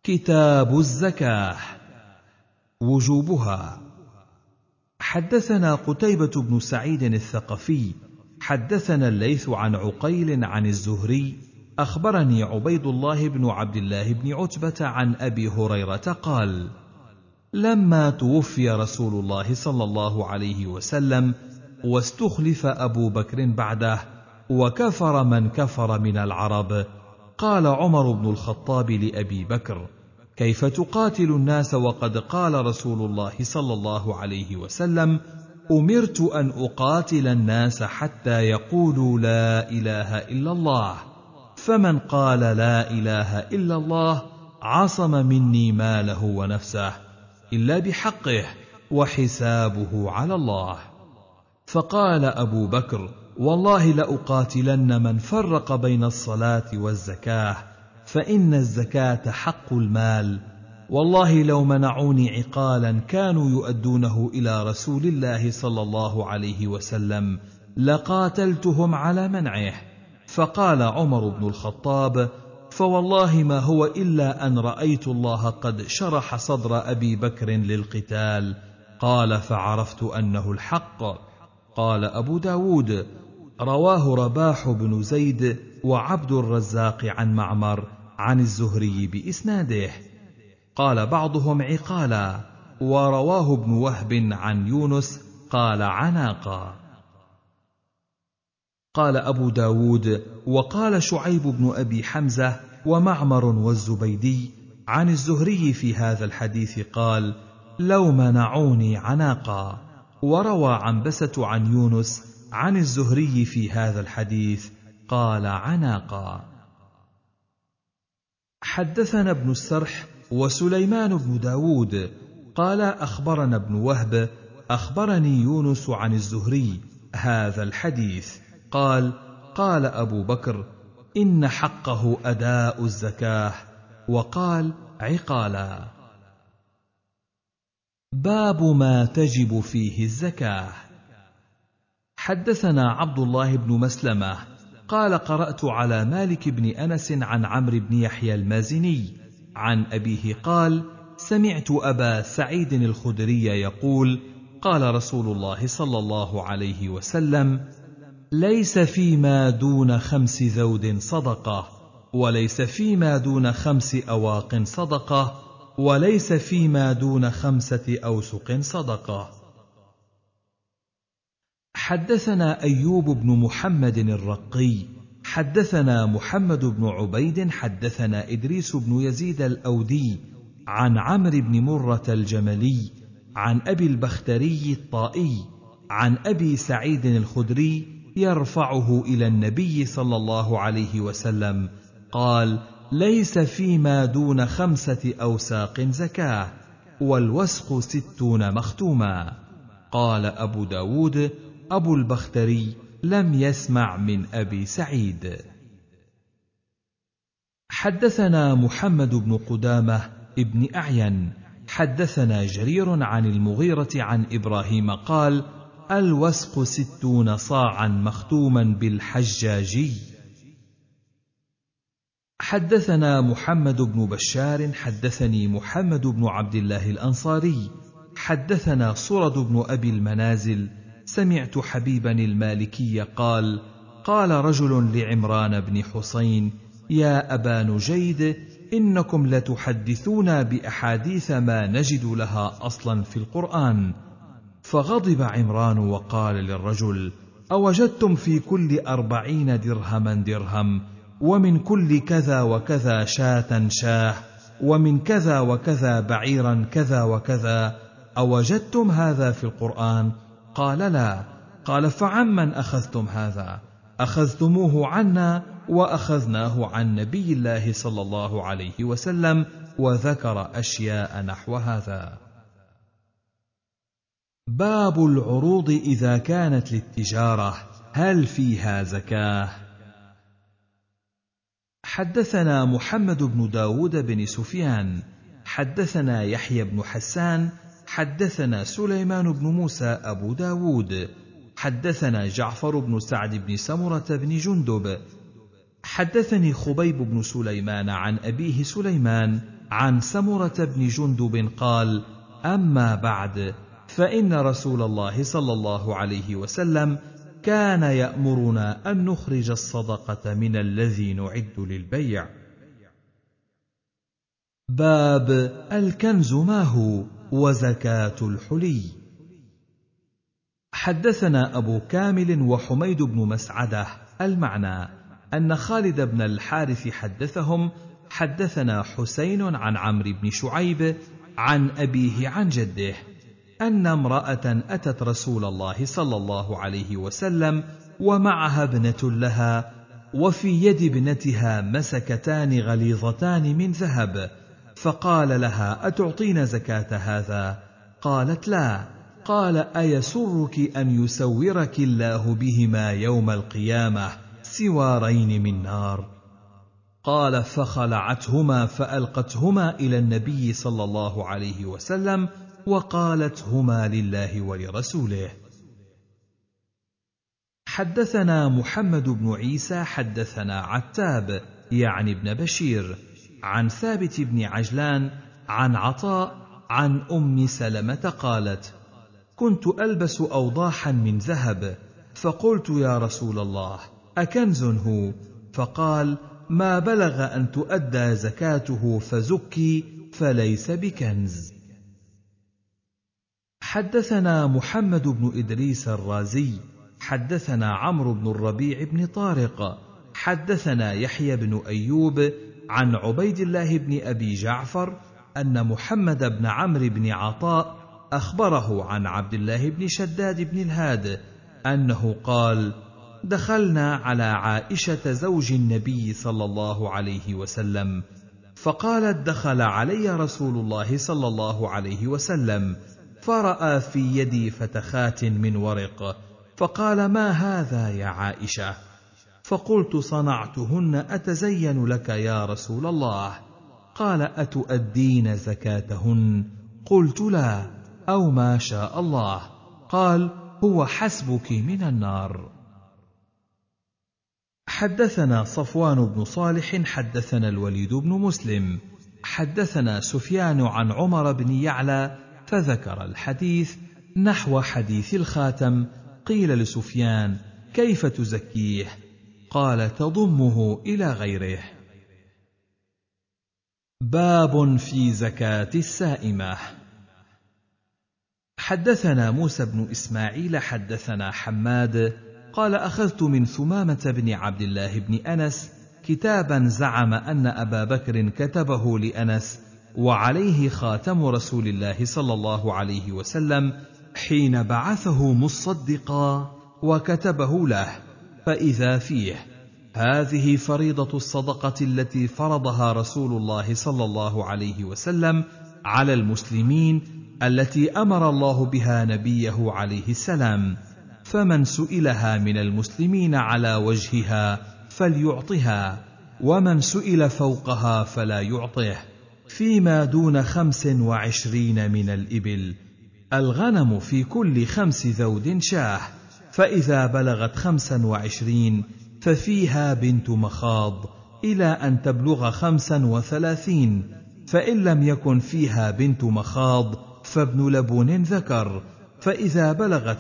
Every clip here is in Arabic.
كتاب الزكاة. وجوبها. حدثنا قتيبة بن سعيد الثقفي حدثنا الليث عن عقيل عن الزهري أخبرني عبيد الله بن عبد الله بن عتبة عن أبي هريرة قال: لما توفي رسول الله صلى الله عليه وسلم واستخلف أبو بكر بعده وكفر من كفر من العرب، قال عمر بن الخطاب لأبي بكر: كيف تقاتل الناس وقد قال رسول الله صلى الله عليه وسلم: أمرت أن أقاتل الناس حتى يقولوا لا إله إلا الله، فمن قال لا إله إلا الله عصم مني ماله ونفسه إلا بحقه وحسابه على الله. فقال أبو بكر: والله لأقاتلن من فرق بين الصلاة والزكاة، فإن الزكاة حق المال، والله لو منعوني عقالا كانوا يؤدونه إلى رسول الله صلى الله عليه وسلم لقاتلتهم على منعه. فقال عمر بن الخطاب: فوالله ما هو إلا أن رأيت الله قد شرح صدر أبي بكر للقتال. قال: فعرفت أنه الحق. قال أبو داود: رواه رباح بن زيد وعبد الرزاق عن معمر عن الزهري بإسناده. قال بعضهم عقالا، ورواه ابن وهب عن يونس قال عناقا. قال أبو داود: وقال شعيب بن أبي حمزة ومعمر والزبيدي عن الزهري في هذا الحديث قال: لو منعوني عناقا. وروى عنبسة عن يونس عن الزهري في هذا الحديث قال عناقا. حدثنا ابن السرح وسليمان بن داود قال أخبرنا ابن وهب أخبرني يونس عن الزهري هذا الحديث قال: قال أبو بكر: إن حقه أداء الزكاة. وقال: عقالا. باب ما تجب فيه الزكاة. حدثنا عبد الله بن مسلمة قال: قرأت على مالك بن أنس عن عمرو بن يحيى المازني عن أبيه قال: سمعت أبا سعيد الخدري يقول: قال رسول الله صلى الله عليه وسلم: ليس فيما دون 5 ذود صدقة، وليس فيما دون 5 أواق صدقة، وليس فيما دون 5 أوسق صدقة. حدثنا أيوب بن محمد الرقي حدثنا محمد بن عبيد حدثنا إدريس بن يزيد الأودي عن عمرو بن مرة الجملي عن أبي البختري الطائي عن أبي سعيد الخدري يرفعه إلى النبي صلى الله عليه وسلم قال: ليس فيما دون 5 أوساق زكاة، والوسق 60 مختوما. قال أبو داود: أبو البختري لم يسمع من أبي سعيد. حدثنا محمد بن قدامة ابن أعين حدثنا جرير عن المغيرة عن إبراهيم قال: الوسق 60 صاعا مختوما بالحجاجي. حدثنا محمد بن بشار حدثني محمد بن عبد الله الأنصاري حدثنا صرد بن أبي المنازل سمعت حبيبا المالكي قال: قال رجل لعمران بن حسين: يا أبا نجيد، إنكم لتحدثون بأحاديث ما نجد لها أصلا في القرآن. فغضب عمران وقال للرجل: أوجدتم في كل 40 درهما درهم، ومن كل كذا وكذا شاة شاه، ومن كذا وكذا بعيرا كذا وكذا، أوجدتم هذا في القرآن؟ قال: لا. قال: فعمن أخذتم هذا؟ أخذتموه عنا وأخذناه عن نبي الله صلى الله عليه وسلم، وذكر أشياء نحو هذا. باب العروض إذا كانت للتجارة هل فيها زكاة؟ حدثنا محمد بن داود بن سفيان حدثنا يحيى بن حسان حدثنا سليمان بن موسى أبو داود حدثنا جعفر بن سعد بن سمرة بن جندب حدثني خبيب بن سليمان عن أبيه سليمان عن سمرة بن جندب قال: أما بعد، فإن رسول الله صلى الله عليه وسلم كان يأمرنا أن نخرج الصدقة من الذي نعد للبيع. باب الكنز ما هو وزكاة الحلي. حدثنا أبو كامل وحميد بن مسعدة المعنى أن خالد بن الحارث حدثهم: حدثنا حسين عن عمرو بن شعيب عن أبيه عن جده أن امرأة أتت رسول الله صلى الله عليه وسلم ومعها ابنة لها، وفي يد ابنتها مسكتان غليظتان من ذهب، فقال لها: أتعطين زكاة هذا؟ قالت: لا. قال: أيسرك أن يسورك الله بهما يوم القيامة سوارين من نار؟ قال: فخلعتهما فألقتهما إلى النبي صلى الله عليه وسلم وقالت: هما لله ولرسوله. حدثنا محمد بن عيسى حدثنا عتاب يعني ابن بشير عن ثابت بن عجلان عن عطاء عن أم سلمة قالت: كنت ألبس أوضاحا من ذهب، فقلت: يا رسول الله، أكنز هو؟ فقال: ما بلغ أن تؤدى زكاته فزكي، فليس بكنز. حدثنا محمد بن إدريس الرازي حدثنا عمرو بن الربيع بن طارق حدثنا يحيى بن أيوب عن عبيد الله بن أبي جعفر أن محمد بن عمرو بن عطاء أخبره عن عبد الله بن شداد بن الهاد أنه قال: دخلنا على عائشة زوج النبي صلى الله عليه وسلم، فقالت: دخل علي رسول الله صلى الله عليه وسلم فرأى في يدي فتخات من ورق، فقال: ما هذا يا عائشة؟ فقلت: صنعتهن أتزين لك يا رسول الله. قال: أتؤدين زكاتهن؟ قلت: لا، أو ما شاء الله. قال: هو حسبك من النار. حدثنا صفوان بن صالح حدثنا الوليد بن مسلم حدثنا سفيان عن عمر بن يعلى فذكر الحديث نحو حديث الخاتم. قيل لسفيان: كيف تزكيه؟ قال: تضمه إلى غيره. باب في زكاة السائمة. حدثنا موسى بن إسماعيل حدثنا حماد قال: أخذت من ثمامة بن عبد الله بن أنس كتابا زعم أن أبا بكر كتبه لأنس وعليه خاتم رسول الله صلى الله عليه وسلم حين بعثه مصدقا، وكتبه له، فإذا فيه: هذه فريضة الصدقة التي فرضها رسول الله صلى الله عليه وسلم على المسلمين، التي أمر الله بها نبيه عليه السلام، فمن سئلها من المسلمين على وجهها فليعطها، ومن سئل فوقها فلا يعطه، فيما دون 25 من الإبل. الغنم في كل 5 ذود شاه، فإذا بلغت 25 ففيها بنت مخاض إلى أن تبلغ 35، فإن لم يكن فيها بنت مخاض فابن لبون ذكر، فإذا بلغت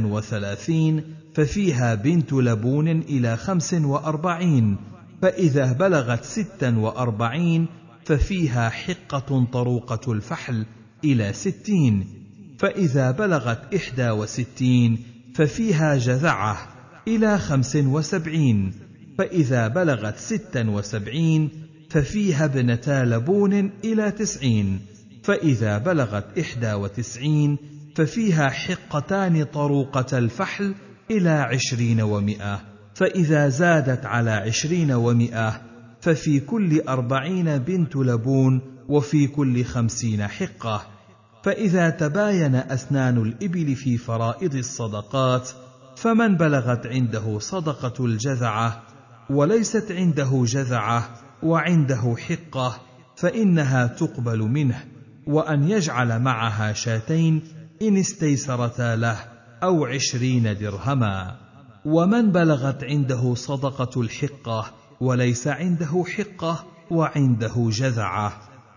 36 ففيها بنت لبون إلى 45، فإذا بلغت 46 ففيها حقة طروقة الفحل إلى 60، فإذا بلغت 61 ففيها جذعة إلى 75، فإذا بلغت 76 ففيها ابنتا لبون إلى 90، فإذا بلغت 91 ففيها حقتان طروقة الفحل إلى 20 و100، فإذا زادت على 20 و100 ففي كل 40 بنت لبون، وفي كل 50 حقة. فإذا تباين أسنان الإبل في فرائض الصدقات، فمن بلغت عنده صدقة الجذعة وليست عنده جذعة وعنده حقة فإنها تقبل منه، وأن يجعل معها 2 إن استيسرتا له، أو 20 درهما. ومن بلغت عنده صدقة الحقة وليس عنده حقة وعنده جذعة،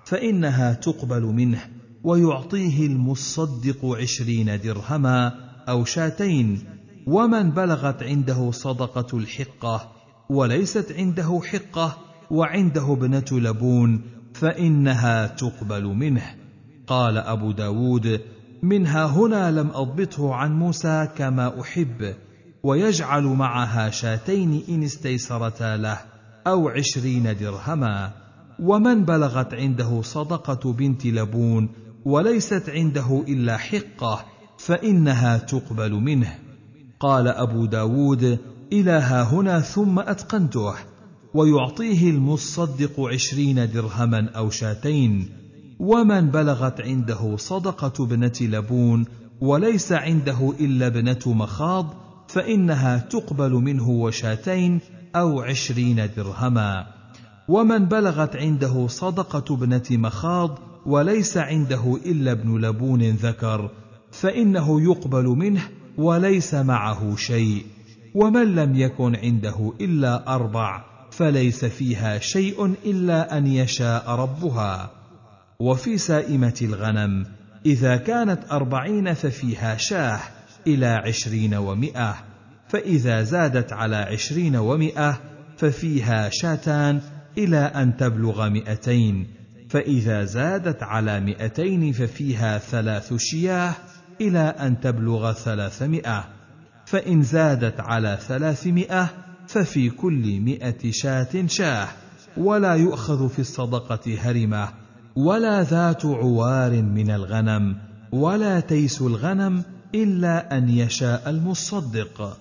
فإنها تقبل منه، ويعطيه المصدق 20 درهما أو شاتين. ومن بلغت عنده صدقة الحقة وليست عنده حقة وعنده ابنة لبون فإنها تقبل منه. قال أبو داود: منها هنا لم أضبطه عن موسى كما أحب، ويجعل معها شاتين إن استيسرتا له أو 20 درهما. ومن بلغت عنده صدقة بنت لبون وليست عنده إلا حقة فإنها تقبل منه. قال أبو داود: إلى ها هنا ثم أتقنته. ويعطيه المصدق 20 درهما أو شاتين. ومن بلغت عنده صدقة ابنة لبون وليس عنده إلا ابنة مخاض فإنها تقبل منه وشاتين أو 20 درهما. ومن بلغت عنده صدقة ابنة مخاض وليس عنده إلا ابن لبون ذكر فإنه يقبل منه وليس معه شيء. ومن لم يكن عنده إلا 4 فليس فيها شيء إلا أن يشاء ربها. وفي سائمة الغنم إذا كانت 40 ففيها شاه إلى 20 و100، فإذا زادت على 20 و100 ففيها شاتان إلى أن تبلغ 200، فإذا زادت على 200 ففيها 3 شياه إلى أن تبلغ 300، فإن زادت على 300 ففي كل 100 شاة شاه. ولا يؤخذ في الصدقة هرمة ولا ذات عوار من الغنم ولا تيس الغنم إلا أن يشاء المصدق.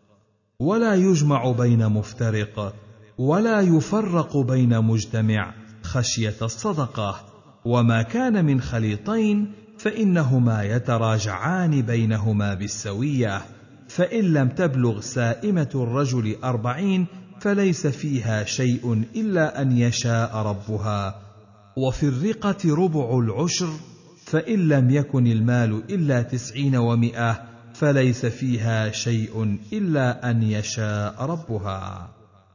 ولا يجمع بين مفترق ولا يفرق بين مجتمع خشية الصدقة. وما كان من خليطين فإنهما يتراجعان بينهما بالسوية، فإن لم تبلغ سائمة الرجل 40 فليس فيها شيء إلا أن يشاء ربها. وفي الرقة ربع العشر، فإن لم يكن المال إلا 90 و100 فليس فيها شيء إلا أن يشاء ربها.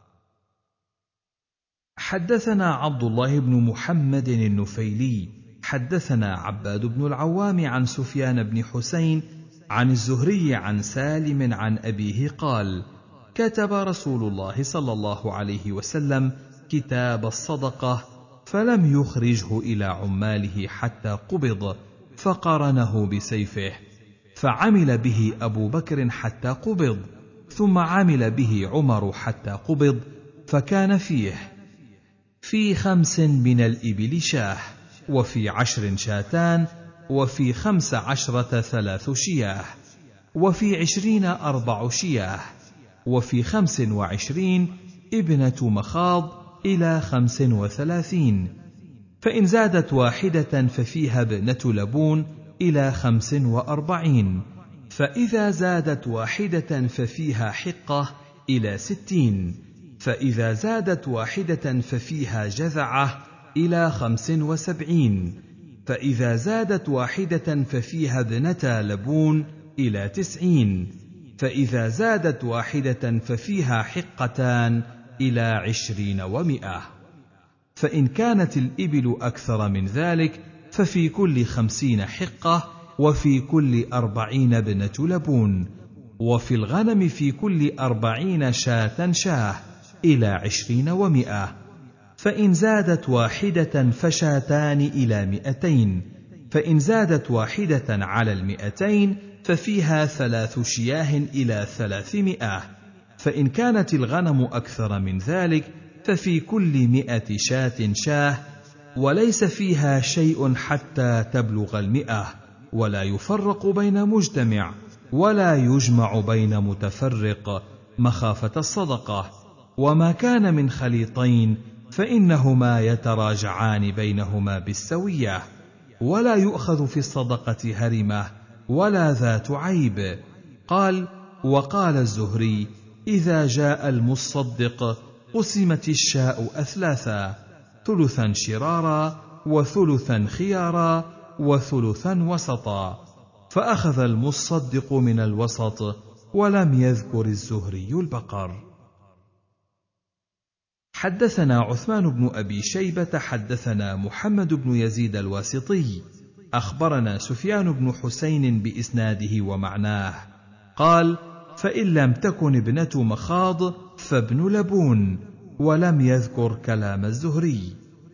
حدثنا عبد الله بن محمد النفيلي حدثنا عباد بن العوام عن سفيان بن حسين عن الزهري عن سالم عن أبيه قال: كتب رسول الله صلى الله عليه وسلم كتاب الصدقة فلم يخرجه إلى عماله حتى قبض، فقرنه بسيفه، فعمل به أبو بكر حتى قبض، ثم عمل به عمر حتى قبض، فكان في 5 من الإبل شاه، وفي 10 شاتان، وفي 15 3 شياه، وفي 20 4 شياه، وفي 25 ابنة مخاض إلى 35، فإن زادت 1 ففيها ابنة لبون إلى 45، فإذا زادت 1 ففيها حقة إلى 60، فإذا زادت 1 ففيها جذعة إلى 75، فإذا زادت 1 ففيها ابنة لبون إلى 90، فإذا زادت 1 ففيها حقتان إلى 20 و100. فإن كانت الإبل أكثر من ذلك ففي كل 50 حقة، وفي كل 40 ابنة لبون، وفي الغنم في كل 40 شاة شاه إلى 20 و100. فإن زادت 1 فشاتان إلى 200، فإن زادت 1 على 200 ففيها 3 شياه إلى 300. فإن كانت الغنم أكثر من ذلك ففي كل 100 شاة شاه، وليس فيها شيء حتى تبلغ 100، ولا يفرق بين مجتمع ولا يجمع بين متفرق مخافة الصدقة. وما كان من خليطين فإنهما يتراجعان بينهما بالسوية. ولا يؤخذ في الصدقة هرمة ولا ذات عيب. قال: وقال الزهري: إذا جاء المصدق قسمت الشاء أثلاثا، ثلثا شرارا، وثلثا خيارا، وثلثا وسطا، فأخذ المصدق من الوسط، ولم يذكر الزهري البقر. حدثنا عثمان بن أبي شيبة حدثنا محمد بن يزيد الواسطي أخبرنا سفيان بن حسين بإسناده ومعناه قال: فإن لم تكن ابنة مخاض فابن لبون، ولم يذكر كلام الزهري.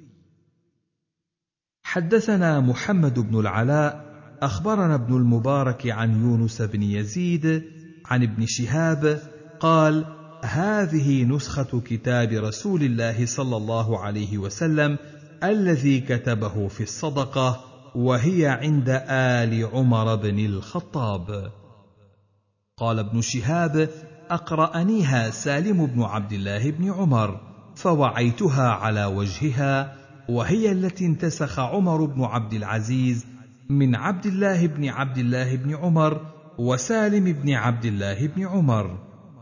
حدثنا محمد بن العلاء أخبرنا ابن المبارك عن يونس بن يزيد عن ابن شهاب قال: هذه نسخة كتاب رسول الله صلى الله عليه وسلم الذي كتبه في الصدقة، وهي عند آل عمر بن الخطاب. قال ابن شهاب: أقرأنيها سالم بن عبد الله بن عمر، فوعيتها على وجهها، وهي التي انتسخ عمر بن عبد العزيز من عبد الله بن عمر وسالم بن عبد الله بن عمر.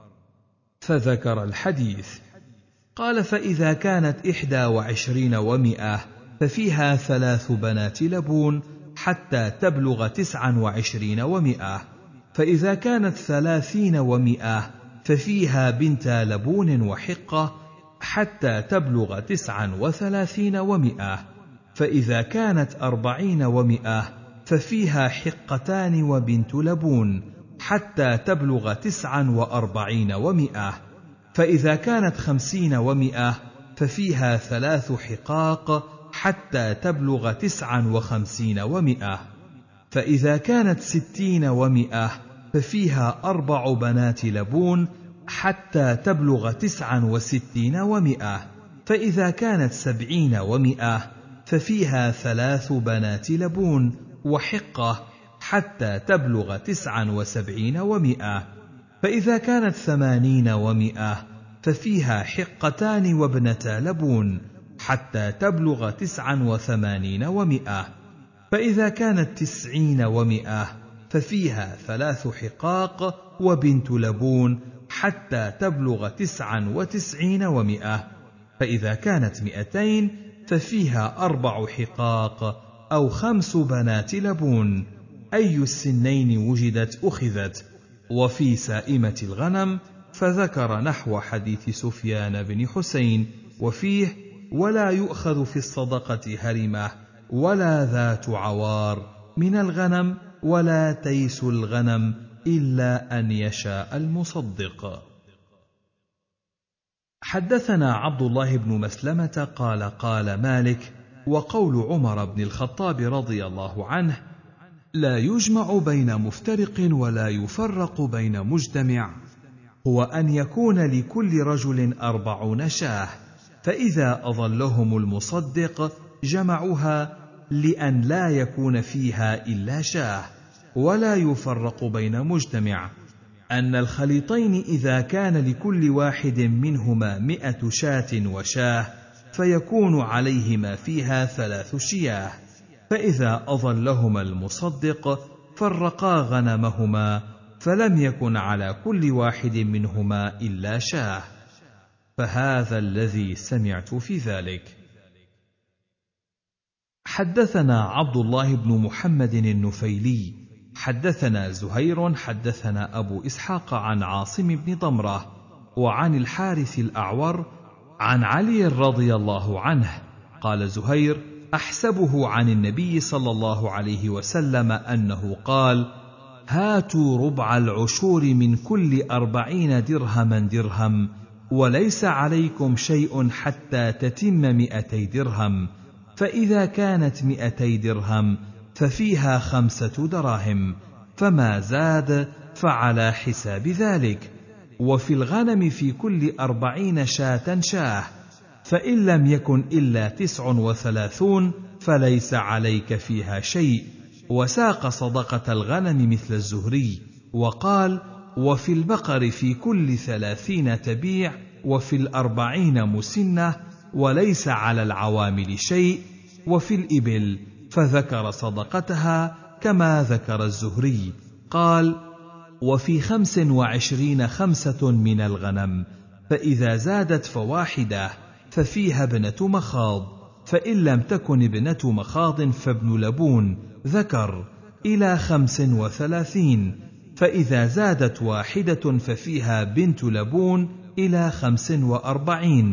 فذكر الحديث. قال: فإذا كانت 21 و100 ففيها 3 بنات لبون حتى تبلغ 29 و100، فإذا كانت 30 و100 ففيها بنتا لبون وحقة حتى تبلغ 39 و100، فإذا كانت 40 و100 ففيها حقتان وبنت لبون حتى تبلغ 49 و100، فإذا كانت 50 و100 ففيها 3 حقاق حتى تبلغ 59 و100، فإذا كانت 60 و100 ففيها 4 بنات لبون حتى تبلغ 69 و100، فإذا كانت 70 و100 ففيها 3 بنات لبون وحقة حتى تبلغ 79 و100، فإذا كانت 80 و100 ففيها حقتان وابنتا لبون حتى تبلغ 89 و100، فإذا كانت 90 و100 ففيها 3 حقاق وبنت لبون حتى تبلغ 99 و100، فإذا كانت 200 ففيها 4 حقاق أو 5 بنات لبون، أي السنين وجدت أخذت. وفي سائمة الغنم فذكر نحو حديث سفيان بن حسين، وفيه: ولا يؤخذ في الصدقة هرمة ولا ذات عوار من الغنم ولا تيس الغنم إلا أن يشاء المصدق. حدثنا عبد الله بن مسلمة قال: قال مالك: وقول عمر بن الخطاب رضي الله عنه: لا يجمع بين مفترق ولا يفرق بين مجتمع، هو أن يكون لكل رجل 40 شاة، فإذا أظلهم المصدق جمعوها لأن لا يكون فيها إلا شاه، ولا يفرق بين مجتمع، أن الخليطين إذا كان لكل واحد منهما 100 شاة وشاه فيكون عليهما فيها 3 شياه، فإذا أظلهما المصدق فرقا غنمهما فلم يكن على كل واحد منهما إلا شاه، فهذا الذي سمعت في ذلك. حدثنا عبد الله بن محمد النفيلي حدثنا زهير حدثنا أبو إسحاق عن عاصم بن ضمرة وعن الحارث الأعور عن علي رضي الله عنه قال زهير: أحسبه عن النبي صلى الله عليه وسلم أنه قال: هاتوا ربع العشور من كل 40 درهما درهم، وليس عليكم شيء حتى تتم 200 درهم، فإذا كانت 200 درهم ففيها 5 دراهم، فما زاد فعلى حساب ذلك. وفي الغنم في كل 40 شاة شاه، فإن لم يكن إلا 39 فليس عليك فيها شيء. وساق صدقة الغنم مثل الزهري، وقال: وفي البقر في كل 30 تبيع، وفي 40 مسنة، وليس على العوامل شيء. وفي الإبل فذكر صدقتها كما ذكر الزهري. قال: وفي 25 5 من الغنم، فإذا زادت فواحدة ففيها ابنة مخاض، فإن لم تكن ابنة مخاض فابن لبون ذكر إلى 35، فإذا زادت واحدة ففيها بنت لبون إلى 45،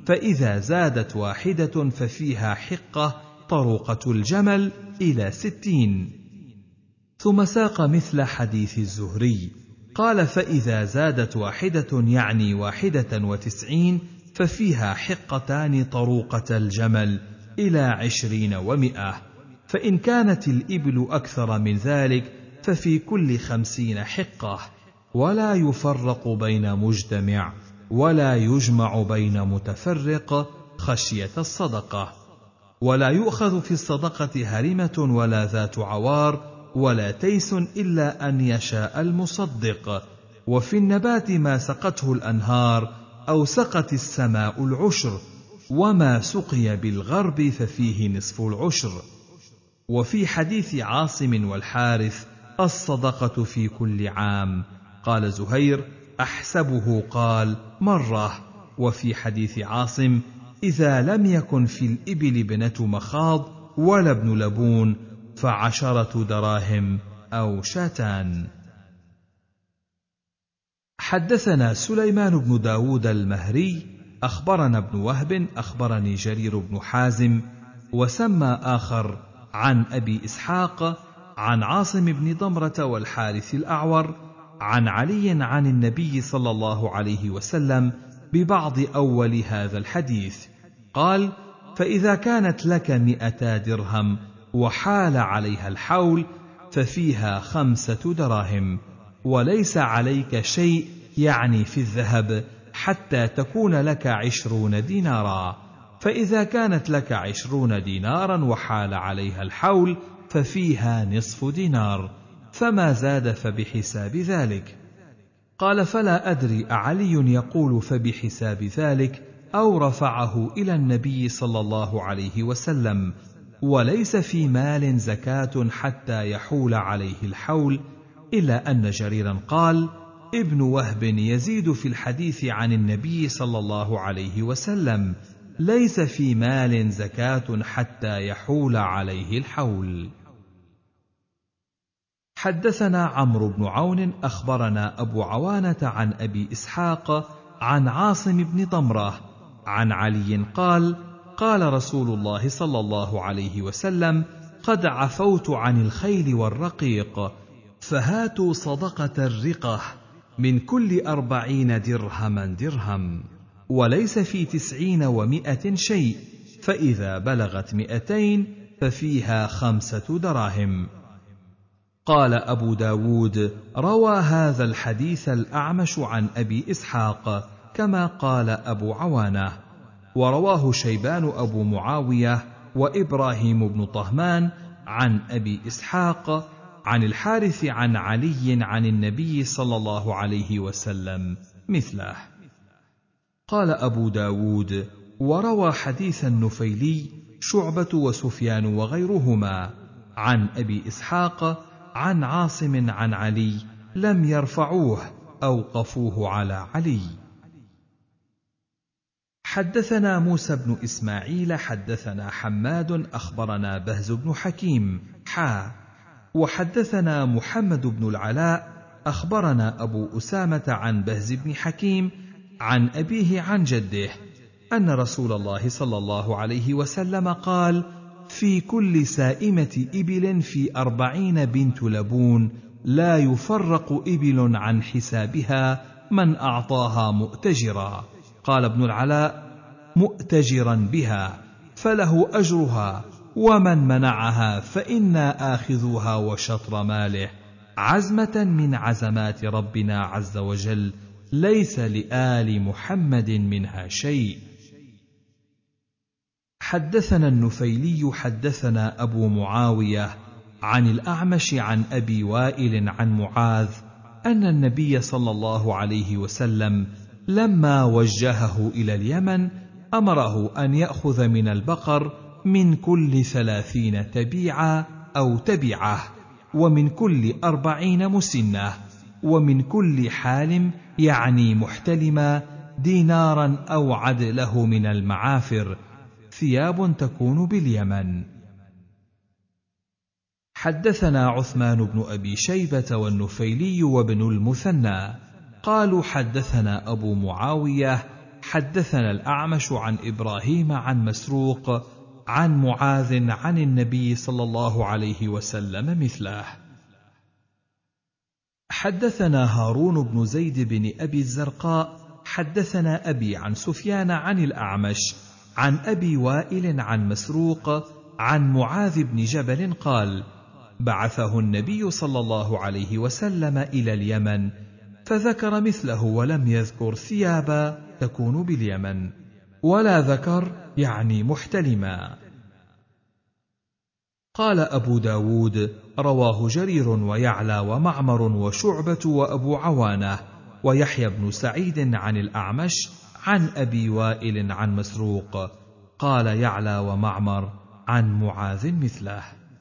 فإذا زادت واحدة ففيها حقة طروقة الجمل إلى 60. ثم ساق مثل حديث الزهري قال: فإذا زادت واحدة يعني 91 ففيها حقتان طروقة الجمل إلى 20 و100. فإن كانت الإبل أكثر من ذلك ففي كل 50 حقة، ولا يفرق بين مجتمع ولا يجمع بين متفرق خشية الصدقة. ولا يؤخذ في الصدقة هرمة ولا ذات عوار ولا تيس إلا أن يشاء المصدق. وفي النبات ما سقته الأنهار أو سقت السماء العشر، وما سقي بالغرب ففيه نصف العشر. وفي حديث عاصم والحارث الصدقة في كل عام. قال زهير: أحسبه قال مرة. وفي حديث عاصم: إذا لم يكن في الإبل ابنة مخاض ولا ابن لبون ف10 دراهم أو شاتان. حدثنا سليمان بن داود المهري أخبرنا ابن وهب أخبرني جرير بن حازم وسمى آخر عن أبي إسحاق عن عاصم بن ضمرة والحارث الأعور عن علي عن النبي صلى الله عليه وسلم ببعض أول هذا الحديث. قال: فإذا كانت لك 200 درهم وحال عليها الحول ففيها 5 دراهم، وليس عليك شيء يعني في الذهب حتى تكون لك 20 دينارا. فإذا كانت لك 20 دينارا وحال عليها الحول ففيها نصف دينار، فما زاد فبحساب ذلك. قال: فلا أدري أعلي يقول فبحساب ذلك أو رفعه إلى النبي صلى الله عليه وسلم. وليس في مال زكاة حتى يحول عليه الحول، إلا أن جريرا قال: ابن وهب يزيد في الحديث عن النبي صلى الله عليه وسلم: ليس في مال زكاة حتى يحول عليه الحول. حدثنا عمرو بن عون أخبرنا أبو عوانة عن أبي إسحاق عن عاصم بن ضمرة عن علي قال: قال رسول الله صلى الله عليه وسلم: قد عفوت عن الخيل والرقيق، فهاتوا صدقة الرقة من كل 40 درهما درهم، وليس في 90 و100 شيء، فإذا بلغت 200 ففيها 5 دراهم. قال أبو داود: روى هذا الحديث الأعمش عن أبي إسحاق كما قال أبو عوانة، ورواه شيبان أبو معاوية وإبراهيم بن طهمان عن أبي إسحاق عن الحارث عن علي عن النبي صلى الله عليه وسلم مثله. قال أبو داود: وروى حديث النفيلي شعبة وسفيان وغيرهما عن أبي إسحاق عن عاصم عن علي، لم يرفعوه، أوقفوه على علي. حدثنا موسى بن إسماعيل حدثنا حماد أخبرنا بهز بن حكيم وحدثنا محمد بن العلاء أخبرنا أبو أسامة عن بهز بن حكيم عن أبيه عن جده أن رسول الله صلى الله عليه وسلم قال: في كل سائمة إبل في 40 بنت لبون لا يفرق إبل عن حسابها من أعطاها مؤتجرا. قال ابن العلاء: مؤتجرا بها فله أجرها، ومن منعها فإنا آخذوها وشطر ماله، عزمة من عزمات ربنا عز وجل، ليس لآل محمد منها شيء. حدثنا النفيلي حدثنا أبو معاوية عن الأعمش عن أبي وائل عن معاذ أن النبي صلى الله عليه وسلم لما وجهه إلى اليمن أمره أن يأخذ من البقر من كل 30 تبيعة أو تبعة، ومن كل 40 مسنة، ومن كل حالم يعني محتلما دينارا أو عدله من المعافر، ثياب تكون باليمن. حدثنا عثمان بن أبي شيبة والنفيلي وابن المثنى قالوا حدثنا أبو معاوية حدثنا الأعمش عن إبراهيم عن مسروق عن معاذ عن النبي صلى الله عليه وسلم مثله. حدثنا هارون بن زيد بن أبي الزرقاء حدثنا أبي عن سفيان عن الأعمش عن أبي وائل عن مسروق عن معاذ بن جبل قال: بعثه النبي صلى الله عليه وسلم إلى اليمن، فذكر مثله ولم يذكر ثيابا تكون باليمن، ولا ذكر يعني محتلما. قال أبو داود: رواه جرير ويعلى ومعمر وشعبة وأبو عوانة ويحيى بن سعيد عن الأعمش عن أبي وائل عن مسروق. قال يعلى ومعمر عن معاذ مثله.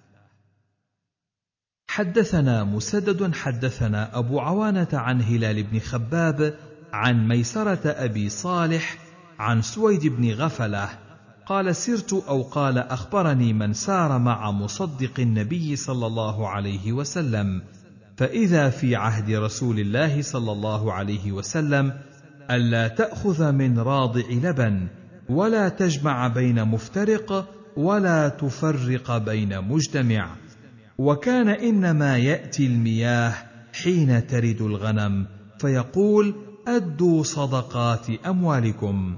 حدثنا مسدد حدثنا أبو عوانة عن هلال بن خباب عن ميسرة أبي صالح عن سويد بن غفلة قال: سرت أو قال أخبرني من سار مع مصدق النبي صلى الله عليه وسلم، فإذا في عهد رسول الله صلى الله عليه وسلم ألا تأخذ من راضع لبن، ولا تجمع بين مفترق، ولا تفرق بين مجتمع، وكان إنما يأتي المياه حين ترد الغنم فيقول: أدوا صدقات أموالكم.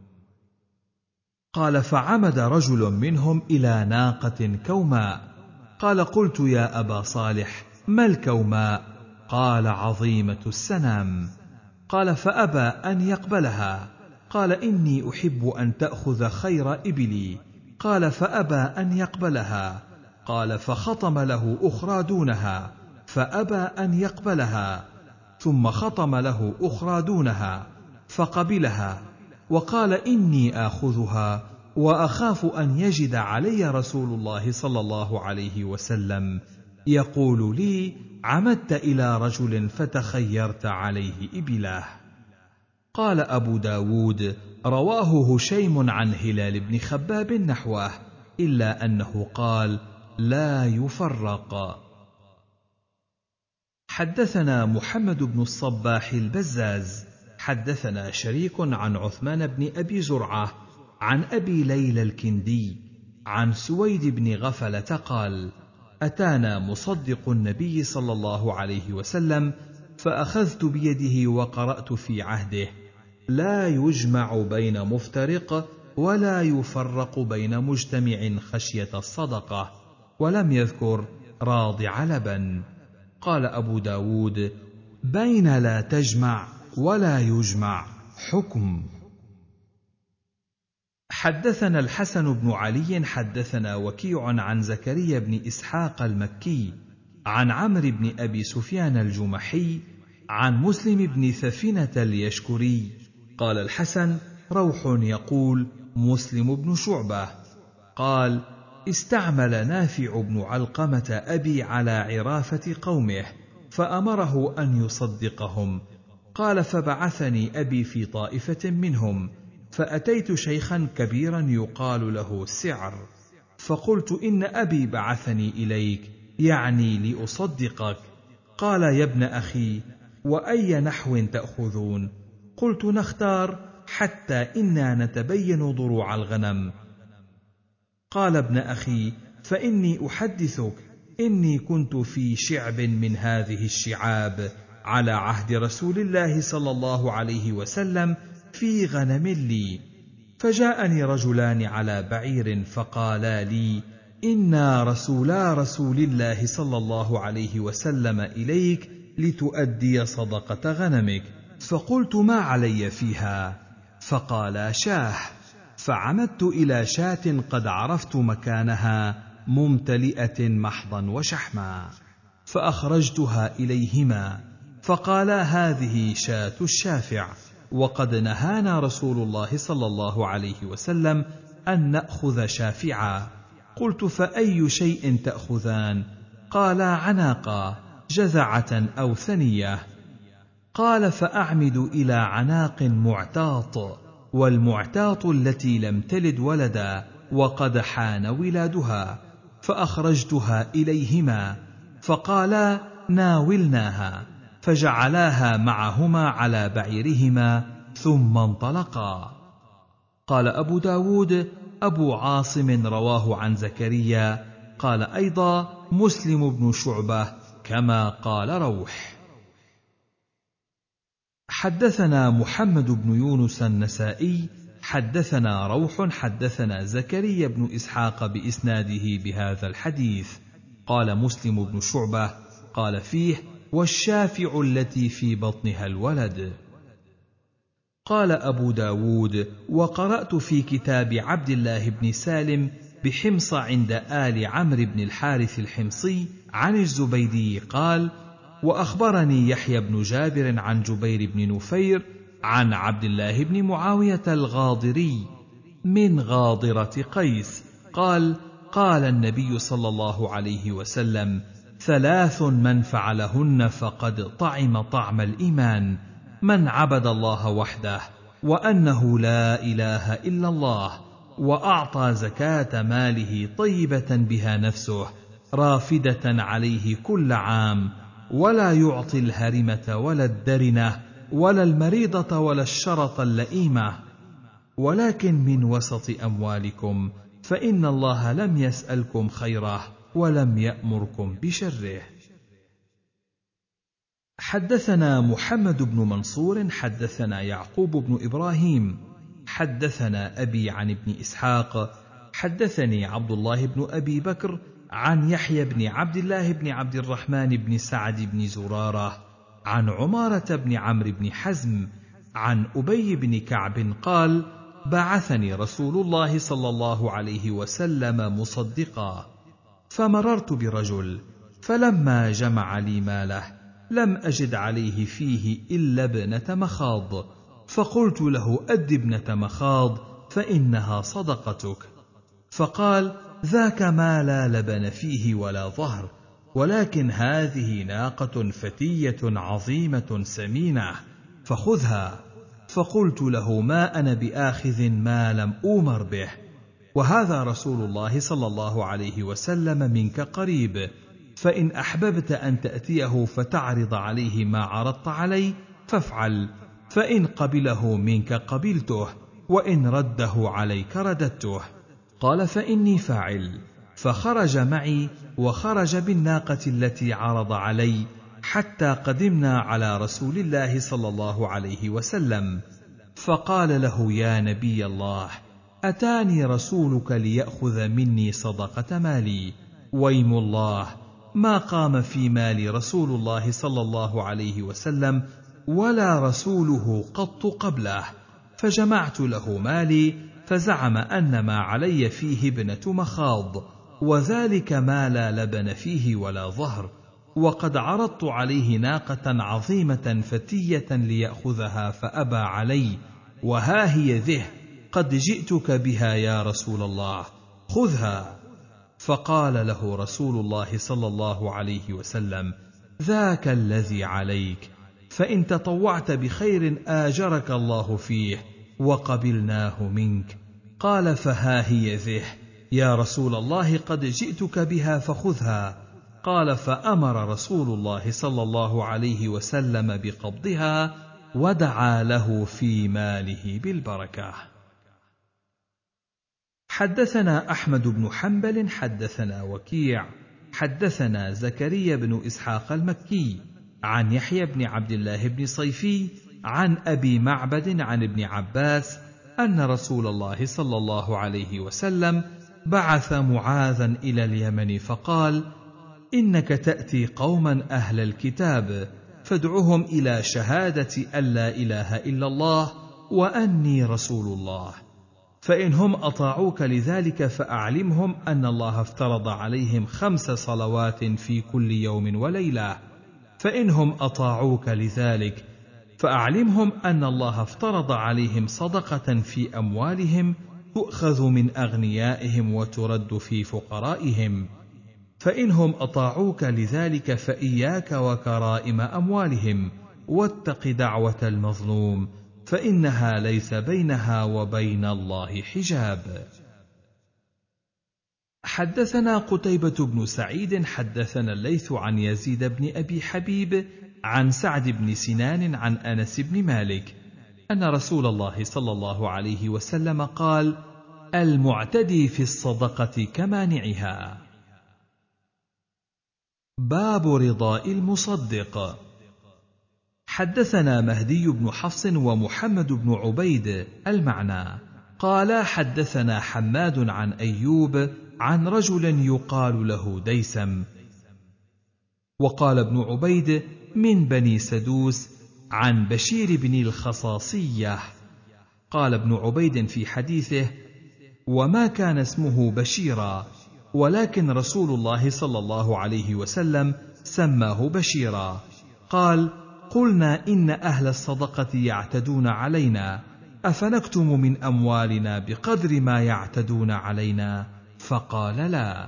قال: فعمد رجل منهم إلى ناقة كوماء. قال: قلت: يا أبا صالح، ما الكوماء؟ قال: عظيمة السنام. قال: فأبى أن يقبلها. قال: إني أحب أن تأخذ خير إبلي. قال: فأبى أن يقبلها. قال: فخطم له أخرى دونها فأبى أن يقبلها، ثم خطم له أخرى دونها فقبلها، وقال: إني آخذها وأخاف أن يجد علي رسول الله صلى الله عليه وسلم يقول لي: عمدت إلى رجل فتخيرت عليه إبله. قال أبو داود: رواه هشيم عن هلال بن خباب نحوه، إلا أنه قال: لا يفرق. حدثنا محمد بن الصباح البزاز حدثنا شريك عن عثمان بن أبي زرعة عن أبي ليلى الكندي عن سويد بن غفلة قال: أتانا مصدق النبي صلى الله عليه وسلم، فأخذت بيده وقرأت في عهده: لا يجمع بين مفترق، ولا يفرق بين مجتمع خشية الصدقة، ولم يذكر راضع لبن. قال أبو داود: بين لا تجمع ولا يجمع حكم. حدثنا الحسن بن علي حدثنا وكيع عن زكريا بن إسحاق المكي عن عمرو بن أبي سفيان الجمحي عن مسلم بن ثفنة اليشكري قال الحسن: روح يقول مسلم بن شعبة قال: استعمل نافع بن علقمة أبي على عرافة قومه، فأمره أن يصدقهم. قال: فبعثني أبي في طائفة منهم، فأتيت شيخا كبيرا يقال له سعر، فقلت: إن أبي بعثني إليك، يعني لأصدقك. قال: يا ابن أخي، وأي نحو تأخذون؟ قلت: نختار حتى إنا نتبين ضروع الغنم. قال: ابن أخي، فإني أحدثك، إني كنت في شعب من هذه الشعاب على عهد رسول الله صلى الله عليه وسلم في غنم لي، فجاءني رجلان على بعير فقالا لي: إنا رسولا رسول الله صلى الله عليه وسلم إليك لتؤدي صدقة غنمك. فقلت: ما علي فيها؟ فقالا: شاه. فعمدت إلى شاة قد عرفت مكانها ممتلئة محضا وشحما، فأخرجتها إليهما، فقالا: هذه شاة الشافع، وقد نهانا رسول الله صلى الله عليه وسلم أن نأخذ شافعا. قلت: فأي شيء تأخذان؟ قالا: عناقا، جذعة أو ثنية. قال: فأعمد إلى عناق معتاط، والمعتاط التي لم تلد ولدا وقد حان ولادها، فأخرجتها إليهما، فقالا: ناولناها، فجعلاها معهما على بعيرهما، ثم انطلقا. قال أبو داود: أبو عاصم رواه عن زكريا، قال أيضا مسلم بن شعبة كما قال روح. حدثنا محمد بن يونس النسائي حدثنا روح حدثنا زكريا بن إسحاق بإسناده بهذا الحديث. قال مسلم بن شعبة قال فيه: والشافع التي في بطنها الولد. قال أبو داود: وقرأت في كتاب عبد الله بن سالم بحمص عند آل عمرو بن الحارث الحمصي عن الزبيدي قال: وأخبرني يحيى بن جابر عن جبير بن نفير عن عبد الله بن معاوية الغاضري من غاضرة قيس قال: قال النبي صلى الله عليه وسلم: 3 من فعلهن فقد طعم طعم الإيمان: من عبد الله وحده وأنه لا إله إلا الله، وأعطى زكاة ماله طيبة بها نفسه رافدة عليه كل عام، ولا يعطي الهرمة ولا الدرنة ولا المريضة ولا الشرط اللئيمة، ولكن من وسط أموالكم، فإن الله لم يسألكم خيره ولم يأمركم بشره. حدثنا محمد بن منصور حدثنا يعقوب بن إبراهيم حدثنا أبي عن ابن إسحاق حدثني عبد الله بن أبي بكر عن يحيى بن عبد الله بن عبد الرحمن بن سعد بن زرارة عن عمارة بن عمرو بن حزم عن أبي بن كعب قال: بعثني رسول الله صلى الله عليه وسلم مصدقا، فمررت برجل، فلما جمع لي ماله لم أجد عليه فيه إلا ابنة مخاض، فقلت له: أد ابنة مخاض فإنها صدقتك. فقال: ذاك ما لا لبن فيه ولا ظهر، ولكن هذه ناقة فتية عظيمة سمينة، فخذها. فقلت له: ما أنا بآخذ ما لم أومر به، وهذا رسول الله صلى الله عليه وسلم منك قريب، فإن أحببت أن تأتيه فتعرض عليه ما عرضت علي فافعل، فإن قبله منك قبلته، وإن رده عليك رددته. قال: فإني فاعل. فخرج معي وخرج بالناقة التي عرض علي حتى قدمنا على رسول الله صلى الله عليه وسلم، فقال له: يا نبي الله، أتاني رسولك ليأخذ مني صدقة مالي، ويم الله ما قام في مالي رسول الله صلى الله عليه وسلم ولا رسوله قط قبله. فجمعت له مالي، فزعم أن ما علي فيه ابنة مخاض، وذلك ما لا لبن فيه ولا ظهر، وقد عرضت عليه ناقة عظيمة فتية ليأخذها فأبى علي، وها هي ذه قد جئتك بها يا رسول الله، خذها. فقال له رسول الله صلى الله عليه وسلم: ذاك الذي عليك، فإن تطوعت بخير آجرك الله فيه، وقبلناه منك. قال: فها هي ذه يا رسول الله قد جئتك بها فخذها. قال: فأمر رسول الله صلى الله عليه وسلم بقبضها، ودعا له في ماله بالبركة. حدثنا أحمد بن حنبل حدثنا وكيع حدثنا زكريا بن إسحاق المكي عن يحيى بن عبد الله بن صيفي عن أبي معبد عن ابن عباس أن رسول الله صلى الله عليه وسلم بعث معاذا إلى اليمن فقال: إنك تأتي قوما أهل الكتاب، فادعهم إلى شهادة أن لا إله إلا الله وأني رسول الله، فإن هم أطاعوك لذلك فأعلمهم أن الله افترض عليهم 5 صلوات في كل يوم وليلة، فإن هم أطاعوك لذلك فأعلمهم أن الله افترض عليهم صدقة في أموالهم تؤخذ من أغنيائهم وترد في فقرائهم، فإن هم أطاعوك لذلك فإياك وكرائم أموالهم، واتق دعوة المظلوم، فإنها ليس بينها وبين الله حجاب. حدثنا قتيبة بن سعيد حدثنا الليث عن يزيد بن أبي حبيب عن سعد بن سنان عن أنس بن مالك أن رسول الله صلى الله عليه وسلم قال: المعتدي في الصدقة كمانعها. باب رضاء المصدق. حدثنا مهدي بن حفص ومحمد بن عبيد المعنى قال: حدثنا حماد عن أيوب عن رجل يقال له ديسم. وقال ابن عبيد: من بني سدوس، عن بشير بن الخصاصية. قال ابن عبيد في حديثه: وما كان اسمه بشيرا، ولكن رسول الله صلى الله عليه وسلم سماه بشيرا. قال: قلنا إن أهل الصدقة يعتدون علينا، أفنكتم من أموالنا بقدر ما يعتدون علينا؟ فقال: لا.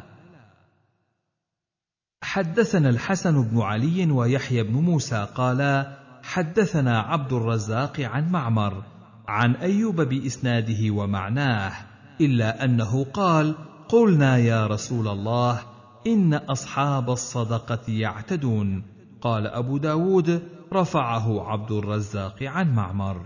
حدثنا الحسن بن علي ويحيى بن موسى قالا: حدثنا عبد الرزاق عن معمر عن أيوب بإسناده ومعناه، إلا أنه قال: قلنا يا رسول الله إن أصحاب الصدقة يعتدون. قال أبو داود: رفعه عبد الرزاق عن معمر.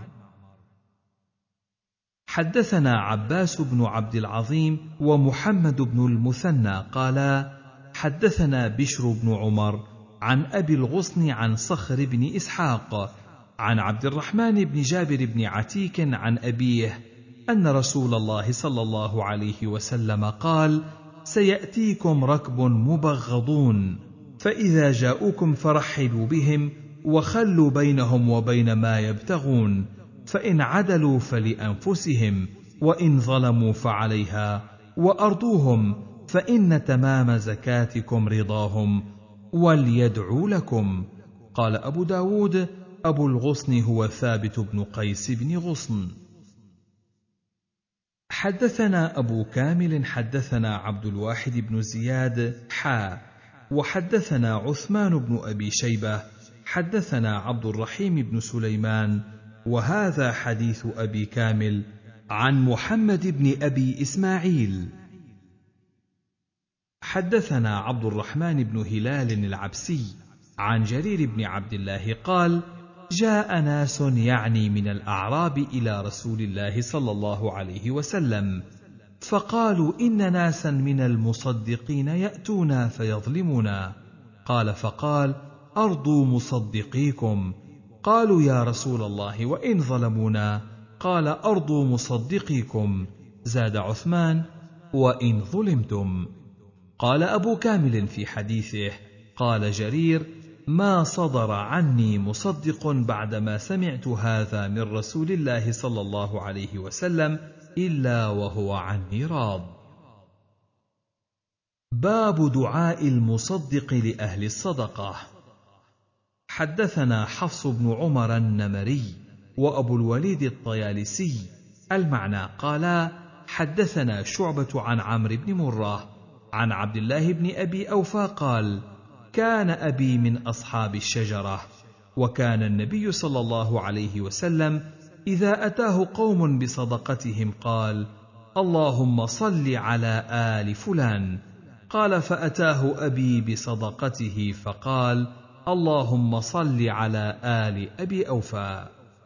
حدثنا عباس بن عبد العظيم ومحمد بن المثنى قالا: حدثنا بشر بن عمر عن أبي الغصن عن صخر بن إسحاق عن عبد الرحمن بن جابر بن عتيك عن أبيه أن رسول الله صلى الله عليه وسلم قال: سيأتيكم ركب مبغضون، فإذا جاءوكم فرحبوا بهم وخلوا بينهم وبين ما يبتغون، فإن عدلوا فلأنفسهم، وإن ظلموا فعليها، وأرضوهم، فإن تمام زكاتكم رضاهم، وليدعوا لكم. قال أبو داود: أبو الغصن هو ثابت بن قيس بن غصن. حدثنا أبو كامل حدثنا عبد الواحد بن زياد وحدثنا عثمان بن أبي شيبة حدثنا عبد الرحيم بن سليمان، وهذا حديث أبي كامل عن محمد بن أبي إسماعيل. حدثنا عبد الرحمن بن هلال العبسي عن جرير بن عبد الله قال: جاء ناس يعني من الأعراب إلى رسول الله صلى الله عليه وسلم، فقالوا إن ناسا من المصدقين يأتونا فيظلمونا. قال: فقال: أرضوا مصدقيكم. قالوا: يا رسول الله وإن ظلمونا؟ قال: أرضوا مصدقيكم. زاد عثمان: وإن ظلمتم. قال أبو كامل في حديثه: قال جرير: ما صدر عني مصدق بعدما سمعت هذا من رسول الله صلى الله عليه وسلم إلا وهو عني راض. باب دعاء المصدق لأهل الصدقة. حدثنا حفص بن عمر النمري وأبو الوليد الطيالسي المعنى قالا: حدثنا شعبة عن عمرو بن مرة عن عبد الله بن أبي أوفى قال: كان أبي من أصحاب الشجرة، وكان النبي صلى الله عليه وسلم إذا أتاه قوم بصدقتهم قال: اللهم صل على آل فلان. قال: فأتاه أبي بصدقته فقال: اللهم صل على آل أبي أوفى.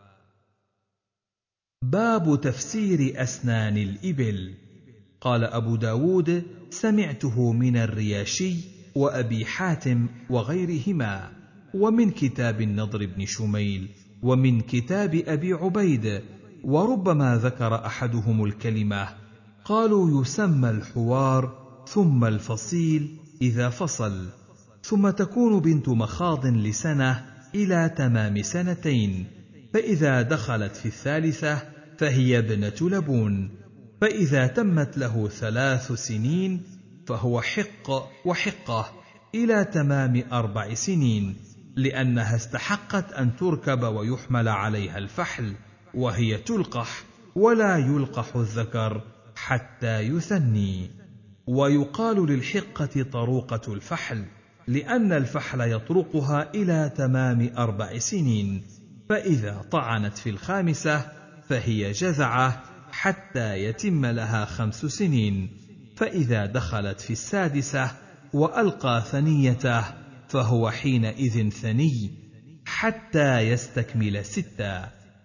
باب تفسير أسنان الإبل. قال أبو داود: سمعته من الرياشي وأبي حاتم وغيرهما، ومن كتاب النضر بن شميل، ومن كتاب أبي عبيد، وربما ذكر أحدهم الكلمة. قالوا: يسمى الحوار ثم الفصيل إذا فصل، ثم تكون بنت مخاض لسنة إلى تمام سنتين، فإذا دخلت في الثالثة فهي ابنة لبون، فإذا تمت له 3 سنين فهو حق وحقة إلى تمام 4 سنين، لأنها استحقت أن تركب ويحمل عليها الفحل، وهي تلقح ولا يلقح الذكر حتى يثني. ويقال للحقة طروقة الفحل، لأن الفحل يطرقها إلى تمام 4 سنين، فإذا طعنت في 5 فهي جذعة حتى يتم لها 5 سنين، فإذا دخلت في 6 وألقى ثنيته فهو حينئذ ثني حتى يستكمل 6.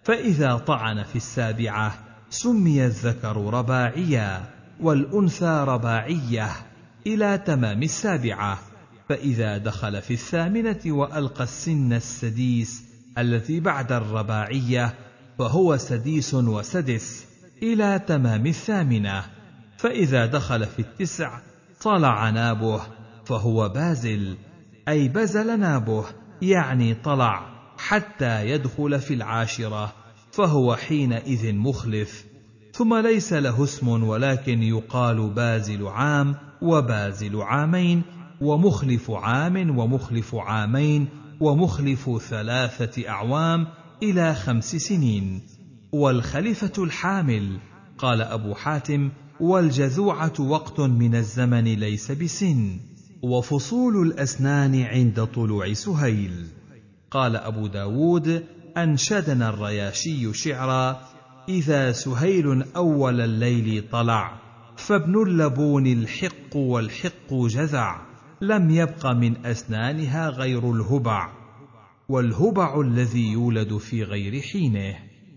فإذا طعن في 7 سمي الذكر رباعيا والأنثى رباعية إلى تمام 7. فإذا دخل في 8 وألقى السن السديس التي بعد الرباعية فهو سديس وسدس إلى تمام 8. فإذا دخل في 9 طلع نابه فهو بازل، أي بزل نابه يعني طلع حتى يدخل في 10 فهو حينئذ مخلف. ثم ليس له اسم ولكن يقال بازل عام وبازل عامين ومخلف عام ومخلف عامين ومخلف 3 أعوام إلى 5 سنين. والخليفة الحامل، قال أبو حاتم: والجذوعة وقت من الزمن ليس بسن. وفصول الأسنان عند طلوع سهيل. قال أبو داود: أنشدنا الرياشي شعرا: إذا سهيل أول الليل طلع فابن اللبون الحق والحق جذع، لم يبق من أسنانها غير الهبع، والهبع الذي يولد في غير حينه.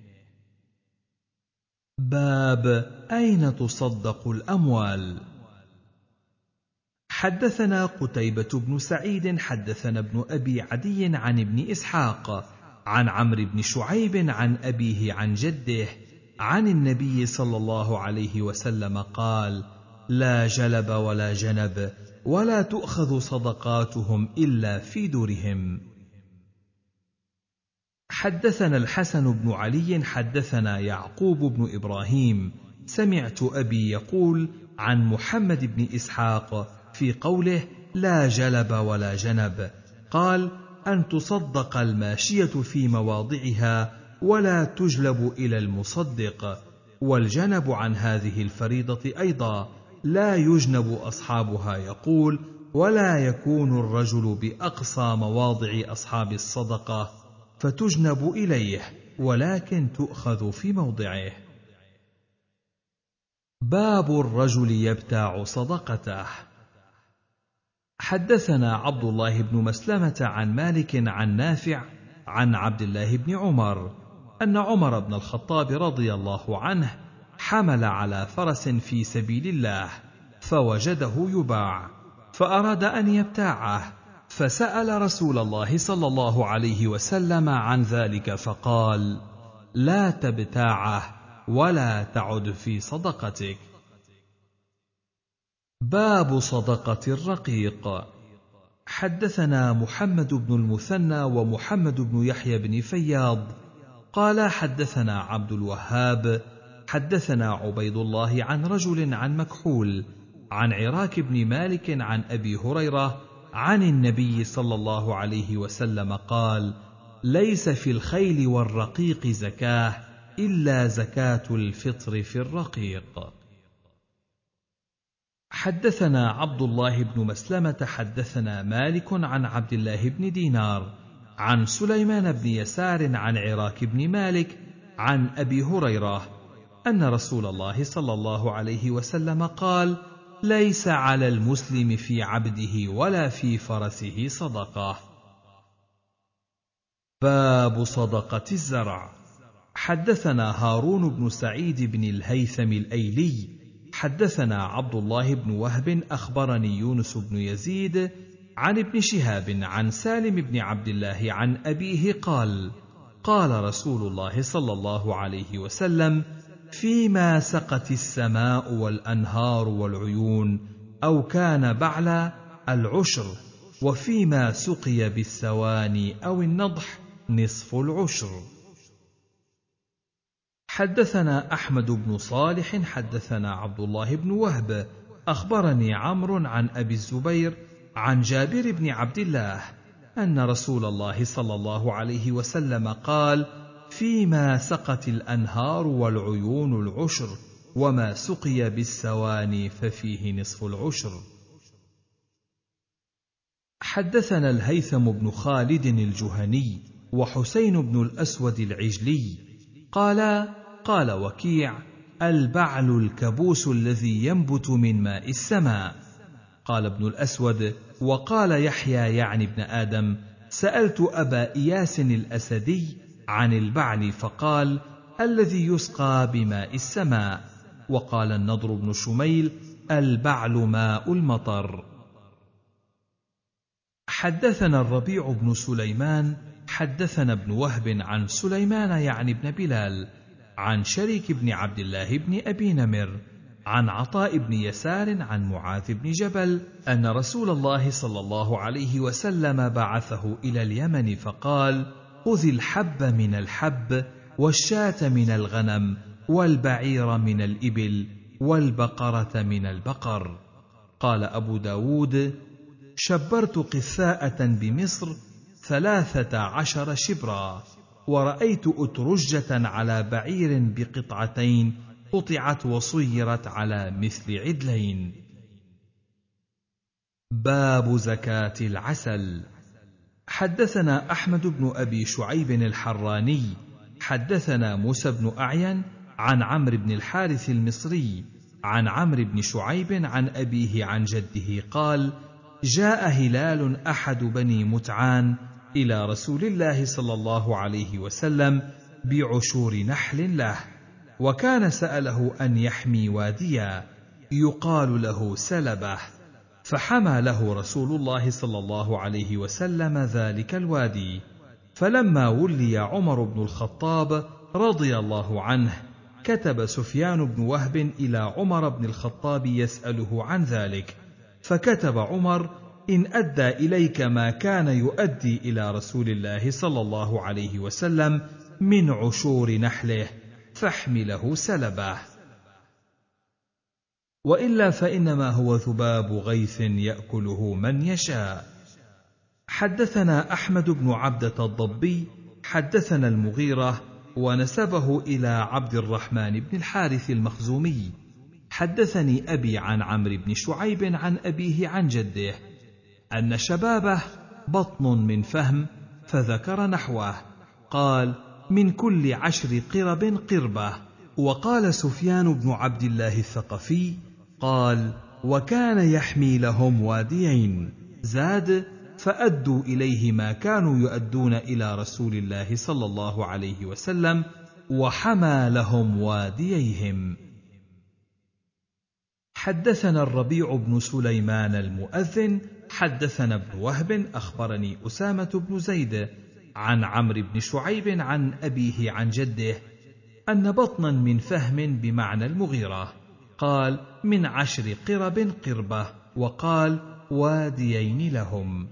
باب أين تصدق الأموال. حدثنا قتيبة بن سعيد حدثنا ابن أبي عدي عن ابن إسحاق عن عمرو بن شعيب عن أبيه عن جده عن النبي صلى الله عليه وسلم قال: لا جلب ولا جنب ولا تؤخذ صدقاتهم إلا في دورهم. حدثنا الحسن بن علي حدثنا يعقوب بن إبراهيم سمعت أبي يقول عن محمد بن إسحاق في قوله لا جلب ولا جنب، قال: أن تصدق الماشية في مواضعها ولا تجلب إلى المصدق. والجنب عن هذه الفريضة أيضا لا يجنب أصحابها، يقول: ولا يكون الرجل بأقصى مواضع أصحاب الصدقة فتجنب إليه ولكن تؤخذ في موضعه. باب الرجل يبتاع صدقته. حدثنا عبد الله بن مسلمة عن مالك عن نافع عن عبد الله بن عمر أن عمر بن الخطاب رضي الله عنه حمل على فرس في سبيل الله فوجده يباع فأراد أن يبتاعه، فسأل رسول الله صلى الله عليه وسلم عن ذلك فقال: لا تبتاعه ولا تعد في صدقتك. باب صدقة الرقيق. حدثنا محمد بن المثنى ومحمد بن يحيى بن فياض قال حدثنا عبد الوهاب حدثنا عبيد الله عن رجل عن مكحول عن عراك بن مالك عن أبي هريرة عن النبي صلى الله عليه وسلم قال: ليس في الخيل والرقيق زكاة إلا زكاة الفطر في الرقيق. حدثنا عبد الله بن مسلمة حدثنا مالك عن عبد الله بن دينار عن سليمان بن يسار عن عراك بن مالك عن أبي هريرة أن رسول الله صلى الله عليه وسلم قال: ليس على المسلم في عبده ولا في فرسه صدقة. باب صدقة الزرع. حدثنا هارون بن سعيد بن الهيثم الأيلي حدثنا عبد الله بن وهب أخبرني يونس بن يزيد عن ابن شهاب عن سالم بن عبد الله عن أبيه قال: قال رسول الله صلى الله عليه وسلم: فيما سقت السماء والأنهار والعيون أو كان بعلا العشر، وفيما سقي بالسواني أو النضح نصف العشر. حدثنا أحمد بن صالح حدثنا عبد الله بن وهب أخبرني عمرو عن أبي الزبير عن جابر بن عبد الله أن رسول الله صلى الله عليه وسلم قال: فيما سقت الأنهار والعيون العشر، وما سقي بالسواني ففيه نصف العشر. حدثنا الهيثم بن خالد الجهني وحسين بن الأسود العجلي قال وكيع: البعل الكبوس الذي ينبت من ماء السماء. قال ابن الأسود: وقال يحيى يعني ابن آدم: سألت أبا إياس الأسدي عن البعل فقال: الذي يسقى بماء السماء. وقال النضر بن شميل: البعل ماء المطر. حدثنا الربيع بن سليمان حدثنا ابن وهب عن سليمان يعني بن بلال عن شريك بن عبد الله بن أبي نمر عن عطاء بن يسار عن معاذ بن جبل أن رسول الله صلى الله عليه وسلم بعثه إلى اليمن فقال: خذ الحب من الحب والشاة من الغنم والبعير من الإبل والبقرة من البقر. قال أبو داود: شبرت قثاءة بمصر 13 شبرا، ورأيت أترجة على بعير بقطعتين قطعت وصيرت على مثل عدلين. باب زكاة العسل. حدثنا أحمد بن أبي شعيب الحراني حدثنا موسى بن أعين عن عمرو بن الحارث المصري عن عمرو بن شعيب عن أبيه عن جده قال: جاء هلال أحد بني متعان إلى رسول الله صلى الله عليه وسلم بعشور نحل له، وكان سأله أن يحمي واديا يقال له سلبة، فحمى له رسول الله صلى الله عليه وسلم ذلك الوادي. فلما ولي عمر بن الخطاب رضي الله عنه كتب سفيان بن وهب إلى عمر بن الخطاب يسأله عن ذلك، فكتب عمر: إن أدى إليك ما كان يؤدي إلى رسول الله صلى الله عليه وسلم من عشور نحله فاحمله سلبه، وإلا فإنما هو ذباب غيث يأكله من يشاء. حدثنا أحمد بن عبدة الضبي حدثنا المغيرة ونسبه إلى عبد الرحمن بن الحارث المخزومي حدثني أبي عن عمرو بن شعيب عن أبيه عن جده أن شبابه بطن من فهم، فذكر نحوه. قال: من كل 10 قرب قربة. وقال سفيان بن عبد الله الثقفي قال: وكان يحمي لهم واديين. زاد: فأدوا إليه ما كانوا يؤدون إلى رسول الله صلى الله عليه وسلم، وحمى لهم وادييهم. حدثنا الربيع بن سليمان المؤذن حدثنا ابن وهب أخبرني أسامة بن زيد عن عمرو بن شعيب عن أبيه عن جده أن بطنا من فهم بمعنى المغيرة. قال: من 10 قرب قربة. وقال: واديين لهم.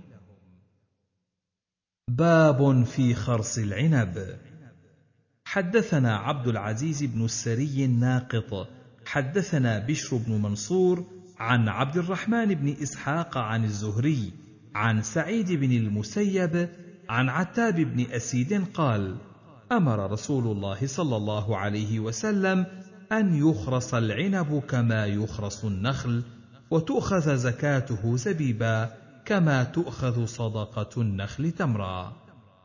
باب في خرص العنب. حدثنا عبد العزيز بن السري الناقط حدثنا بشر بن منصور عن عبد الرحمن بن إسحاق عن الزهري عن سعيد بن المسيب عن عتاب بن أسيد قال: أمر رسول الله صلى الله عليه وسلم أن يخرص العنب كما يخرص النخل، وتؤخذ زكاته زبيبا كما تؤخذ صدقة النخل تمرا.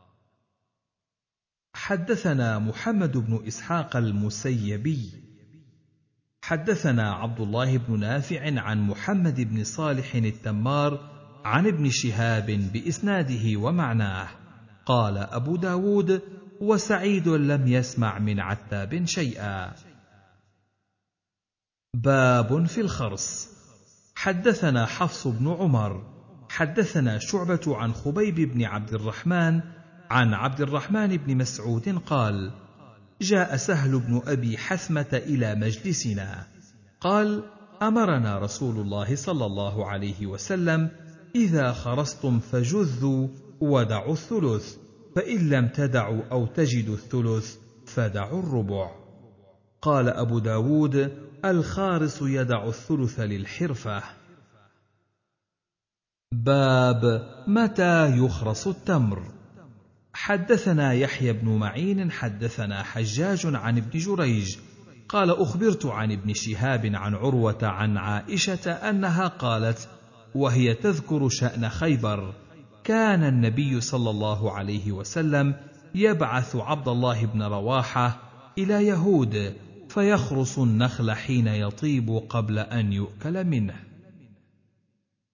حدثنا محمد بن إسحاق المسيبي حدثنا عبد الله بن نافع عن محمد بن صالح التمار عن ابن شهاب بإسناده ومعناه. قال أبو داود: وسعيد لم يسمع من عتاب شيئا. باب في الخرص. حدثنا حفص بن عمر حدثنا شعبة عن خبيب بن عبد الرحمن عن عبد الرحمن بن مسعود قال: جاء سهل بن أبي حثمة إلى مجلسنا قال: أمرنا رسول الله صلى الله عليه وسلم: إذا خرصتم فجذوا ودعوا الثلث، فإن لم تدعوا أو تجدوا الثلث فدعوا الربع. قال أبو داود: الخارص يدع الثلث للحرفة. باب متى يخرص التمر. حدثنا يحيى بن معين حدثنا حجاج عن ابن جريج قال: أخبرت عن ابن شهاب عن عروة عن عائشة أنها قالت وهي تذكر شأن خيبر: كان النبي صلى الله عليه وسلم يبعث عبد الله بن رواحة إلى يهود فيخرص النخل حين يطيب قبل أن يؤكل منه.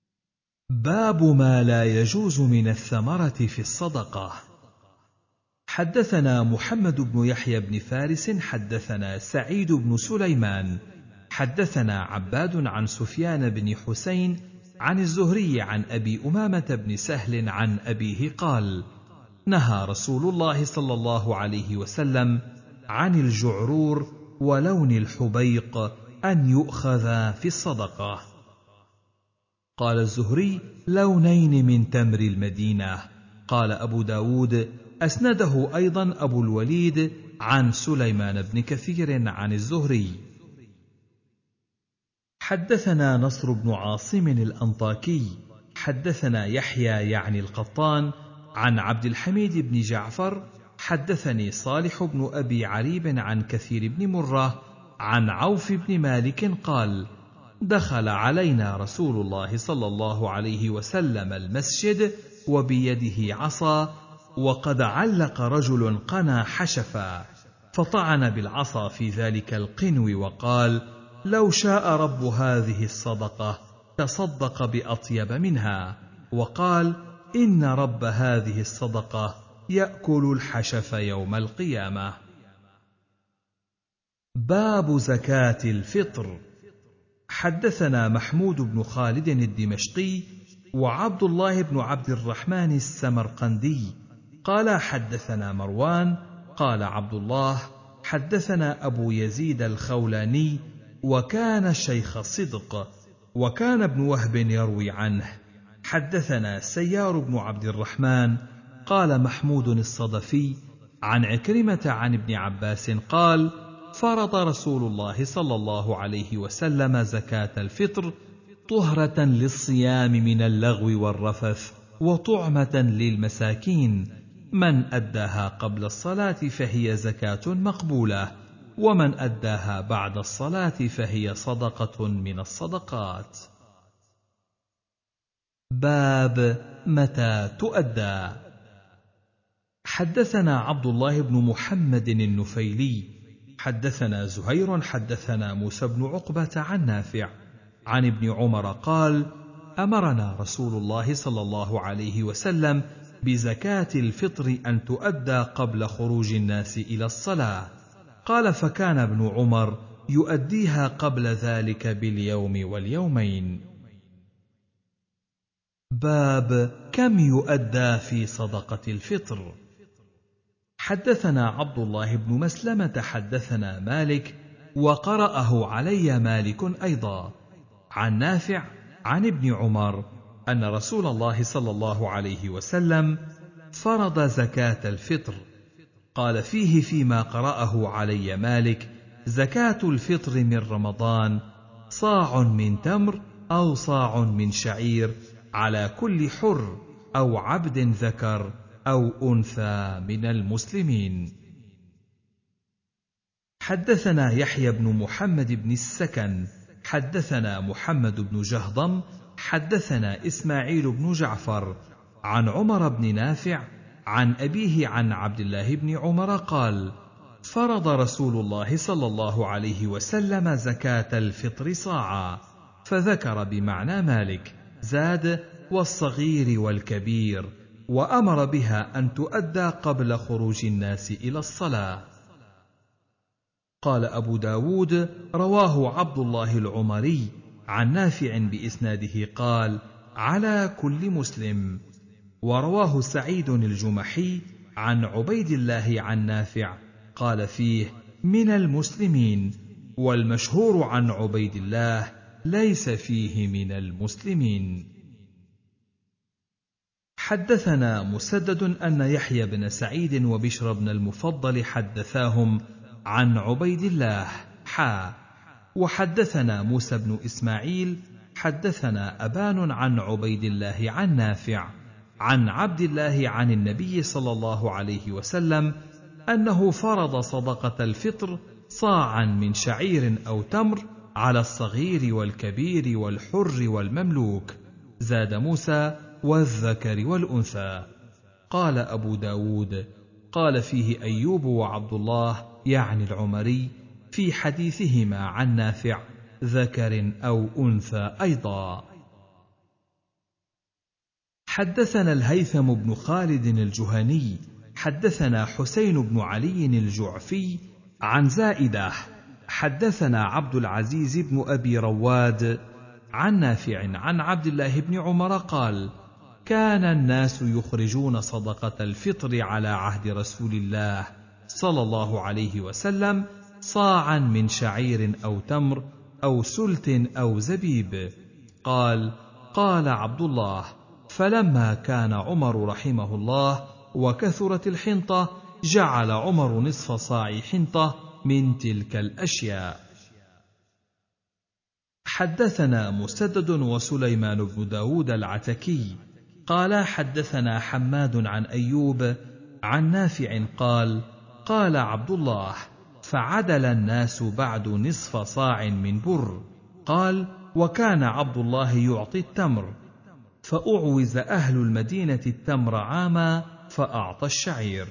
باب ما لا يجوز من الثمرة في الصدقة. حدثنا محمد بن يحيى بن فارس حدثنا سعيد بن سليمان حدثنا عباد عن سفيان بن حسين عن الزهري عن أبي أمامة بن سهل عن أبيه قال: نهى رسول الله صلى الله عليه وسلم عن الجعرور ولون الحبيق أن يؤخذ في الصدقة. قال الزهري: لونين من تمر المدينة. قال أبو داود: أسنده أيضا أبو الوليد عن سليمان بن كثير عن الزهري. حدثنا نصر بن عاصم الأنطاكي حدثنا يحيى يعني القطان عن عبد الحميد بن جعفر حدثني صالح بن أبي عريب عن كثير بن مرة عن عوف بن مالك قال: دخل علينا رسول الله صلى الله عليه وسلم المسجد وبيده عصا، وقد علق رجل قنا حشفا، فطعن بالعصا في ذلك القنو وقال: لو شاء رب هذه الصدقة تصدق بأطيب منها. وقال: إن رب هذه الصدقة يأكل الحشف يوم القيامة. باب زكاة الفطر. حدثنا محمود بن خالد الدمشقي وعبد الله بن عبد الرحمن السمرقندي قال: حدثنا مروان قال عبد الله: حدثنا أبو يزيد الخولاني وكان شيخ صدق، وكان ابن وهب يروي عنه. حدثنا سيار بن عبد الرحمن قال محمود الصدفي عن عكرمة عن ابن عباس قال: فرض رسول الله صلى الله عليه وسلم زكاة الفطر طهرة للصيام من اللغو والرفث وطعمة للمساكين، من أداها قبل الصلاة فهي زكاة مقبولة، ومن أداها بعد الصلاة فهي صدقة من الصدقات. باب متى تؤدى. حدثنا عبد الله بن محمد النفيلي حدثنا زهير حدثنا موسى بن عقبة عن نافع عن ابن عمر قال: أمرنا رسول الله صلى الله عليه وسلم بزكاة الفطر أن تؤدى قبل خروج الناس إلى الصلاة. قال: فكان ابن عمر يؤديها قبل ذلك باليوم واليومين. باب كم يؤدى في صدقة الفطر. حدثنا عبد الله بن مسلمة حدثنا مالك وقرأه علي مالك أيضا عن نافع عن ابن عمر أن رسول الله صلى الله عليه وسلم فرض زكاة الفطر. قال فيه فيما قرأه علي مالك: زكاة الفطر من رمضان صاع من تمر أو صاع من شعير على كل حر أو عبد ذكر أو أنثى من المسلمين. حدثنا يحيى بن محمد بن السكن حدثنا محمد بن جهضم حدثنا إسماعيل بن جعفر عن عمر بن نافع عن أبيه عن عبد الله بن عمر قال: فرض رسول الله صلى الله عليه وسلم زكاة الفطر صاعا، فذكر بمعنى مالك، زاد: والصغير والكبير، وأمر بها أن تؤدى قبل خروج الناس إلى الصلاة. قال أبو داود: رواه عبد الله العمري عن نافع بإسناده قال: على كل مسلم. ورواه سعيد الجمحي عن عبيد الله عن نافع قال فيه: من المسلمين، والمشهور عن عبيد الله ليس فيه من المسلمين. حدثنا مسدد أن يحيى بن سعيد وبشر بن المفضل حدثاهم عن عبيد الله وحدثنا موسى بن إسماعيل حدثنا أبان عن عبيد الله عن نافع عن عبد الله عن النبي صلى الله عليه وسلم أنه فرض صدقة الفطر صاعا من شعير أو تمر على الصغير والكبير والحر والمملوك، زاد موسى: والذكر والأنثى. قال أبو داود: قال فيه أيوب وعبد الله يعني العمري في حديثهما عن نافع: ذكر أو أنثى أيضا. حدثنا الهيثم بن خالد الجهني حدثنا حسين بن علي الجعفي عن زائدة حدثنا عبد العزيز بن أبي رواد عن نافع عن عبد الله بن عمر قال: كان الناس يخرجون صدقة الفطر على عهد رسول الله صلى الله عليه وسلم صاعا من شعير أو تمر أو سلت أو زبيب. قال عبد الله: فلما كان عمر رحمه الله وكثرت الحنطة جعل عمر نصف صاع حنطة من تلك الأشياء. حدثنا مسدد وسليمان بن داود العتكي قال حدثنا حماد عن أيوب عن نافع قال عبد الله: فعدل الناس بعد نصف صاع من بر. وكان عبد الله يعطي التمر، فأعوز أهل المدينة التمر عاما فأعطى الشعير.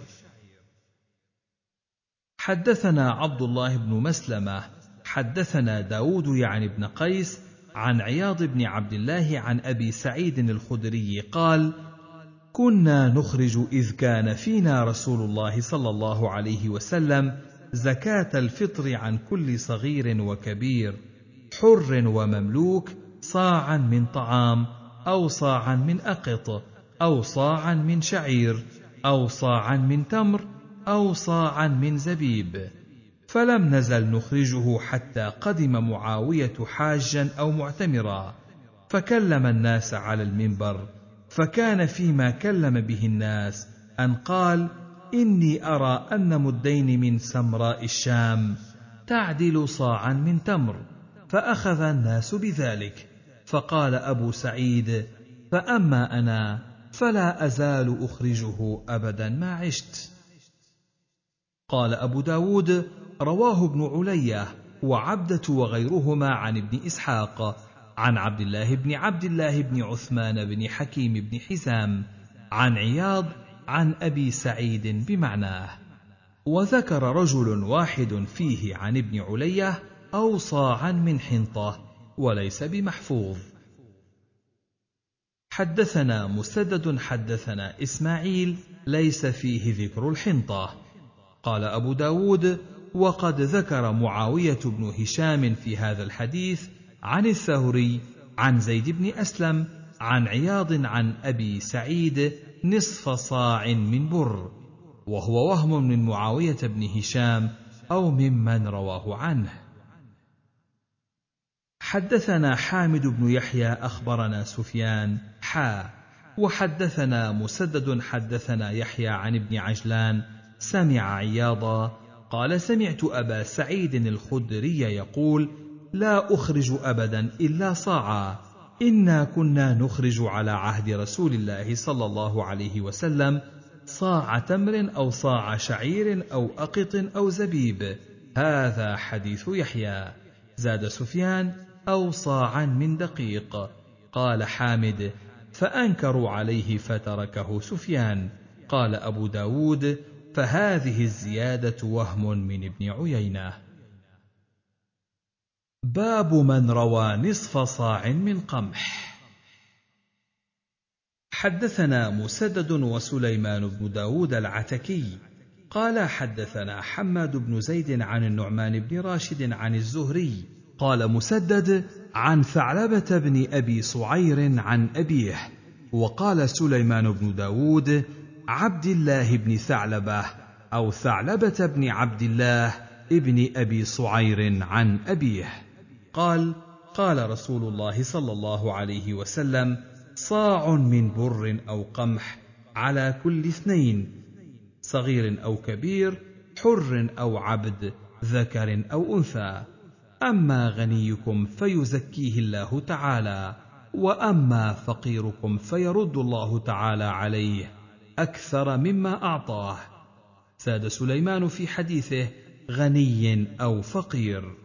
حدثنا عبد الله بن مسلمة حدثنا داود يعني بن قيس عن عياض بن عبد الله عن أبي سعيد الخدري قال: كنا نخرج إذ كان فينا رسول الله صلى الله عليه وسلم زكاة الفطر عن كل صغير وكبير، حر ومملوك، صاعا من طعام أو صاعا من أقط أو صاعا من شعير أو صاعا من تمر أو صاعا من زبيب. فلم نزل نخرجه حتى قدم معاوية حاجا أو معتمرا، فكلم الناس على المنبر، فكان فيما كلم به الناس أن قال: إني أرى أن مدين من سمراء الشام تعدل صاعا من تمر، فأخذ الناس بذلك. فقال أبو سعيد: فأما أنا فلا أزال أخرجه أبدا ما عشت. قال أبو داود: رواه ابن علية وعبدة وغيرهما عن ابن إسحاق عن عبد الله بن عثمان بن حكيم بن حزام عن عياض عن أبي سعيد بمعناه، وذكر رجل واحد فيه عن ابن علية أو صاعا من حنطة، وليس بمحفوظ. حدثنا مسدد حدثنا إسماعيل ليس فيه ذكر الحنطة. قال أبو داود: وقد ذكر معاوية بن هشام في هذا الحديث عن الثوري عن زيد بن أسلم عن عياض عن أبي سعيد نصف صاع من بر، وهو وهم من معاوية بن هشام أو ممن رواه عنه. حدثنا حامد بن يحيى أخبرنا سفيان وحدثنا مسدد حدثنا يحيى عن ابن عجلان سمع عياضا قال: سمعت أبا سعيد الخدري يقول: لا أخرج أبدا إلا صاعا، إنا كنا نخرج على عهد رسول الله صلى الله عليه وسلم صاع تمر أو صاع شعير أو أقط أو زبيب. هذا حديث يحيى. زاد سفيان: أو صاعا من دقيق. قال حامد: فأنكروا عليه فتركه سفيان. قال أبو داود: فهذه الزيادة وهم من ابن عيينة. باب من روى نصف صاع من قمح. حدثنا مسدد وسليمان بن داود العتكي قال حدثنا حماد بن زيد عن النعمان بن راشد عن الزهري قال مسدد عن ثعلبة بن أبي صعير عن أبيه، وقال سليمان بن داود عبد الله بن ثعلبة أو ثعلبة بن عبد الله ابن أبي صعير عن أبيه قال: قال رسول الله صلى الله عليه وسلم: صاع من بر أو قمح على كل 2، صغير أو كبير، حر أو عبد، ذكر أو أنثى. أما غنيكم فيزكيه الله تعالى، وأما فقيركم فيرد الله تعالى عليه أكثر مما أعطاه. زاد سليمان في حديثه: غني أو فقير.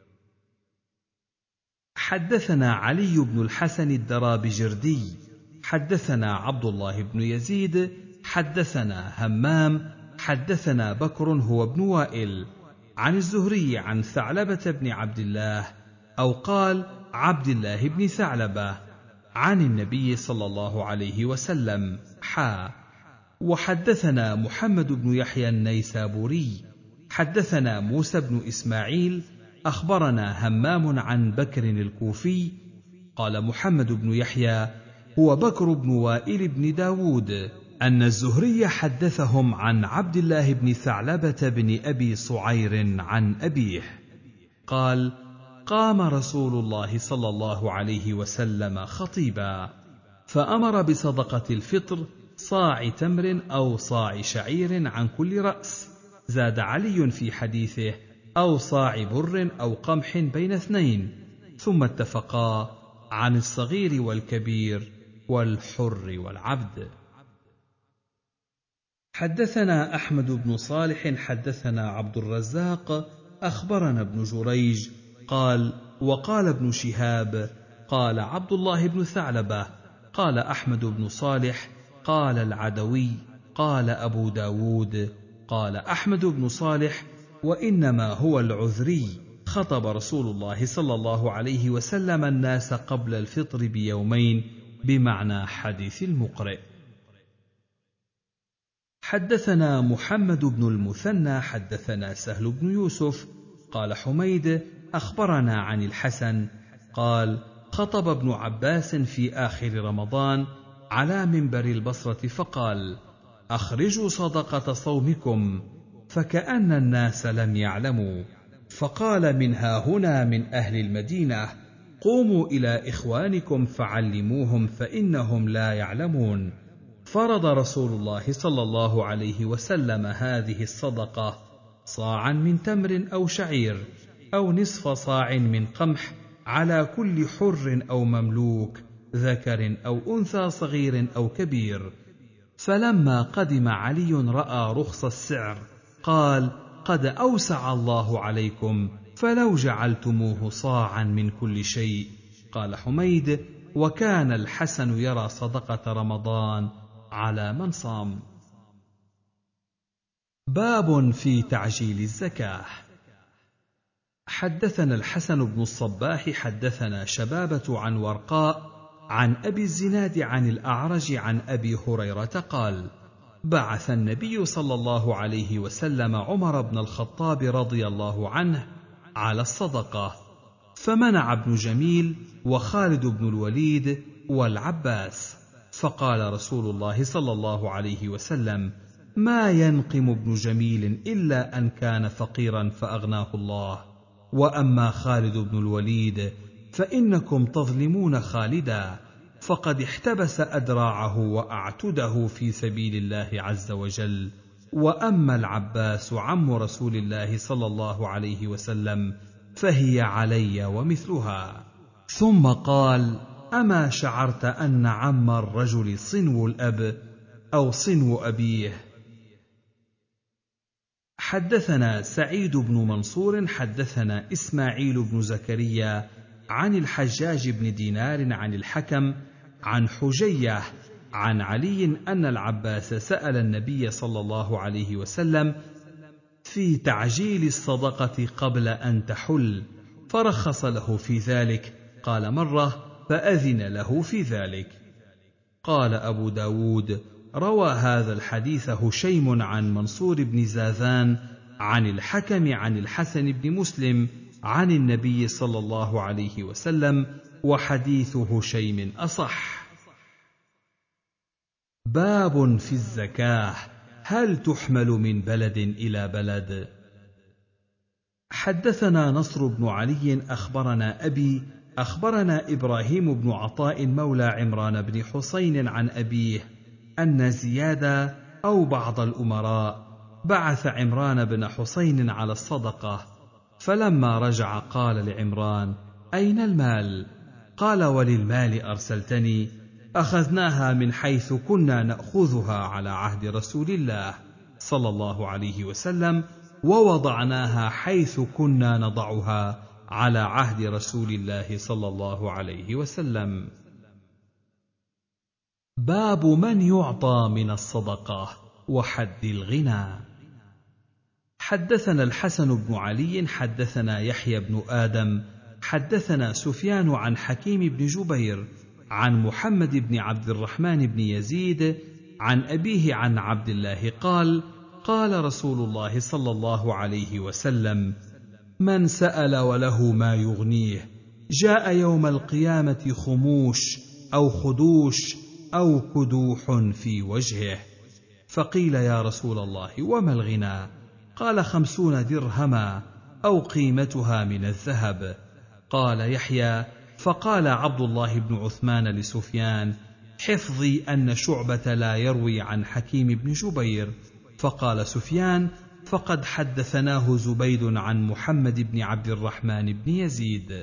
حدثنا علي بن الحسن الدرابجردي حدثنا عبد الله بن يزيد حدثنا همام حدثنا بكر هو ابن وائل عن الزهري عن ثعلبة بن عبد الله أو قال عبد الله بن ثعلبة عن النبي صلى الله عليه وسلم وحدثنا محمد بن يحيى النيسابوري حدثنا موسى بن إسماعيل أخبرنا همام عن بكر الكوفي قال محمد بن يحيى هو بكر بن وائل بن داود أن الزهري حدثهم عن عبد الله بن ثعلبة بن أبي صعير عن أبيه قال قام رسول الله صلى الله عليه وسلم خطيبا فأمر بصدقة الفطر صاع تمر أو صاع شعير عن كل رأس، زاد علي في حديثه أو صاع بر أو قمح بين اثنين، ثم اتفقا عن الصغير والكبير والحر والعبد. حدثنا أحمد بن صالح حدثنا عبد الرزاق أخبرنا ابن جريج قال وقال ابن شهاب قال عبد الله بن ثعلبة قال أحمد بن صالح قال العدوي قال أبو داود قال أحمد بن صالح وإنما هو العذري خطب رسول الله صلى الله عليه وسلم الناس قبل الفطر بيومين بمعنى حديث المقرئ. حدثنا محمد بن المثنى حدثنا سهل بن يوسف قال حميد أخبرنا عن الحسن قال خطب ابن عباس في آخر رمضان على منبر البصرة فقال أخرجوا صدقة صومكم، فكأن الناس لم يعلموا، فقال منها هنا من أهل المدينة قوموا إلى إخوانكم فعلموهم فإنهم لا يعلمون. فرض رسول الله صلى الله عليه وسلم هذه الصدقة صاعا من تمر أو شعير أو نصف صاع من قمح على كل حر أو مملوك ذكر أو أنثى صغير أو كبير. فلما قدم علي رأى رخص السعر قال قد أوسع الله عليكم فلو جعلتموه صاعا من كل شيء. قال حميد وكان الحسن يرى صدقة رمضان على من صام. باب في تعجيل الزكاة. حدثنا الحسن بن الصباح حدثنا شبابة عن ورقاء عن أبي الزناد عن الأعرج عن أبي هريرة قال بعث النبي صلى الله عليه وسلم عمر بن الخطاب رضي الله عنه على الصدقة، فمنع ابن جميل وخالد بن الوليد والعباس، فقال رسول الله صلى الله عليه وسلم ما ينقم ابن جميل إلا أن كان فقيرا فأغناه الله، وأما خالد بن الوليد فإنكم تظلمون خالدا فقد احتبس أدراعه وأعتده في سبيل الله عز وجل، وأما العباس عم رسول الله صلى الله عليه وسلم فهي علي ومثلها. ثم قال أما شعرت أن عم الرجل صنو الأب أو صنو أبيه. حدثنا سعيد بن منصور حدثنا إسماعيل بن زكريا عن الحجاج بن دينار عن الحكم عن حجية عن علي أن العباس سأل النبي صلى الله عليه وسلم في تعجيل الصدقة قبل أن تحل فرخص له في ذلك، قال مرة فأذن له في ذلك. قال أبو داود روى هذا الحديث هشيم عن منصور بن زاذان عن الحكم عن الحسن بن مسلم عن النبي صلى الله عليه وسلم، وحديث هشيم أصح. باب في الزكاة هل تحمل من بلد إلى بلد. حدثنا نصر بن علي أخبرنا أبي أخبرنا إبراهيم بن عطاء مولى عمران بن حسين عن أبيه أن زياد أو بعض الأمراء بعث عمران بن حسين على الصدقة، فلما رجع قال لعمران أين المال؟ قال وللمال أرسلتني؟ أخذناها من حيث كنا نأخذها على عهد رسول الله صلى الله عليه وسلم، ووضعناها حيث كنا نضعها على عهد رسول الله صلى الله عليه وسلم. باب من يعطى من الصدقة وحد الغنى. حدثنا الحسن بن علي حدثنا يحيى بن آدم حدثنا سفيان عن حكيم بن جبير عن محمد بن عبد الرحمن بن يزيد عن أبيه عن عبد الله قال: قال رسول الله صلى الله عليه وسلم: من سأل وله ما يغنيه جاء يوم القيامة خموش أو خدوش أو كدوح في وجهه. فقيل: يا رسول الله وما الغنى؟ قال: 50 درهما أو قيمتها من الذهب. قال يحيى: فقال عبد الله بن عثمان لسفيان: حفظي أن شعبة لا يروي عن حكيم بن جبير. فقال سفيان: فقد حدثناه زبيد عن محمد بن عبد الرحمن بن يزيد.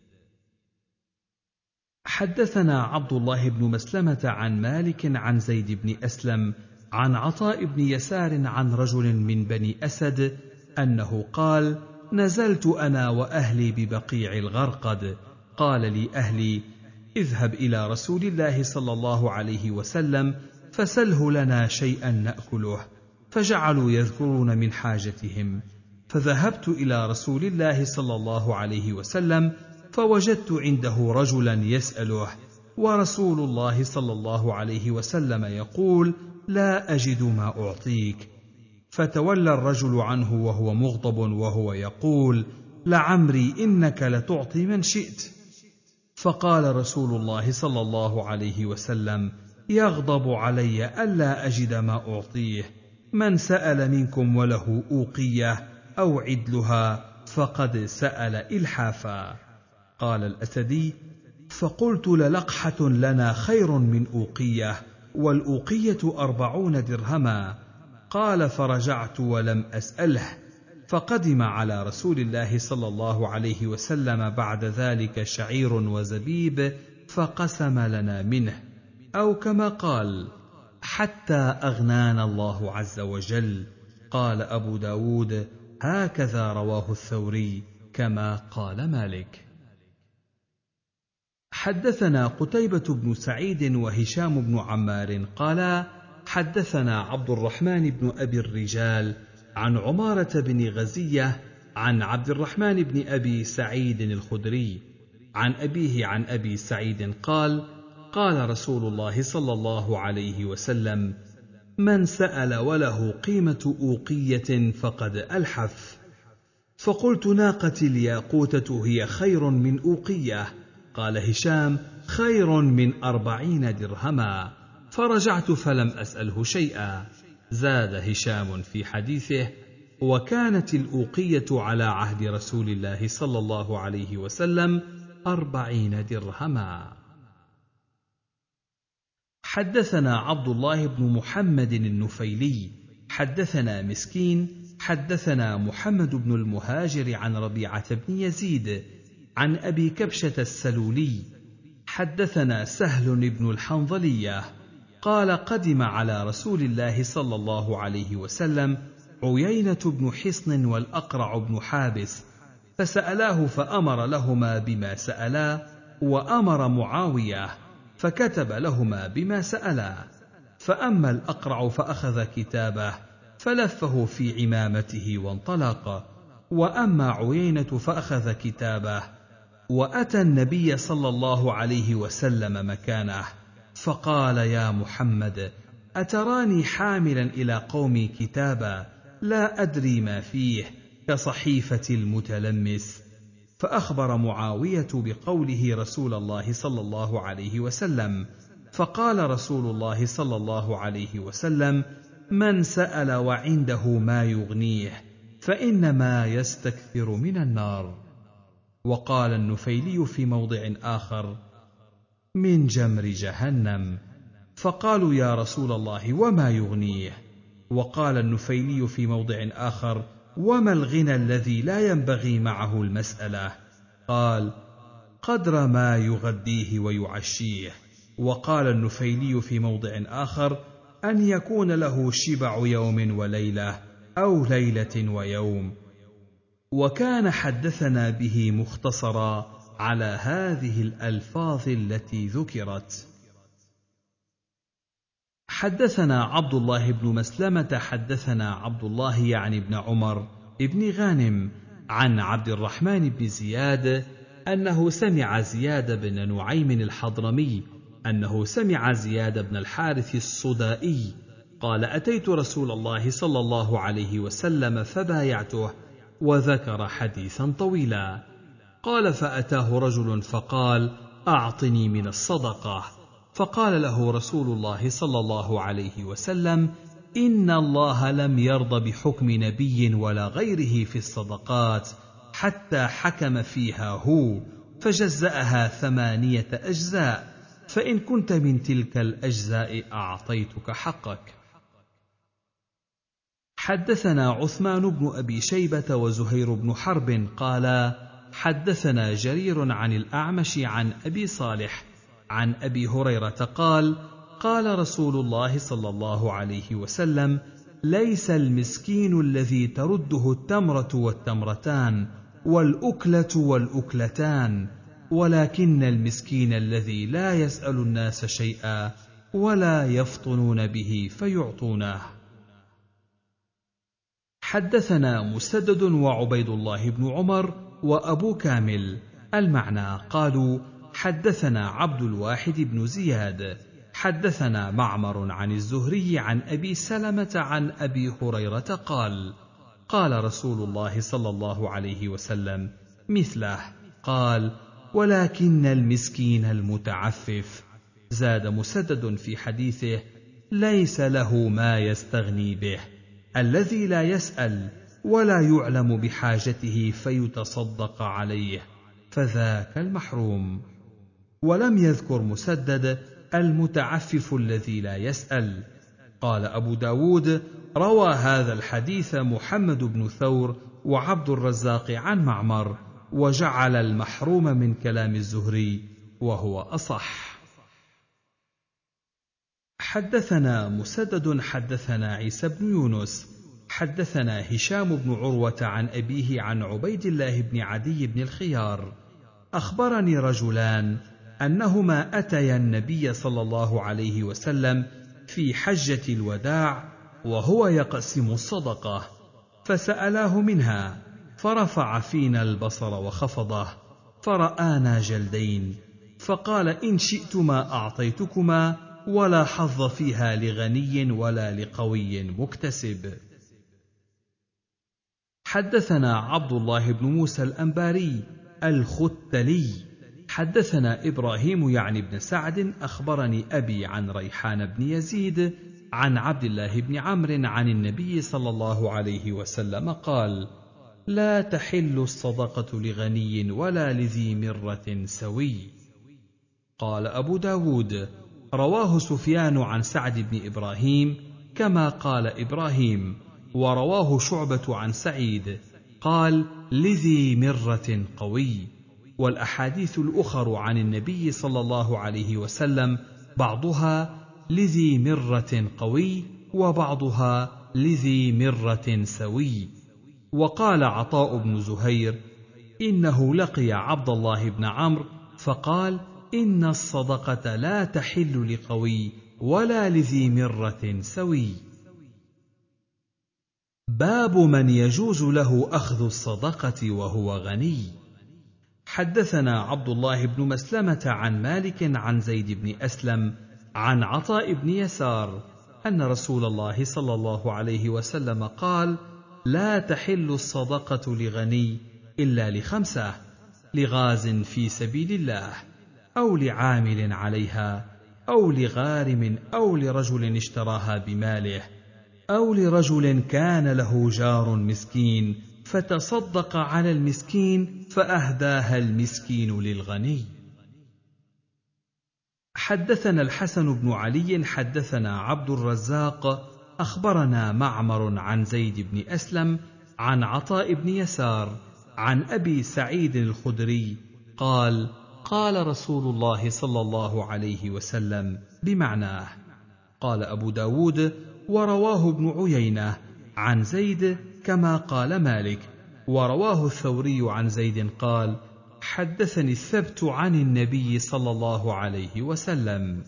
حدثنا عبد الله بن مسلمة عن مالك عن زيد بن أسلم عن عطاء بن يسار عن رجل من بني أسد أنه قال: نزلت أنا وأهلي ببقيع الغرقد، قال لي أهلي: اذهب إلى رسول الله صلى الله عليه وسلم فسله لنا شيئا نأكله. فجعلوا يذكرون من حاجتهم، فذهبت إلى رسول الله صلى الله عليه وسلم فوجدت عنده رجلا يسأله، ورسول الله صلى الله عليه وسلم يقول: لا أجد ما أعطيك. فتولى الرجل عنه وهو مغضب وهو يقول: لعمري إنك لتعطي من شئت. فقال رسول الله صلى الله عليه وسلم: يغضب علي ألا أجد ما أعطيه، من سأل منكم وله أوقية أو عدلها فقد سأل إلحافا. قال الأسدي: فقلت: للقحة لنا خير من أوقية، والأوقية 40 درهما. قال: فرجعت ولم أسأله، فقدم على رسول الله صلى الله عليه وسلم بعد ذلك شعير وزبيب فقسم لنا منه، أو كما قال: حتى أغنانا الله عز وجل. قال أبو داود: هكذا رواه الثوري كما قال مالك. حدثنا قتيبة بن سعيد وهشام بن عمار قالا: حدثنا عبد الرحمن بن أبي الرجال عن عمارة بن غزية عن عبد الرحمن بن أبي سعيد الخدري عن أبيه عن أبي سعيد قال: قال رسول الله صلى الله عليه وسلم: من سأل وله قيمة أوقية فقد ألحف. فقلت: ناقتي الياقوتة هي خير من أوقية. قال هشام: خير من 40 درهما. فرجعت فلم أسأله شيئا. زاد هشام في حديثه: وكانت الأوقية على عهد رسول الله صلى الله عليه وسلم 40 درهما. حدثنا عبد الله بن محمد النفيلي حدثنا مسكين حدثنا محمد بن المهاجر عن ربيعة بن يزيد عن أبي كبشة السلولي حدثنا سهل بن الحنظلية قال: قدم على رسول الله صلى الله عليه وسلم عيينة بن حصن والأقرع بن حابس، فسألاه فأمر لهما بما سألا، وأمر معاوية فكتب لهما بما سألا. فأما الأقرع فأخذ كتابه فلفه في عمامته وانطلق، وأما عيينة فأخذ كتابه وأتى النبي صلى الله عليه وسلم مكانه، فقال: يا محمد، أتراني حاملا إلى قومي كتابا لا أدري ما فيه كصحيفة المتلمس؟ فأخبر معاوية بقوله رسول الله صلى الله عليه وسلم، فقال رسول الله صلى الله عليه وسلم: من سأل وعنده ما يغنيه فإنما يستكثر من النار. وقال النفيلي في موضع آخر: من جمر جهنم. فقالوا: يا رسول الله وما يغنيه؟ وقال النفيلي في موضع آخر: وما الغنى الذي لا ينبغي معه المسألة؟ قال: قدر ما يغديه ويعشيه. وقال النفيلي في موضع آخر: أن يكون له شبع يوم وليلة أو ليلة ويوم. وكان حدثنا به مختصرا على هذه الألفاظ التي ذكرت. حدثنا عبد الله بن مسلمة حدثنا عبد الله يعني بن عمر ابن غانم عن عبد الرحمن بن زياد أنه سمع زياد بن نعيم الحضرمي أنه سمع زياد بن الحارث الصدائي قال: أتيت رسول الله صلى الله عليه وسلم فبايعته، وذكر حديثا طويلا. قال: فأتاه رجل فقال: أعطني من الصدقة. فقال له رسول الله صلى الله عليه وسلم: إن الله لم يرض بحكم نبي ولا غيره في الصدقات حتى حكم فيها هو، فجزأها 8 أجزاء، فإن كنت من تلك الأجزاء أعطيتك حقك. حدثنا عثمان بن أبي شيبة وزهير بن حرب قالا: حدثنا جرير عن الأعمش عن أبي صالح عن أبي هريرة قال: قال رسول الله صلى الله عليه وسلم: ليس المسكين الذي ترده التمرة والتمرتان والأكلة والأكلتان، ولكن المسكين الذي لا يسأل الناس شيئا ولا يفطنون به فيعطونه. حدثنا مسدد وعبيد الله بن عمر وأبو كامل المعنى قالوا: حدثنا عبد الواحد بن زياد حدثنا معمر عن الزهري عن أبي سلمة عن أبي هريرة قال: قال رسول الله صلى الله عليه وسلم مثله، قال: ولكن المسكين المتعفف. زاد مسدد في حديثه: ليس له ما يستغني به، الذي لا يسأل ولا يعلم بحاجته فيتصدق عليه، فذاك المحروم. ولم يذكر مسدد المتعفف الذي لا يسأل. قال أبو داود: روى هذا الحديث محمد بن ثور وعبد الرزاق عن معمر، وجعل المحروم من كلام الزهري، وهو أصح. حدثنا مسدد حدثنا عيسى بن يونس حدثنا هشام بن عروة عن أبيه عن عبيد الله بن عدي بن الخيار: أخبرني رجلان أنهما أتيا النبي صلى الله عليه وسلم في حجة الوداع وهو يقسم الصدقة، فسألاه منها، فرفع فينا البصر وخفضه، فرآنا جلدين، فقال: إن شئتما أعطيتكما، ولا حظ فيها لغني ولا لقوي مكتسب. حدثنا عبد الله بن موسى الأنباري الختلي حدثنا إبراهيم يعني بن سعد أخبرني أبي عن ريحان بن يزيد عن عبد الله بن عمرو عن النبي صلى الله عليه وسلم قال: لا تحل الصدقة لغني ولا لذي مرة سوي. قال أبو داود: رواه سفيان عن سعد بن إبراهيم كما قال إبراهيم، ورواه شعبة عن سعيد قال: لذي مرة قوي. والأحاديث الأخر عن النبي صلى الله عليه وسلم بعضها لذي مرة قوي وبعضها لذي مرة سوي. وقال عطاء بن زهير: إنه لقي عبد الله بن عمرو فقال: إن الصدقة لا تحل لقوي ولا لذي مرة سوي. باب من يجوز له أخذ الصدقة وهو غني. حدثنا عبد الله بن مسلمة عن مالك عن زيد بن أسلم عن عطاء بن يسار أن رسول الله صلى الله عليه وسلم قال: لا تحل الصدقة لغني إلا ل5: لغاز في سبيل الله، أو لعامل عليها، أو لغارم، أو لرجل اشتراها بماله، أو لرجل كان له جار مسكين فتصدق على المسكين فأهداها المسكين للغني. حدثنا الحسن بن علي حدثنا عبد الرزاق أخبرنا معمر عن زيد بن أسلم عن عطاء بن يسار عن أبي سعيد الخدري قال: قال رسول الله صلى الله عليه وسلم بمعناه. قال أبو داود: ورواه ابن عيينة عن زيد كما قال مالك، ورواه الثوري عن زيد قال: حدثني الثبت عن النبي صلى الله عليه وسلم.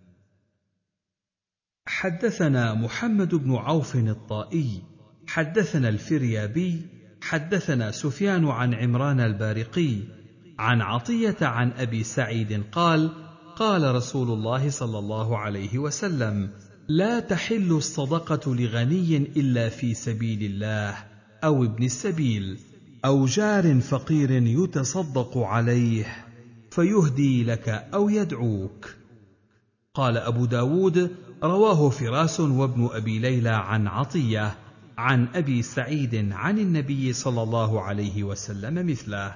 حدثنا محمد بن عوف الطائي حدثنا الفريابي حدثنا سفيان عن عمران البارقي عن عطية عن أبي سعيد قال: قال رسول الله صلى الله عليه وسلم: لا تحل الصدقة لغني إلا في سبيل الله، أو ابن السبيل، أو جار فقير يتصدق عليه فيهدي لك أو يدعوك. قال أبو داود: رواه فراس وابن أبي ليلى عن عطية عن أبي سعيد عن النبي صلى الله عليه وسلم مثله.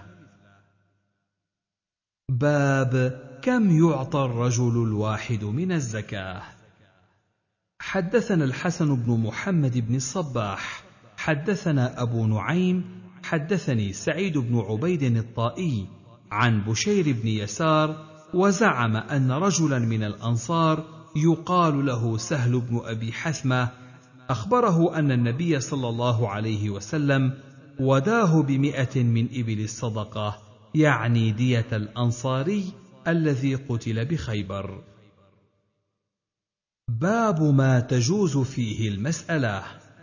باب كم يعطى الرجل الواحد من الزكاة. حدثنا الحسن بن محمد بن الصباح حدثنا أبو نعيم حدثني سعيد بن عبيد الطائي عن بشير بن يسار، وزعم أن رجلا من الأنصار يقال له سهل بن أبي حثمة أخبره أن النبي صلى الله عليه وسلم وداه ب100 من إبل الصدقة، يعني دية الأنصاري الذي قتل بخيبر. باب ما تجوز فيه المسألة.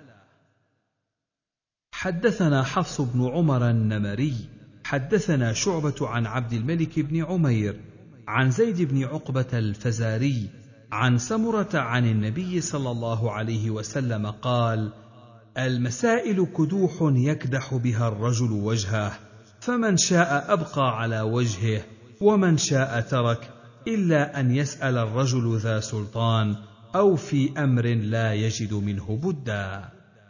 حدثنا حفص بن عمر النمري حدثنا شعبة عن عبد الملك بن عمير عن زيد بن عقبة الفزاري عن سمرة عن النبي صلى الله عليه وسلم قال: المسائل كدوح يكدح بها الرجل وجهه، فمن شاء أبقى على وجهه ومن شاء ترك، إلا أن يسأل الرجل ذا سلطان أو في أمر لا يجد منه بدا.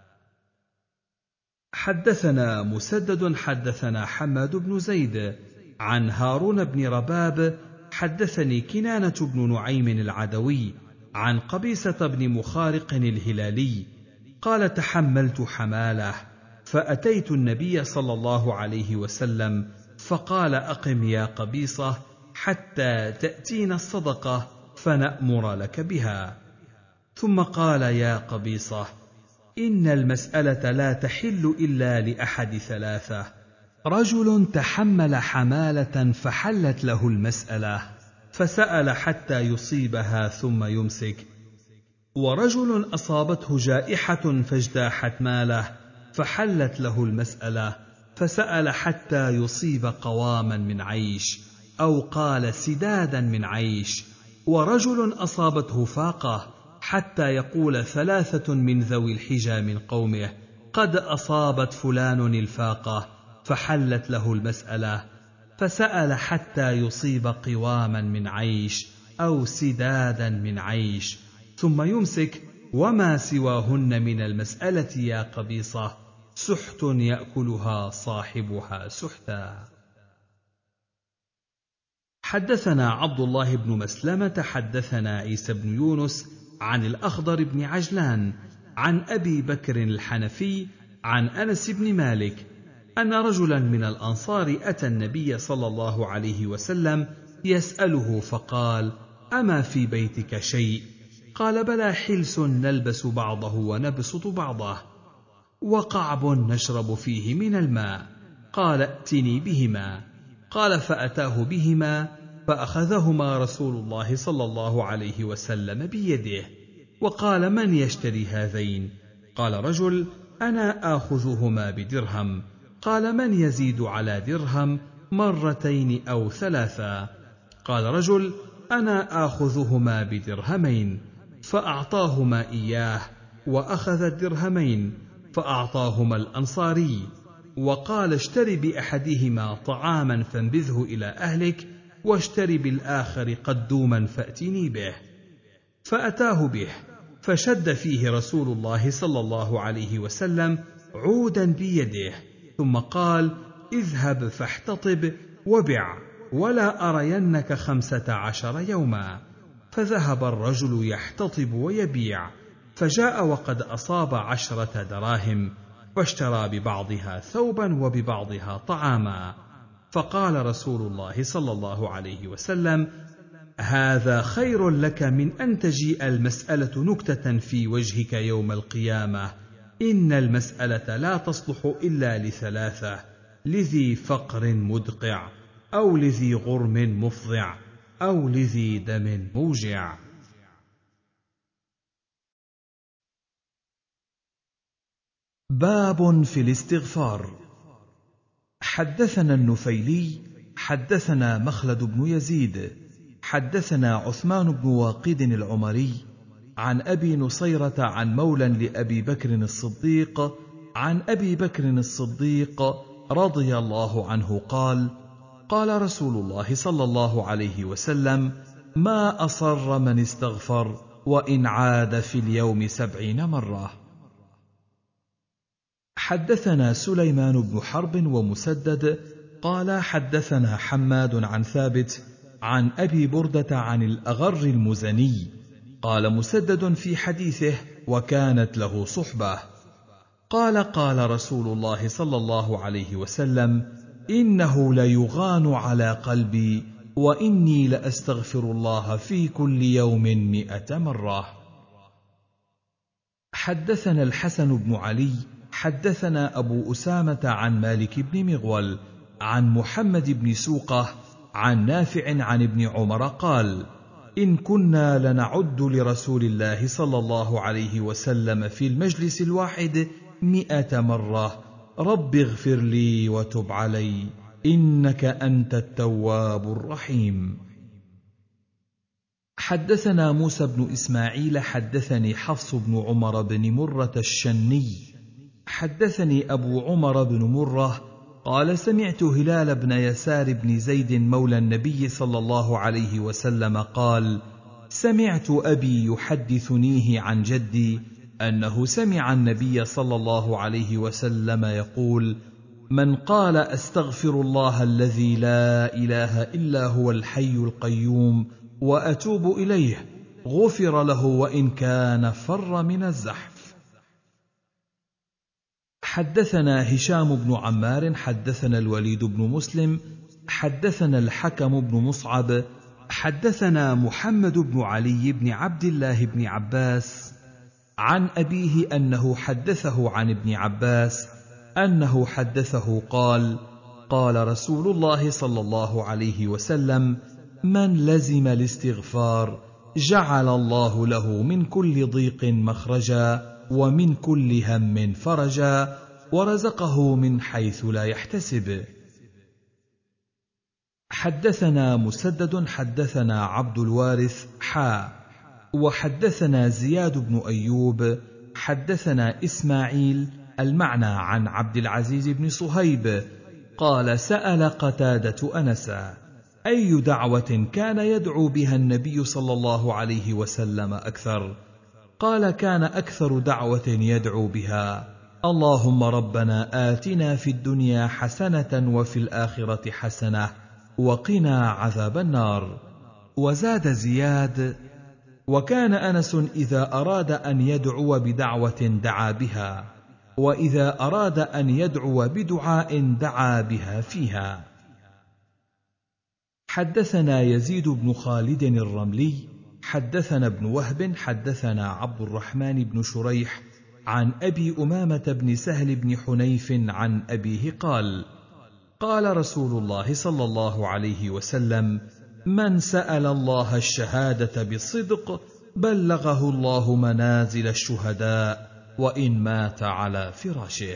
حدثنا مسدد حدثنا حماد بن زيد عن هارون بن رباب حدثني كنانة بن نعيم العدوي عن قبيصة بن مخارق الهلالي قال: تحملت حماله فأتيت النبي صلى الله عليه وسلم فقال: أقم يا قبيصة حتى تأتينا الصدقة فنأمر لك بها. ثم قال: يا قبيصة، إن المسألة لا تحل إلا لأحد ثلاثة: رجل تحمل حمالة فحلت له المسألة فسأل حتى يصيبها ثم يمسك، ورجل أصابته جائحة فاجتاحت ماله فحلت له المسألة فسأل حتى يصيب قواما من عيش، أو قال سدادا من عيش، ورجل أصابته فاقة حتى يقول 3 من ذوي الحجى من قومه: قد أصابت فلان الفاقة، فحلت له المسألة فسأل حتى يصيب قواما من عيش أو سدادا من عيش ثم يمسك، وما سواهن من المسألة يا قبيصة سحت يأكلها صاحبها سحتا. حدثنا عبد الله بن مسلمة حدثنا عيسى بن يونس عن الأخضر بن عجلان عن أبي بكر الحنفي عن أنس بن مالك أن رجلا من الأنصار أتى النبي صلى الله عليه وسلم يسأله فقال: أما في بيتك شيء؟ قال: بلى حلس نلبس بعضه ونبسط بعضه، وقعب نشرب فيه من الماء. قال: ائتني بهما. قال: فأتاه بهما فأخذهما رسول الله صلى الله عليه وسلم بيده وقال: من يشتري هذين؟ قال رجل: أنا آخذهما بدرهم. قال: من يزيد على درهم 2 أو 3؟ قال رجل: أنا آخذهما بدرهمين. فأعطاهما إياه وأخذ الدرهمين فأعطاهما الأنصاري وقال: اشتر بأحدهما طعاما فانبذه إلى أهلك، واشتر بالآخر قدوما فأتني به. فأتاه به فشد فيه رسول الله صلى الله عليه وسلم عودا بيده ثم قال: اذهب فاحتطب وبع ولا أرينك 15 يوما. فذهب الرجل يحتطب ويبيع، فجاء وقد أصاب 10 دراهم، واشترى ببعضها ثوبا وببعضها طعاما. فقال رسول الله صلى الله عليه وسلم: هذا خير لك من أن تجيء المسألة نكتة في وجهك يوم القيامة. إن المسألة لا تصلح إلا ل3: لذي فقر مدقع، أو لذي غرم مفضع، أو لذي دم موجع. باب في الاستغفار. حدثنا النفيلي حدثنا مخلد بن يزيد حدثنا عثمان بن واقد العمري عن أبي نصيرة عن مولى لأبي بكر الصديق عن أبي بكر الصديق رضي الله عنه قال: قال رسول الله صلى الله عليه وسلم: ما أصر من استغفر وإن عاد في اليوم 70 مرة. حدثنا سليمان بن حرب ومسدد قال حدثنا حماد عن ثابت عن أبي بردة عن الأغر المزني قال مسدد في حديثه: وكانت له صحبة، قال: قال رسول الله صلى الله عليه وسلم: إنه ليغان على قلبي وإني لأستغفر الله في كل يوم 100 مرة. حدثنا الحسن بن علي حدثنا أبو أسامة عن مالك بن مغول عن محمد بن سوقة عن نافع عن ابن عمر قال: إن كنا لنعد لرسول الله صلى الله عليه وسلم في المجلس الواحد 100 مرة: رب اغفر لي وتب علي إنك أنت التواب الرحيم. حدثنا موسى بن إسماعيل حدثني حفص بن عمر بن مرة الشني حدثني أبو عمر بن مرة قال: سمعت هلال بن يسار بن زيد مولى النبي صلى الله عليه وسلم قال: سمعت أبي يحدثنيه عن جدي أنه سمع النبي صلى الله عليه وسلم يقول: من قال أستغفر الله الذي لا إله إلا هو الحي القيوم وأتوب إليه غفر له وإن كان فر من الزحف. حدثنا هشام بن عمار حدثنا الوليد بن مسلم حدثنا الحكم بن مصعب حدثنا محمد بن علي بن عبد الله بن عباس عن أبيه أنه حدثه عن ابن عباس أنه حدثه قال: قال رسول الله صلى الله عليه وسلم: من لزم الاستغفار جعل الله له من كل ضيق مخرجا ومن كل هم فرجا ورزقه من حيث لا يحتسب. حدثنا مسدد حدثنا عبد الوارث وحدثنا زياد بن أيوب حدثنا إسماعيل المعنى عن عبد العزيز بن صهيب قال: سأل قتادة أنسا: أي دعوة كان يدعو بها النبي صلى الله عليه وسلم أكثر؟ قال: كان أكثر دعوة يدعو بها: اللهم ربنا آتنا في الدنيا حسنة وفي الآخرة حسنة وقنا عذاب النار. وزاد زياد: وكان أنس إذا أراد أن يدعو بدعوة دعا بها، وإذا أراد أن يدعو بدعاء دعا بها فيها. حدثنا يزيد بن خالد الرملي حدثنا ابن وهب حدثنا عبد الرحمن بن شريح عن أبي أمامة بن سهل بن حنيف عن أبيه قال: قال رسول الله صلى الله عليه وسلم: من سأل الله الشهادة بالصدق بلغه الله منازل الشهداء وإن مات على فراشه.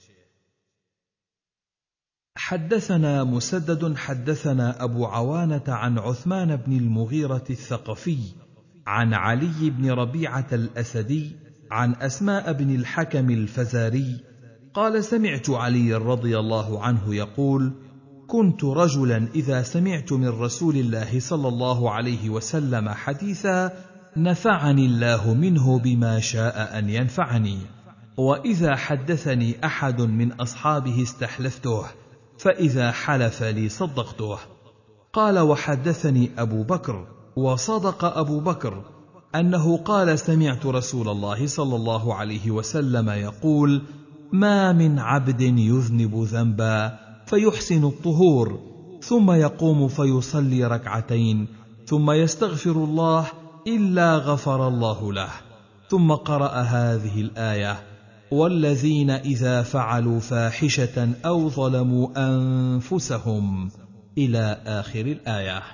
حدثنا مسدد حدثنا أبو عوانة عن عثمان بن المغيرة الثقفي عن علي بن ربيعة الأسدي عن أسماء بن الحكم الفزاري قال: سمعت علي رضي الله عنه يقول: كنت رجلا إذا سمعت من رسول الله صلى الله عليه وسلم حديثا نفعني الله منه بما شاء أن ينفعني، وإذا حدثني أحد من أصحابه استحلفته، فإذا حلف لي صدقته. قال: وحدثني أبو بكر وصدق أبو بكر أنه قال: سمعت رسول الله صلى الله عليه وسلم يقول: ما من عبد يذنب ذنبا فيحسن الطهور ثم يقوم فيصلي ركعتين ثم يستغفر الله إلا غفر الله له. ثم قرأ هذه الآية: والذين إذا فعلوا فاحشة أو ظلموا أنفسهم إلى آخر الآية.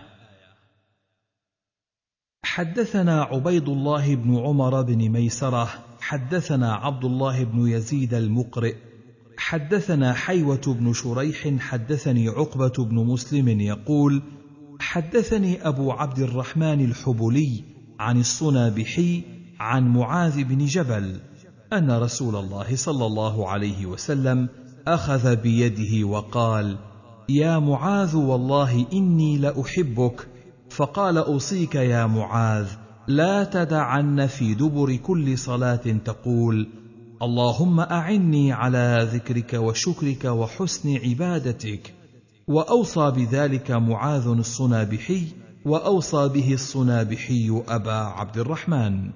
حدثنا عبيد الله بن عمر بن ميسرة حدثنا عبد الله بن يزيد المقرئ حدثنا حيوة بن شريح حدثني عقبة بن مسلم يقول: حدثني أبو عبد الرحمن الحبلي عن الصنابحي عن معاذ بن جبل أن رسول الله صلى الله عليه وسلم أخذ بيده وقال: يا معاذ والله إني لأحبك. فقال: أوصيك يا معاذ لا تدعن في دبر كل صلاة تقول: اللهم أعني على ذكرك وشكرك وحسن عبادتك. وأوصى بذلك معاذ الصنابحي، وأوصى به الصنابحي أبا عبد الرحمن.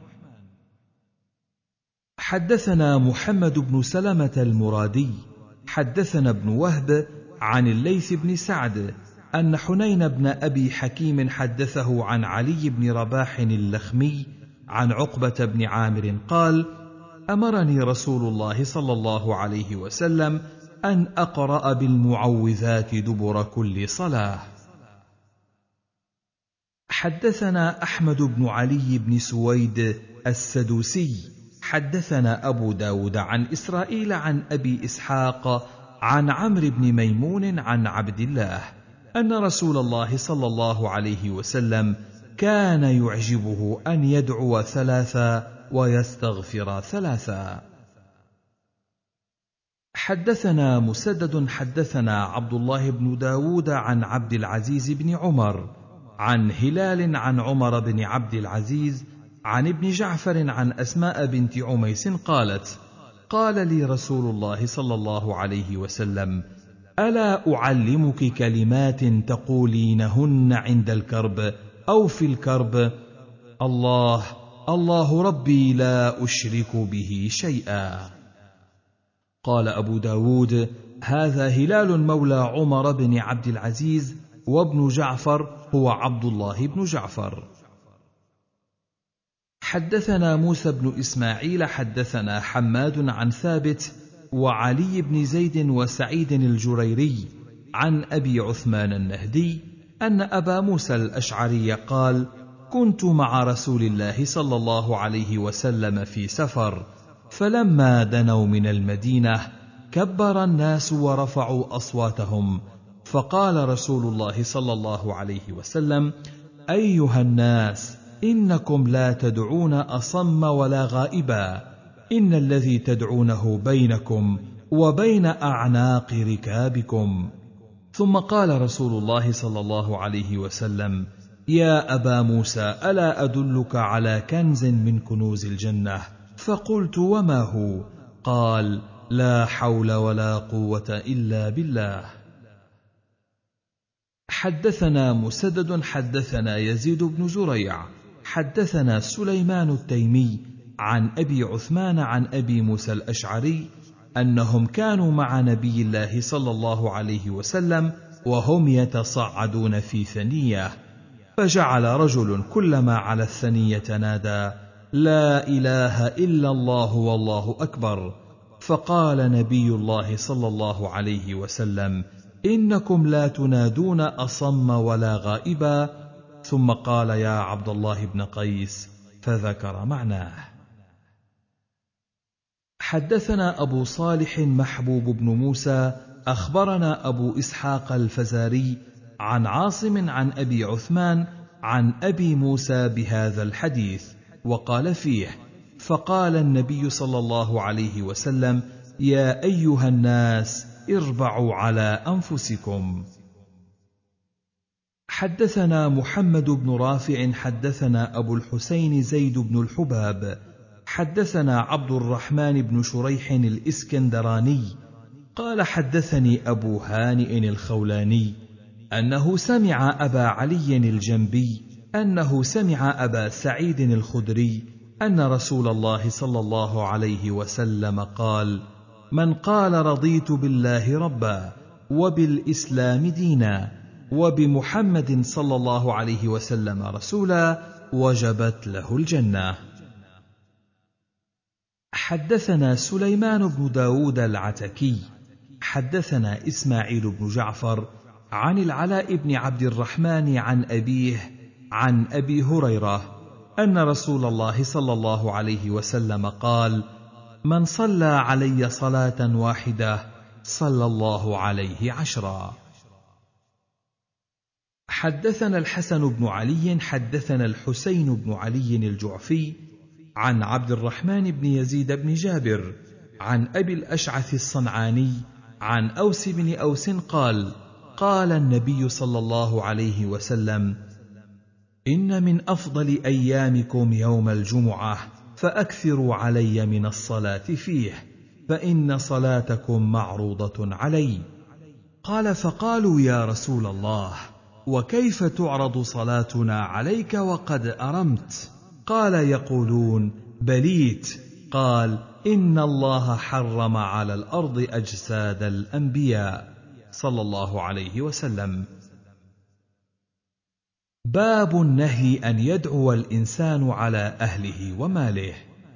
حدثنا محمد بن سلمة المرادي حدثنا ابن وهب عن الليث بن سعد أن حنين بن أبي حكيم حدثه عن علي بن رباح اللخمي عن عقبة بن عامر قال: أمرني رسول الله صلى الله عليه وسلم أن أقرأ بالمعوذات دبر كل صلاة. حدثنا أحمد بن علي بن سويد السدوسي حدثنا أبو داود عن إسرائيل عن أبي إسحاق عن عمرو بن ميمون عن عبد الله أن رسول الله صلى الله عليه وسلم كان يعجبه أن يدعو ثلاثا ويستغفر ثلاثا. حدثنا مسدد حدثنا عبد الله بن داود عن عبد العزيز بن عمر عن هلال عن عمر بن عبد العزيز عن ابن جعفر عن أسماء بنت عميس قالت: قال لي رسول الله صلى الله عليه وسلم: ألا أعلمك كلمات تقولينهن عند الكرب أو في الكرب؟ الله الله ربي لا أشرك به شيئا. قال أبو داود: هذا هلال مولى عمر بن عبد العزيز، وابن جعفر هو عبد الله بن جعفر. حدثنا موسى بن إسماعيل حدثنا حماد عن ثابت وعلي بن زيد وسعيد الجريري عن أبي عثمان النهدي أن أبا موسى الأشعري قال: كنت مع رسول الله صلى الله عليه وسلم في سفر، فلما دنوا من المدينة كبر الناس ورفعوا أصواتهم، فقال رسول الله صلى الله عليه وسلم: أيها الناس، إنكم لا تدعون أصم ولا غائبا، إن الذي تدعونه بينكم وبين أعناق ركابكم. ثم قال رسول الله صلى الله عليه وسلم: يا أبا موسى، ألا أدلك على كنز من كنوز الجنة؟ فقلت: وما هو؟ قال: لا حول ولا قوة إلا بالله. حدثنا مسدد حدثنا يزيد بن زريع حدثنا سليمان التيمي عن أبي عثمان عن أبي موسى الأشعري أنهم كانوا مع نبي الله صلى الله عليه وسلم وهم يتصعدون في ثنية، فجعل رجل كلما على الثنية نادى: لا إله إلا الله والله أكبر. فقال نبي الله صلى الله عليه وسلم: إنكم لا تنادون أصم ولا غائبا. ثم قال: يا عبد الله بن قيس، فذكر معناه. حدثنا أبو صالح محبوب بن موسى أخبرنا أبو إسحاق الفزاري عن عاصم عن أبي عثمان عن أبي موسى بهذا الحديث، وقال فيه: فقال النبي صلى الله عليه وسلم: يا أيها الناس، اربعوا على أنفسكم. حدثنا محمد بن رافع حدثنا أبو الحسين زيد بن الحباب حدثنا عبد الرحمن بن شريح الإسكندراني قال: حدثني أبو هانئ الخولاني أنه سمع أبا علي الجنبي أنه سمع أبا سعيد الخدري أن رسول الله صلى الله عليه وسلم قال: من قال رضيت بالله ربا وبالإسلام دينا وبمحمد صلى الله عليه وسلم رسولا وجبت له الجنة. حدثنا سليمان بن داود العتكي حدثنا إسماعيل بن جعفر عن العلاء بن عبد الرحمن عن أبيه عن أبي هريرة أن رسول الله صلى الله عليه وسلم قال: من صلى علي صلاة واحدة صلى الله عليه 10. حدثنا الحسن بن علي حدثنا الحسين بن علي الجعفي عن عبد الرحمن بن يزيد بن جابر عن أبي الأشعث الصنعاني عن أوس بن أوس قال: قال النبي صلى الله عليه وسلم: إن من أفضل أيامكم يوم الجمعة، فأكثروا علي من الصلاة فيه، فإن صلاتكم معروضة علي. قال: فقالوا يا رسول الله، وكيف تعرض صلاتنا عليك وقد أرمت؟ قال: يقولون بليت. قال: إن الله حرم على الأرض أجساد الأنبياء صلى الله عليه وسلم. باب النهي أن يدعو الإنسان على أهله وماله.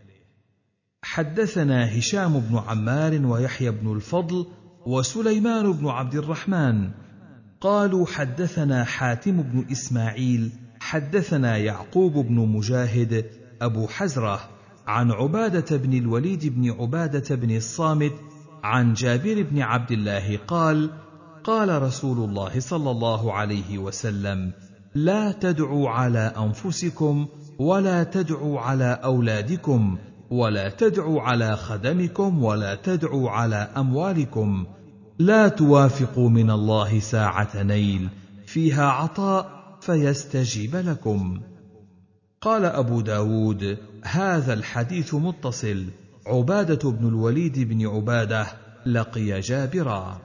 حدثنا هشام بن عمار ويحيى بن الفضل وسليمان بن عبد الرحمن قالوا: حدثنا حاتم بن إسماعيل حدثنا يعقوب بن مجاهد أبو حزرة عن عبادة بن الوليد بن عبادة بن الصامت عن جابر بن عبد الله قال: قال رسول الله صلى الله عليه وسلم: لا تدعوا على أنفسكم، ولا تدعوا على أولادكم، ولا تدعوا على خدمكم، ولا تدعوا على أموالكم، لا توافقوا من الله ساعة نيل فيها عطاء فيستجيب لكم. قال أبو داود: هذا الحديث متصل. عبادة بن الوليد بن عبادة لقي جابرا.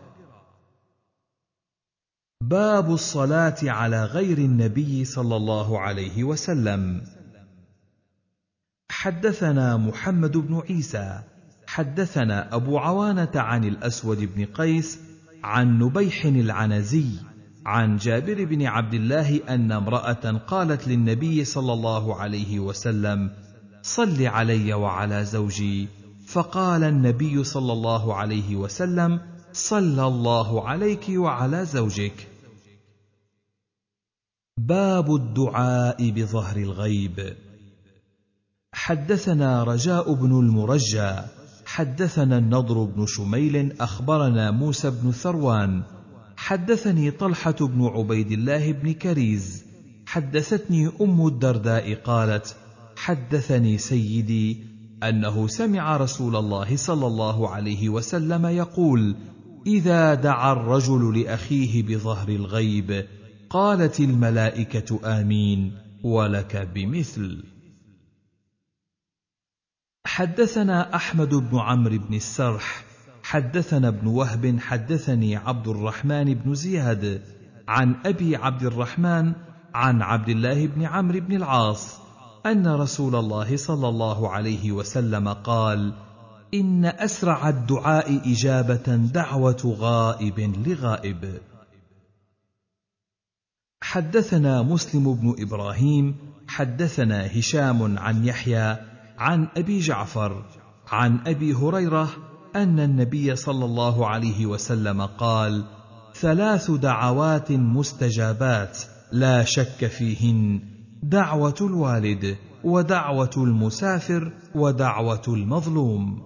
باب الصلاة على غير النبي صلى الله عليه وسلم. حدثنا محمد بن عيسى حدثنا أبو عوانة عن الأسود بن قيس عن نبيح العنزي عن جابر بن عبد الله أن امرأة قالت للنبي صلى الله عليه وسلم: صل علي وعلى زوجي. فقال النبي صلى الله عليه وسلم: صلى الله عليك وعلى زوجك. باب الدعاء بظهر الغيب. حدثنا رجاء بن المرجى حدثنا النضر بن شميل أخبرنا موسى بن ثروان حدثني طلحة بن عبيد الله بن كريز حدثتني أم الدرداء قالت: حدثني سيدي أنه سمع رسول الله صلى الله عليه وسلم يقول: إذا دعا الرجل لأخيه بظهر الغيب قالت الملائكة آمين ولك بمثل. حدثنا أحمد بن عمرو بن السرح حدثنا ابن وهب حدثني عبد الرحمن بن زياد عن أبي عبد الرحمن عن عبد الله بن عمرو بن العاص أن رسول الله صلى الله عليه وسلم قال: إن أسرع الدعاء إجابة دعوة غائب لغائب. حدثنا مسلم بن إبراهيم حدثنا هشام عن يحيى عن أبي جعفر عن أبي هريرة أن النبي صلى الله عليه وسلم قال: 3 دعوات مستجابات لا شك فيهن: دعوة الوالد، ودعوة المسافر، ودعوة المظلوم.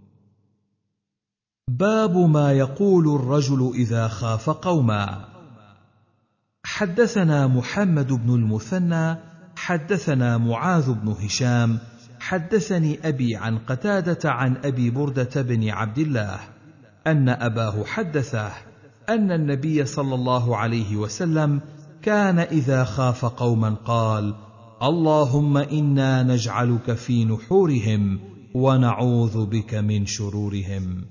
باب ما يقول الرجل إذا خاف قوما. حدثنا محمد بن المثنى حدثنا معاذ بن هشام حدثني أبي عن قتادة عن أبي بردة بن عبد الله أن أباه حدثه أن النبي صلى الله عليه وسلم كان إذا خاف قوما قال: اللهم إنا نجعلك في نحورهم ونعوذ بك من شرورهم.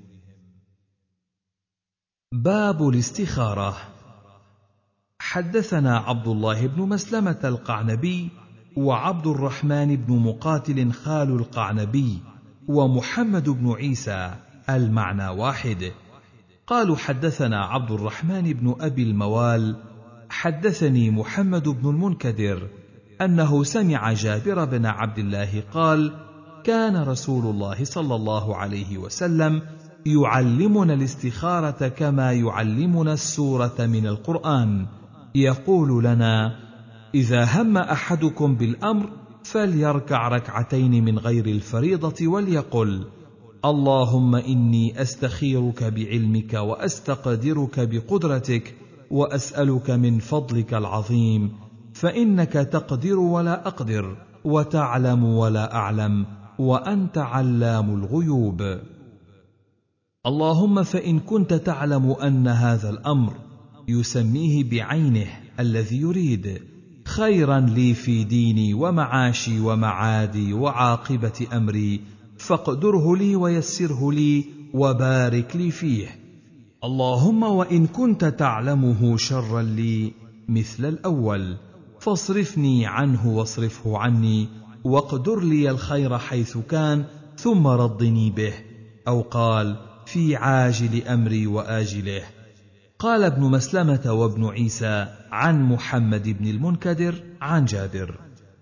باب الاستخارة. حدثنا عبد الله بن مسلمة القعنبي وعبد الرحمن بن مقاتل خال القعنبي ومحمد بن عيسى المعنى واحد. قالوا: حدثنا عبد الرحمن بن أبي الموال حدثني محمد بن المنكدر أنه سمع جابر بن عبد الله قال: كان رسول الله صلى الله عليه وسلم يعلمنا الاستخارة كما يعلمنا السورة من القرآن، يقول لنا: إذا هم أحدكم بالأمر فليركع ركعتين من غير الفريضة وليقل: اللهم إني أستخيرك بعلمك وأستقدرك بقدرتك، وأسألك من فضلك العظيم، فإنك تقدر ولا أقدر، وتعلم ولا أعلم، وأنت علام الغيوب. اللهم فإن كنت تعلم أن هذا الأمر يسميه بعينه الذي يريد خيرا لي في ديني ومعاشي ومعادي وعاقبة أمري، فاقدره لي ويسره لي وبارك لي فيه. اللهم وإن كنت تعلمه شرا لي مثل الأول، فاصرفني عنه واصرفه عني، واقدر لي الخير حيث كان، ثم ردني به. أو قال في عاجل أمري وآجله. قال ابن مسلمة وابن عيسى عن محمد بن المنكدر عن جابر.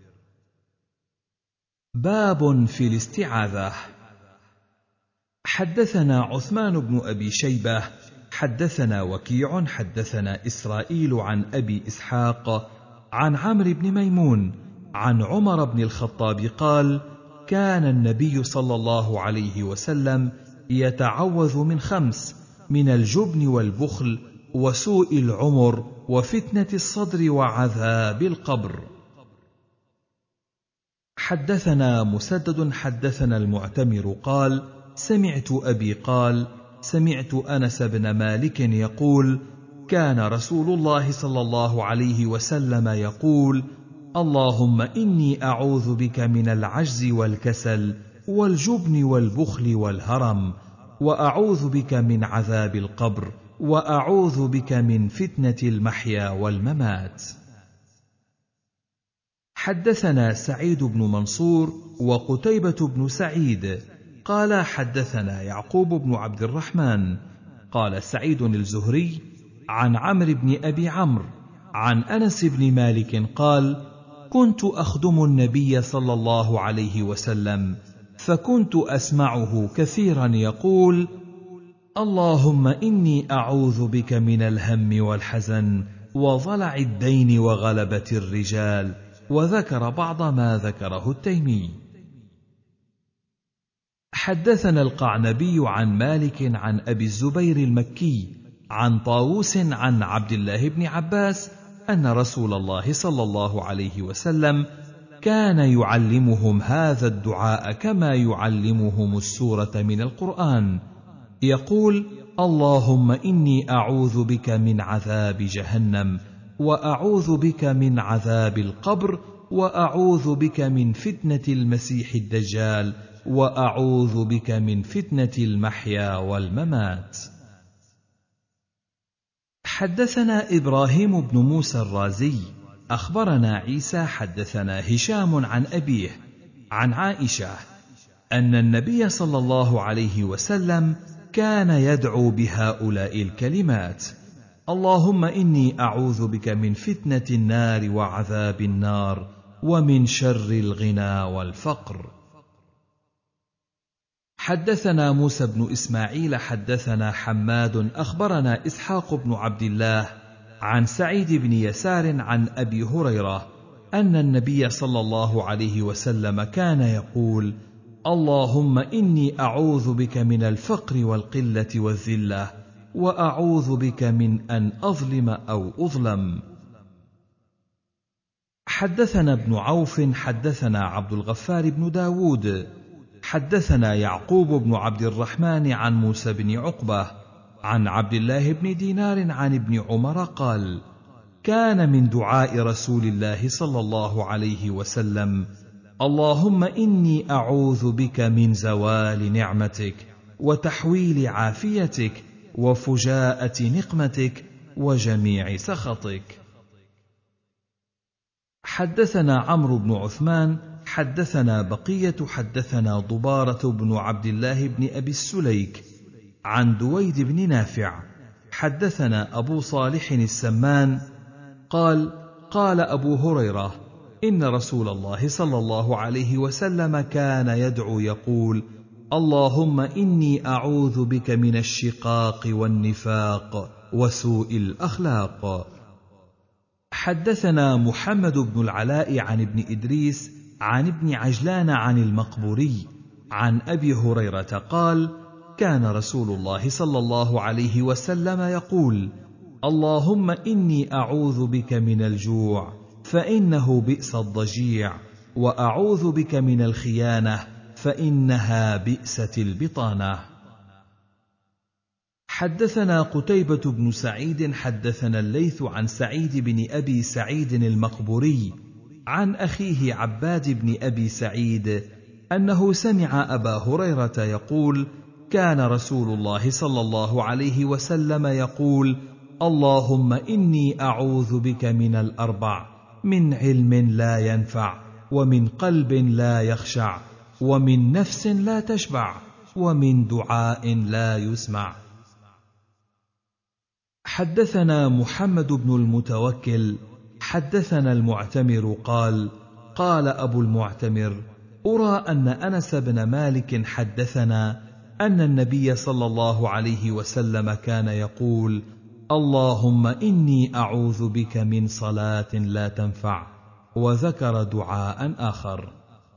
باب في الاستعاذة. حدثنا عثمان بن أبي شيبة حدثنا وكيع حدثنا إسرائيل عن أبي إسحاق عن عمرو بن ميمون عن عمر بن الخطاب قال: كان النبي صلى الله عليه وسلم يتعوذ من 5: من الجبن والبخل وسوء العمر وفتنة الصدر وعذاب القبر. حدثنا مسدد حدثنا المعتمر قال: سمعت أبي قال: سمعت أنس بن مالك يقول: كان رسول الله صلى الله عليه وسلم يقول: اللهم إني أعوذ بك من العجز والكسل والجبن والبخل والهرم، وأعوذ بك من عذاب القبر، وأعوذ بك من فتنة المحيا والممات. حدثنا سعيد بن منصور وقتيبة بن سعيد قال: حدثنا يعقوب بن عبد الرحمن قال سعيد الزهري عن عمرو بن أبي عمرو عن أنس بن مالك قال: كنت أخدم النبي صلى الله عليه وسلم، فكنت أسمعه كثيرا يقول: اللهم إني أعوذ بك من الهم والحزن وضلع الدين وغلبة الرجال، وذكر بعض ما ذكره التيمي. حدثنا القعنبي عن مالك عن أبي الزبير المكي عن طاووس عن عبد الله بن عباس أن رسول الله صلى الله عليه وسلم كان يعلمهم هذا الدعاء كما يعلمهم السورة من القرآن، يقول: اللهم إني أعوذ بك من عذاب جهنم، وأعوذ بك من عذاب القبر، وأعوذ بك من فتنة المسيح الدجال، وأعوذ بك من فتنة المحيا والممات. حدثنا إبراهيم بن موسى الرازي أخبرنا عيسى حدثنا هشام عن أبيه عن عائشة أن النبي صلى الله عليه وسلم كان يدعو بهؤلاء الكلمات: اللهم إني أعوذ بك من فتنة النار وعذاب النار، ومن شر الغنى والفقر. حدثنا موسى بن إسماعيل حدثنا حماد أخبرنا إسحاق بن عبد الله عن سعيد بن يسار عن أبي هريرة أن النبي صلى الله عليه وسلم كان يقول: اللهم إني أعوذ بك من الفقر والقلة والذلة، وأعوذ بك من أن أظلم أو أظلم. حدثنا ابن عوف حدثنا عبد الغفار بن داود حدثنا يعقوب بن عبد الرحمن عن موسى بن عقبة عن عبد الله بن دينار عن ابن عمر قال: كان من دعاء رسول الله صلى الله عليه وسلم: اللهم إني أعوذ بك من زوال نعمتك، وتحويل عافيتك، وفجاءة نقمتك، وجميع سخطك. حدثنا عمرو بن عثمان حدثنا بقية حدثنا ضبارة بن عبد الله بن أبي السليك عن دويد بن نافع حدثنا أبو صالح السمان قال: قال أبو هريرة: إن رسول الله صلى الله عليه وسلم كان يدعو يقول: اللهم إني أعوذ بك من الشقاق والنفاق وسوء الأخلاق. حدثنا محمد بن العلاء عن ابن إدريس عن ابن عجلان عن المقبوري عن أبي هريرة قال: كان رسول الله صلى الله عليه وسلم يقول: اللهم إني أعوذ بك من الجوع فإنه بئس الضجيع، وأعوذ بك من الخيانة فإنها بئست البطانة. حدثنا قتيبة بن سعيد حدثنا الليث عن سعيد بن أبي سعيد المقبوري عن أخيه عباد بن أبي سعيد أنه سمع أبا هريرة يقول: كان رسول الله صلى الله عليه وسلم يقول: اللهم إني أعوذ بك من الأربع: من علم لا ينفع، ومن قلب لا يخشع، ومن نفس لا تشبع، ومن دعاء لا يسمع. حدثنا محمد بن المتوكل حدثنا المعتمر قال: قال أبو المعتمر: أرى أن أنس بن مالك حدثنا أن النبي صلى الله عليه وسلم كان يقول: اللهم إني أعوذ بك من صلاة لا تنفع، وذكر دعاء آخر.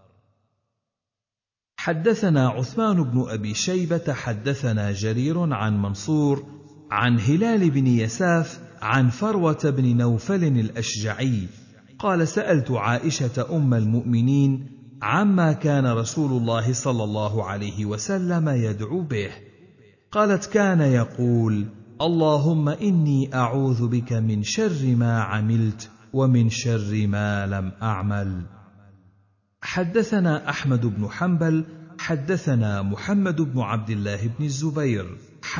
حدثنا عثمان بن أبي شيبة حدثنا جرير عن منصور عن هلال بن يساف عن فروة بن نوفل الأشجعي قال: سألت عائشة أم المؤمنين عما كان رسول الله صلى الله عليه وسلم يدعو به، قالت: كان يقول: اللهم إني أعوذ بك من شر ما عملت ومن شر ما لم أعمل. حدثنا أحمد بن حنبل حدثنا محمد بن عبد الله بن الزبير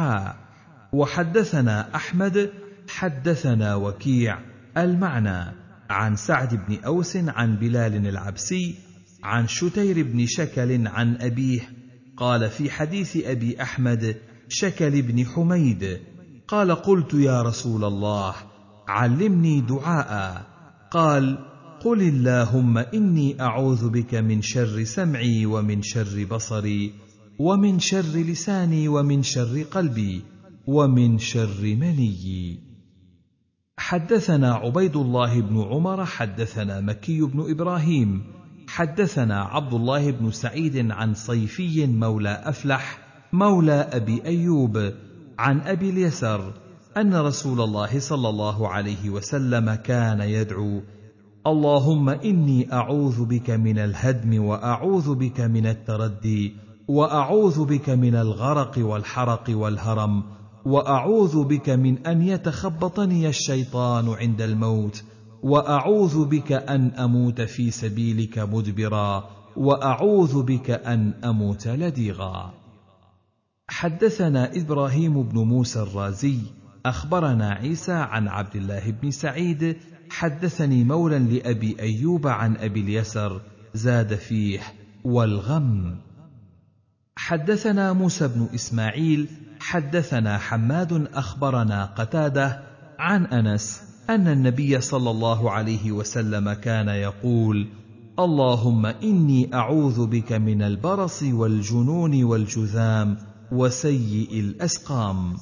وحدثنا أحمد حدثنا وكيع المعنى عن سعد بن أوس عن بلال العبسي عن شتير بن شكل عن أبيه قال في حديث أبي أحمد شكل بن حميد قال: قلت يا رسول الله علمني دعاء، قال: قل اللهم إني أعوذ بك من شر سمعي ومن شر بصري ومن شر لساني ومن شر قلبي ومن شر مني. حدثنا عبيد الله بن عمر حدثنا مكي بن إبراهيم حدثنا عبد الله بن سعيد عن صيفي مولى أفلح مولى أبي أيوب عن أبي اليسر أن رسول الله صلى الله عليه وسلم كان يدعو: اللهم إني أعوذ بك من الهدم، وأعوذ بك من التردي، وأعوذ بك من الغرق والحرق والهرم، وأعوذ بك من أن يتخبطني الشيطان عند الموت، وأعوذ بك أن أموت في سبيلك مدبرا، وأعوذ بك أن أموت لديغا. حدثنا إبراهيم بن موسى الرازي أخبرنا عيسى عن عبد الله بن سعيد حدثني مولى لأبي أيوب عن أبي اليسر زاد فيه: والغم. حدثنا موسى بن إسماعيل حدثنا حماد أخبرنا قتادة عن أنس أن النبي صلى الله عليه وسلم كان يقول: اللهم إني أعوذ بك من البرص والجنون والجذام وسيء الأسقام.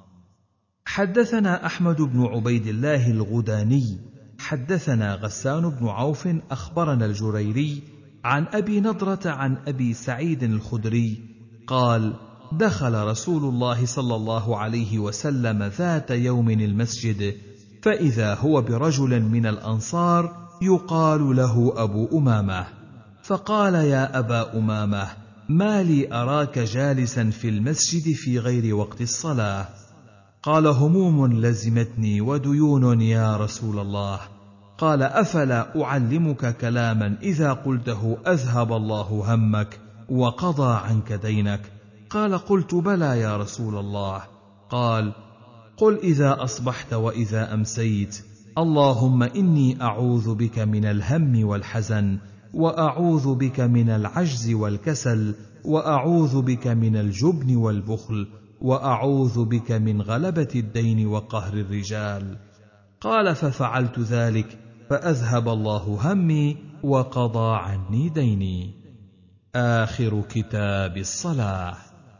حدثنا أحمد بن عبيد الله الغداني حدثنا غسان بن عوف أخبرنا الجريري عن أبي نضرة عن أبي سعيد الخدري قال: دخل رسول الله صلى الله عليه وسلم ذات يوم المسجد، فإذا هو برجل من الأنصار يقال له أبو أمامة، فقال: يا أبا أمامة، ما لي أراك جالسا في المسجد في غير وقت الصلاة؟ قال: هموم لزمتني وديون يا رسول الله. قال: أفلا أعلمك كلاما إذا قلته أذهب الله همك وقضى عنك دينك؟ قال: قلت: بلى يا رسول الله. قال: قل إذا أصبحت وإذا أمسيت: اللهم إني أعوذ بك من الهم والحزن، وأعوذ بك من العجز والكسل، وأعوذ بك من الجبن والبخل، وأعوذ بك من غلبة الدين وقهر الرجال. قال: ففعلت ذلك فأذهب الله همي وقضى عني ديني. آخر كتاب الصلاة.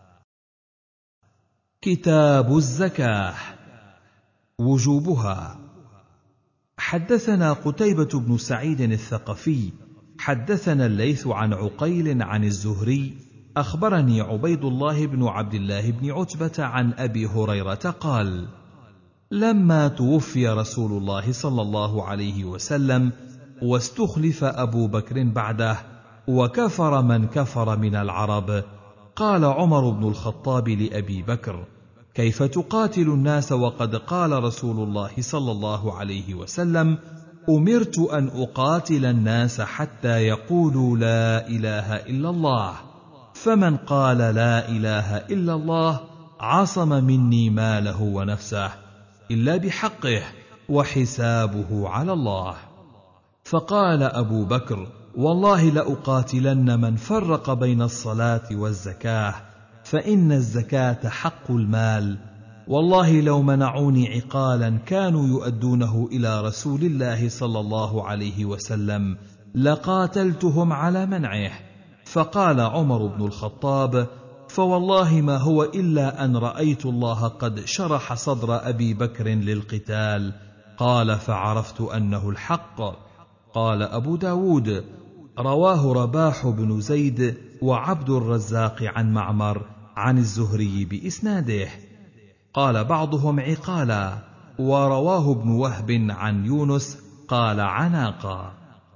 كتاب الزكاة. وجوبها. حدثنا قتيبة بن سعيد الثقفي حدثنا الليث عن عقيل عن الزهري أخبرني عبيد الله بن عبد الله بن عتبة عن أبي هريرة قال: لما توفي رسول الله صلى الله عليه وسلم واستخلف أبو بكر بعده وكفر من كفر من العرب، قال عمر بن الخطاب لأبي بكر: كيف تقاتل الناس وقد قال رسول الله صلى الله عليه وسلم: أمرت أن أقاتل الناس حتى يقولوا لا إله إلا الله، فمن قال لا إله إلا الله عصم مني ماله ونفسه إلا بحقه وحسابه على الله. فقال أبو بكر: والله لأقاتلن من فرق بين الصلاة والزكاة، فإن الزكاة حق المال، والله لو منعوني عقالا كانوا يؤدونه إلى رسول الله صلى الله عليه وسلم لقاتلتهم على منعه. فقال عمر بن الخطاب: فوالله ما هو إلا أن رأيت الله قد شرح صدر أبي بكر للقتال. قال: فعرفت أنه الحق. قال أبو داود: رواه رباح بن زيد وعبد الرزاق عن معمر عن الزهري بإسناده. قال بعضهم عقالا، ورواه ابن وهب عن يونس قال عناقا.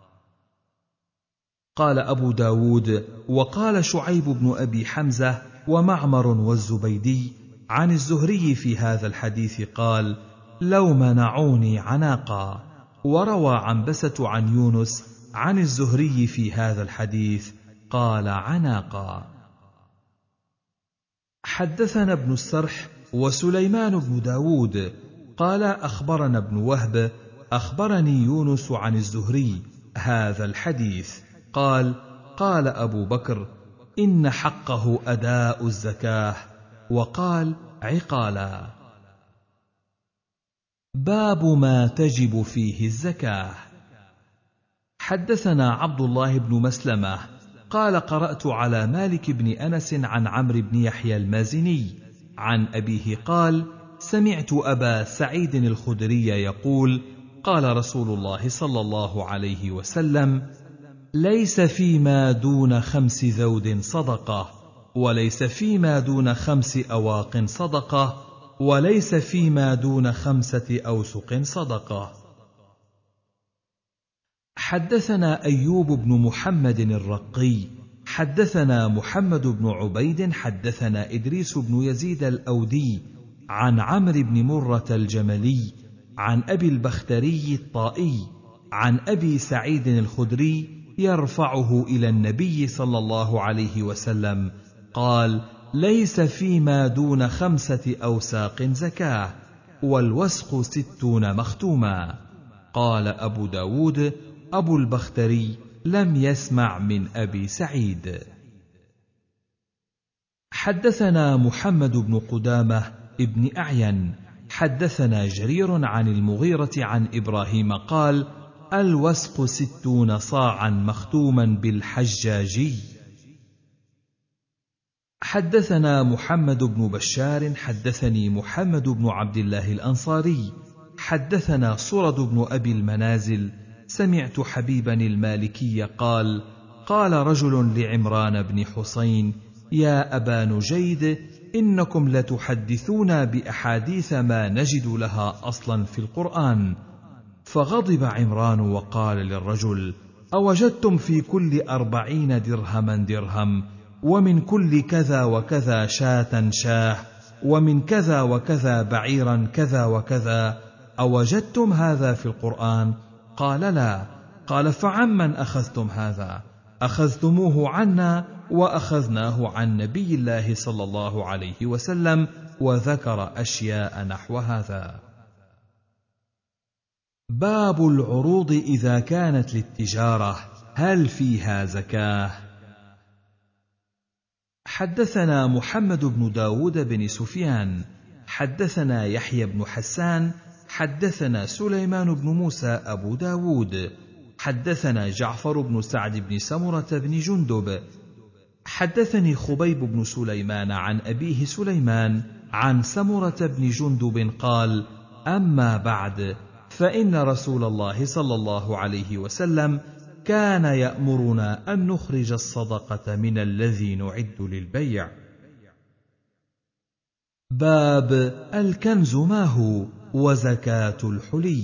قال أبو داود: وقال شعيب بن أبي حمزة ومعمر والزبيدي عن الزهري في هذا الحديث قال: لو منعوني عناقا. وروى عنبسة عن يونس عن الزهري في هذا الحديث قال عناقا. حدثنا ابن السرح وسليمان بن داود قال أخبرنا ابن وهب أخبرني يونس عن الزهري هذا الحديث قال: قال أبو بكر: إن حقه أداء الزكاة. وقال: عقالا. باب ما تجب فيه الزكاة. حدثنا عبد الله بن مسلمة قال: قرأت على مالك بن أنس عن عمرو بن يحيى المازني عن أبيه قال: سمعت أبا سعيد الخدري يقول: قال رسول الله صلى الله عليه وسلم: ليس فيما دون 5 ذود صدقة، وليس فيما دون 5 أواق صدقة، وليس فيما دون 5 أوسق صدقة. حدثنا أيوب بن محمد الرقي حدثنا محمد بن عبيد حدثنا إدريس بن يزيد الأودي عن عمرو بن مرة الجملي عن أبي البختري الطائي عن أبي سعيد الخدري يرفعه إلى النبي صلى الله عليه وسلم قال: ليس فيما دون 5 أوساق زكاة، والوسق 60 مختوما. قال أبو داود: أبو البختري لم يسمع من أبي سعيد. حدثنا محمد بن قدامة ابن أعين حدثنا جرير عن المغيرة عن إبراهيم قال: الوسق 60 صاعا مختوما بالحجاجي. حدثنا محمد بن بشار حدثني محمد بن عبد الله الأنصاري حدثنا صرد بن أبي المنازل سمعت حبيبا المالكي قال: قال رجل لعمران بن حسين: يا أبا نجيد، إنكم لتحدثون بأحاديث ما نجد لها أصلا في القرآن. فغضب عمران وقال للرجل: أوجدتم في كل 40 درهما درهم، ومن كل كذا وكذا شاة شاه، ومن كذا وكذا بعيرا كذا وكذا، أوجدتم هذا في القرآن؟ قال: لا. قال: فعمن أخذتم هذا؟ أخذتموه عنا وأخذناه عن نبي الله صلى الله عليه وسلم، وذكر أشياء نحو هذا. باب العروض إذا كانت للتجارة هل فيها زكاة؟ حدثنا محمد بن داود بن سفيان حدثنا يحيى بن حسان حدثنا سليمان بن موسى أبو داود حدثنا جعفر بن سعد بن سمرة بن جندب حدثني خبيب بن سليمان عن أبيه سليمان عن سمرة بن جندب قال: أما بعد، فإن رسول الله صلى الله عليه وسلم كان يأمرنا أن نخرج الصدقة من الذي نعد للبيع. باب الكنز ما هو وزكاة الحلي.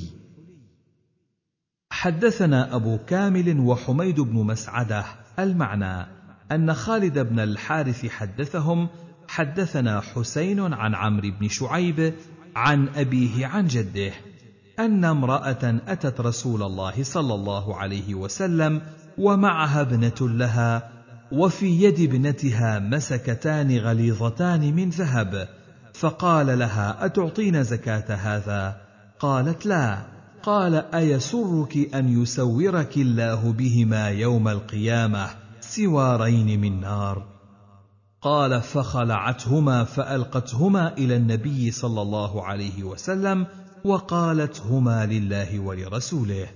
حدثنا أبو كامل وحميد بن مسعدة المعنى أن خالد بن الحارث حدثهم حدثنا حسين عن عمرو بن شعيب عن أبيه عن جده أن امرأة أتت رسول الله صلى الله عليه وسلم ومعها ابنة لها، وفي يد ابنتها مسكتان غليظتان من ذهب، فقال لها: أتعطين زكاة هذا؟ قالت: لا. قال: أيسرك أن يسورك الله بهما يوم القيامة سوارين من نار؟ قال: فخلعتهما فألقتهما إلى النبي صلى الله عليه وسلم وقالت: هما لله ولرسوله.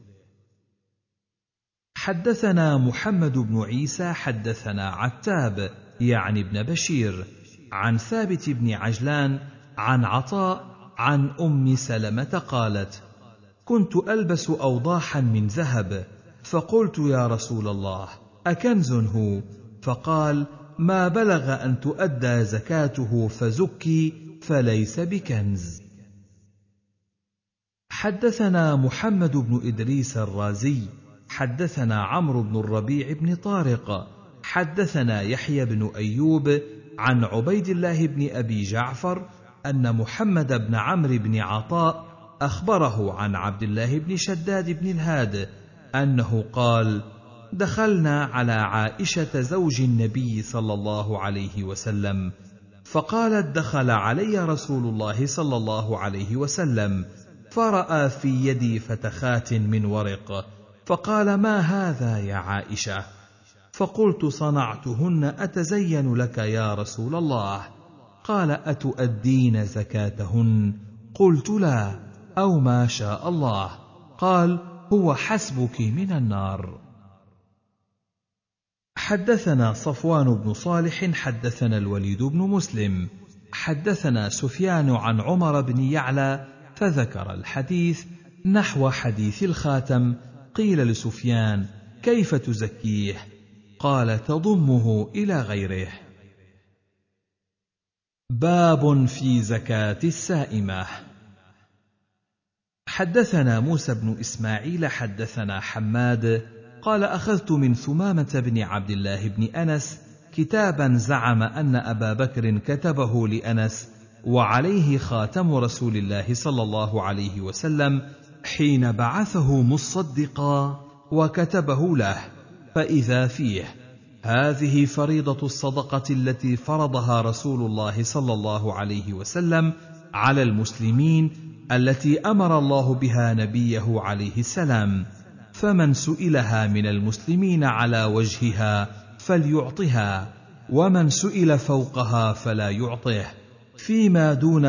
حدثنا محمد بن عيسى حدثنا عتاب يعني ابن بشير عن ثابت بن عجلان عن عطاء عن أم سلمة قالت: كنت ألبس أوضاحا من ذهب، فقلت: يا رسول الله، أكنز هو؟ فقال: ما بلغ أن تؤدى زكاته فزكي، فليس بكنز. حدثنا محمد بن إدريس الرازي حدثنا عمرو بن الربيع بن طارق حدثنا يحيى بن أيوب عن عبيد الله بن أبي جعفر أن محمد بن عمرو بن عطاء أخبره عن عبد الله بن شداد بن الهاد أنه قال: دخلنا على عائشة زوج النبي صلى الله عليه وسلم، فقالت: دخل علي رسول الله صلى الله عليه وسلم فرأى في يدي فتخات من ورق، فقال: ما هذا يا عائشة؟ فقلت: صنعتهن أتزين لك يا رسول الله. قال: أتؤدين زكاتهن؟ قلت: لا، أو ما شاء الله. قال: هو حسبك من النار. حدثنا صفوان بن صالح حدثنا الوليد بن مسلم حدثنا سفيان عن عمر بن يعلى فذكر الحديث نحو حديث الخاتم. قيل لسفيان: كيف تزكيه؟ قال: تضمه إلى غيره. باب في زكاة السائمة. حدثنا موسى بن إسماعيل حدثنا حماد قال: أخذت من ثمامة بن عبد الله بن أنس كتابا زعم أن أبا بكر كتبه لأنس وعليه خاتم رسول الله صلى الله عليه وسلم حين بعثه مصدقا، وكتبه له، فإذا فيه: هذه فريضة الصدقة التي فرضها رسول الله صلى الله عليه وسلم على المسلمين، التي أمر الله بها نبيه عليه السلام، فمن سئلها من المسلمين على وجهها فليعطها، ومن سئل فوقها فلا يعطه، فيما دون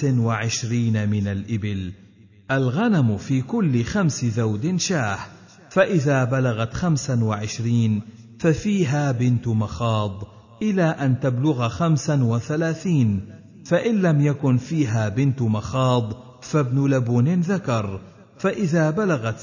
25 من الإبل. الغنم في كل 5 ذود شاه، فإذا بلغت 25 ففيها بنت مخاض إلى أن تبلغ 35، فإن لم يكن فيها بنت مخاض فابن لبون ذكر، فإذا بلغت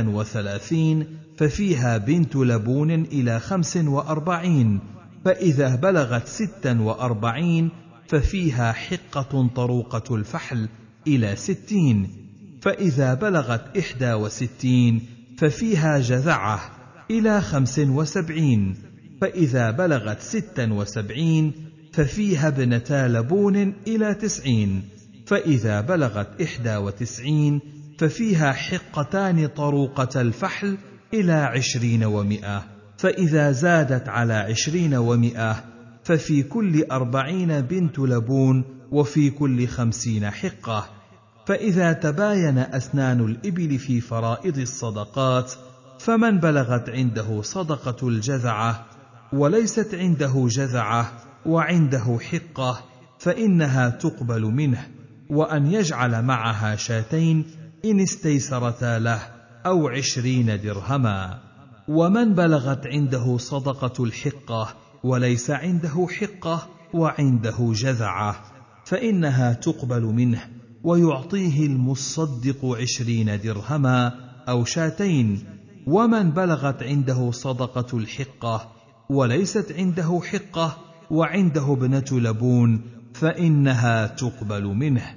36 ففيها بنت لبون إلى 45، فإذا بلغت 46 ففيها حقة طروقة الفحل إلى 60، فإذا بلغت 61 ففيها جذعة إلى 75، فإذا بلغت 76 ففيها ابنتا لبون إلى 90، فإذا بلغت 91 ففيها حقتان طروقة الفحل إلى 20 و100، فإذا زادت على 20 و100 ففي كل 40 بنت لبون، وفي كل 50 حقة. فإذا تباين أسنان الإبل في فرائض الصدقات، فمن بلغت عنده صدقة الجذعة وليست عنده جذعة وعنده حقة فإنها تقبل منه، وأن يجعل معها 2 إن استيسرتا له، أو 20 درهما. ومن بلغت عنده صدقة الحقة وليس عنده حقة وعنده جذعة فإنها تقبل منه، ويعطيه المصدق 20 درهما أو 2. ومن بلغت عنده صدقة الحقة وليست عنده حقة وعنده ابنة لبون فإنها تقبل منه.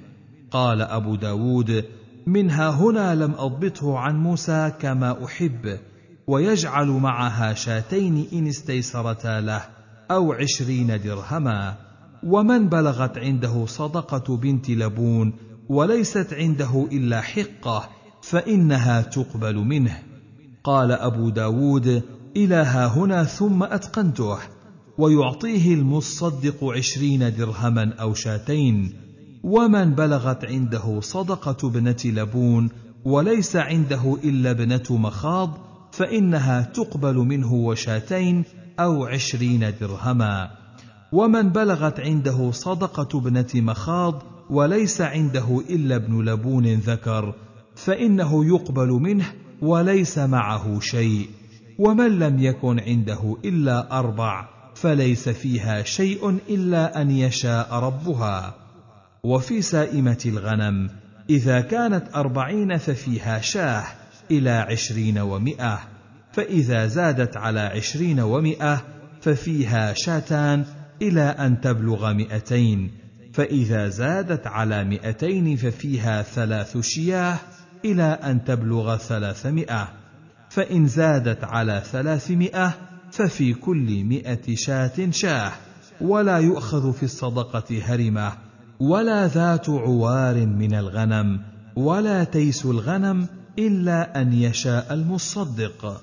قال أبو داود: منها هنا لم أضبطه عن موسى كما أحب، ويجعل معها شاتين إن استيسرتا له، أو 20 درهما. ومن بلغت عنده صدقة بنت لبون وليست عنده إلا حقة فإنها تقبل منه. قال أبو داود: إلى هاهنا ثم أتقنته. ويعطيه المصدق 20 درهما أو شاتين. ومن بلغت عنده صدقة ابنة لبون وليس عنده إلا ابنة مخاض فإنها تقبل منه وشاتين أو 20 درهما. ومن بلغت عنده صدقة ابنة مخاض وليس عنده إلا ابن لبون ذكر فإنه يقبل منه وليس معه شيء. ومن لم يكن عنده إلا 4 فليس فيها شيء إلا أن يشاء ربها. وفي سائمة الغنم إذا كانت 40 ففيها شاه إلى 20 و100، فإذا زادت على 20 و100 ففيها شاتان إلى أن تبلغ 200، فإذا زادت على 200 ففيها 3 شياه إلى أن تبلغ 300، فإن زادت على 300 ففي كل 100 شاة شاه. ولا يؤخذ في الصدقة هرمة ولا ذات عوار من الغنم ولا تيس الغنم إلا أن يشاء المصدق.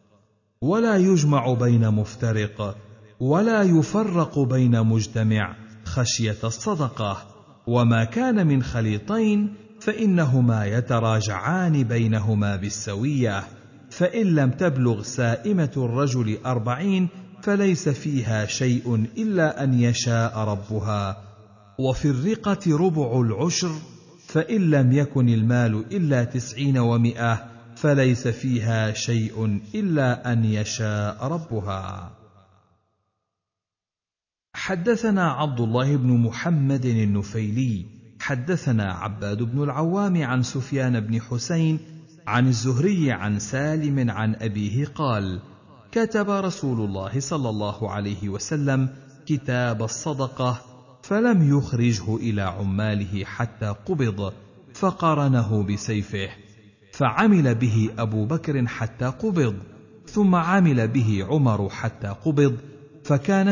ولا يجمع بين مفترق ولا يفرق بين مجتمع خشية الصدقة. وما كان من خليطين فإنهما يتراجعان بينهما بالسوية، فإن لم تبلغ سائمة الرجل 40 فليس فيها شيء إلا أن يشاء ربها. وفي الرقة ربع العشر، فإن لم يكن المال إلا 90 و100 فليس فيها شيء إلا أن يشاء ربها. حدثنا عبد الله بن محمد النفيلي حدثنا عباد بن العوام عن سفيان بن حسين عن الزهري عن سالم عن أبيه قال: كتب رسول الله صلى الله عليه وسلم كتاب الصدقة فلم يخرجه إلى عماله حتى قبض، فقرنه بسيفه، فعمل به أبو بكر حتى قبض، ثم عمل به عمر حتى قبض، فكان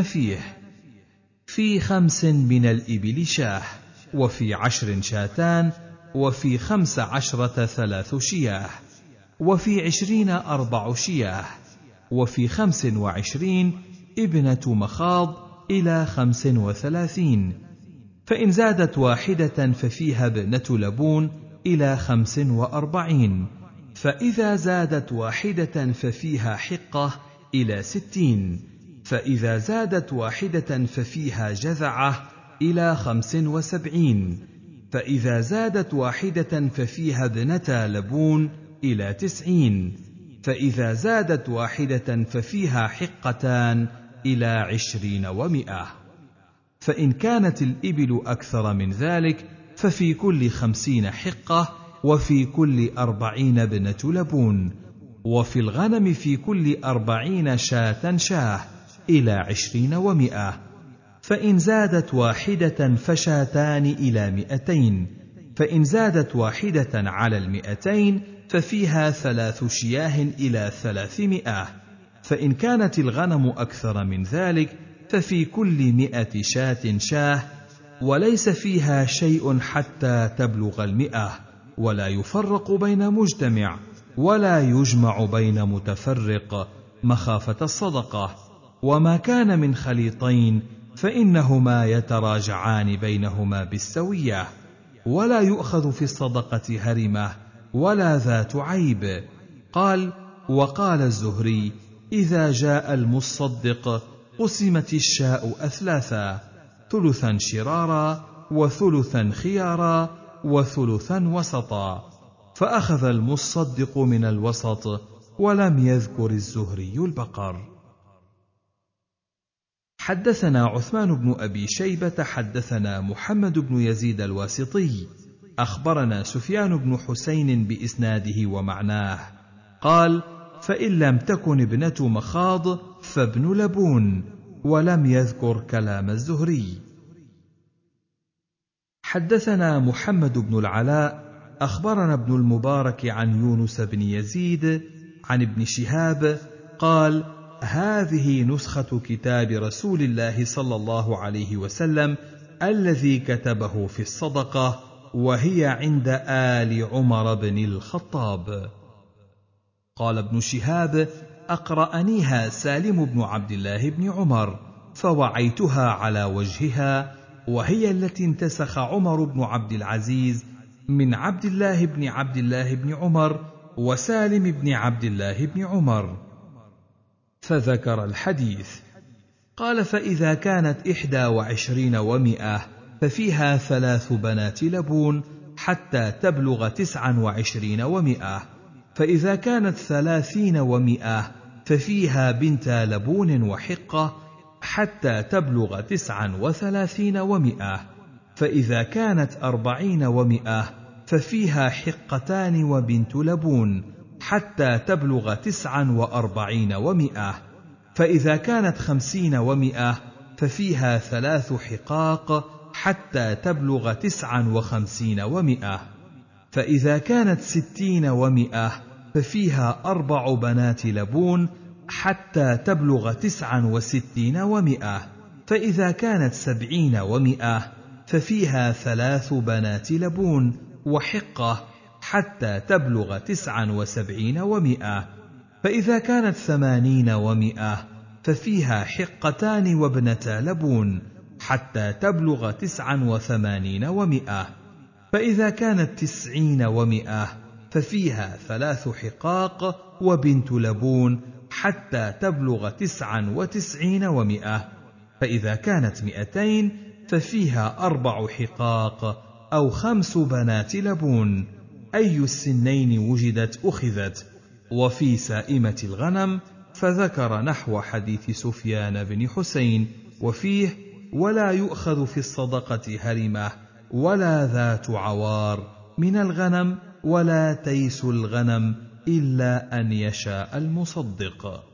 في 5 من الإبل شاه، وفي 10 شاتان، وفي 15 3 شياه، وفي 20 4 شياه، وفي 25 ابنة مخاض إلى 35، فإن زادت واحدة ففيها ابنة لبون إلى 45، فإذا زادت واحدة ففيها حقة إلى 60، فإذا زادت واحدة ففيها جذعة إلى 75، فإذا زادت واحدة ففيها ابنة لبون إلى 90، فإذا زادت واحدة ففيها حقتان إلى 20 و100. فإن كانت الإبل أكثر من ذلك ففي كل 50 حقة، وفي كل 40 ابنة لبون، وفي الغنم في كل 40 شاة شاه إلى 20 و100. فإن زادت واحدة فشاتان إلى 200، فإن زادت واحدة على 200 ففيها 3 شياه إلى 300. فإن كانت الغنم أكثر من ذلك ففي كل 100 شاة شاه، وليس فيها شيء حتى تبلغ 100، ولا يفرق بين مجتمع ولا يجمع بين متفرق مخافة الصدقة. وما كان من خليطين فإنهما يتراجعان بينهما بالسوية. ولا يؤخذ في الصدقة هرمة ولا ذات عيب. قال: وقال الزهري: إذا جاء المصدق قسمت الشاء أثلاثا، ثلثا شرارا، وثلثا خيارا، وثلثا وسطا، فأخذ المصدق من الوسط، ولم يذكر الزهري البقر. حدثنا عثمان بن أبي شيبة حدثنا محمد بن يزيد الواسطي أخبرنا سفيان بن حسين بإسناده ومعناه قال: فإن لم تكن ابنة مخاض فابن لبون، ولم يذكر كلام الزهري. حدثنا محمد بن العلاء أخبرنا ابن المبارك عن يونس بن يزيد عن ابن شهاب قال: هذه نسخة كتاب رسول الله صلى الله عليه وسلم الذي كتبه في الصدقة، وهي عند آل عمر بن الخطاب. قال ابن شهاب: أقرأنيها سالم بن عبد الله بن عمر، فوعيتها على وجهها، وهي التي انتسخ عمر بن عبد العزيز من عبد الله بن عبد الله بن عمر وسالم بن عبد الله بن عمر. فذكر الحديث. قال: فإذا كانت 21 و100 ففيها 3 بنات لبون حتى تبلغ 29 و100، فإذا كانت 30 و100 ففيها بنتا لبون وحقة حتى تبلغ 39 و100، فإذا كانت 40 و100 ففيها حقتان وبنت لبون حتى تبلغ 49 و100، فإذا كانت 50 و100 ففيها 3 حقاق حتى تبلغ 59 و100، فإذا كانت 60 و100 ففيها 4 بنات لبون حتى تبلغ 69 و100، فإذا كانت 70 و100 ففيها 3 بنات لبون وحقة حتى تبلغ 79 و100، فإذا كانت 80 و100 ففيها حقتان وابنتا لبون حتى تبلغ 89 و100، فإذا كانت 90 و100 ففيها 3 حقاق وبنت لبون حتى تبلغ 99 و100، فإذا كانت 200 ففيها 4 حقاق أو 5 بنات لبون، أي السنين وجدت أخذت. وفي سائمة الغنم فذكر نحو حديث سفيان بن حسين، وفيه: ولا يؤخذ في الصدقة هرمة ولا ذات عوار من الغنم ولا تيس الغنم إلا أن يشاء المصدق.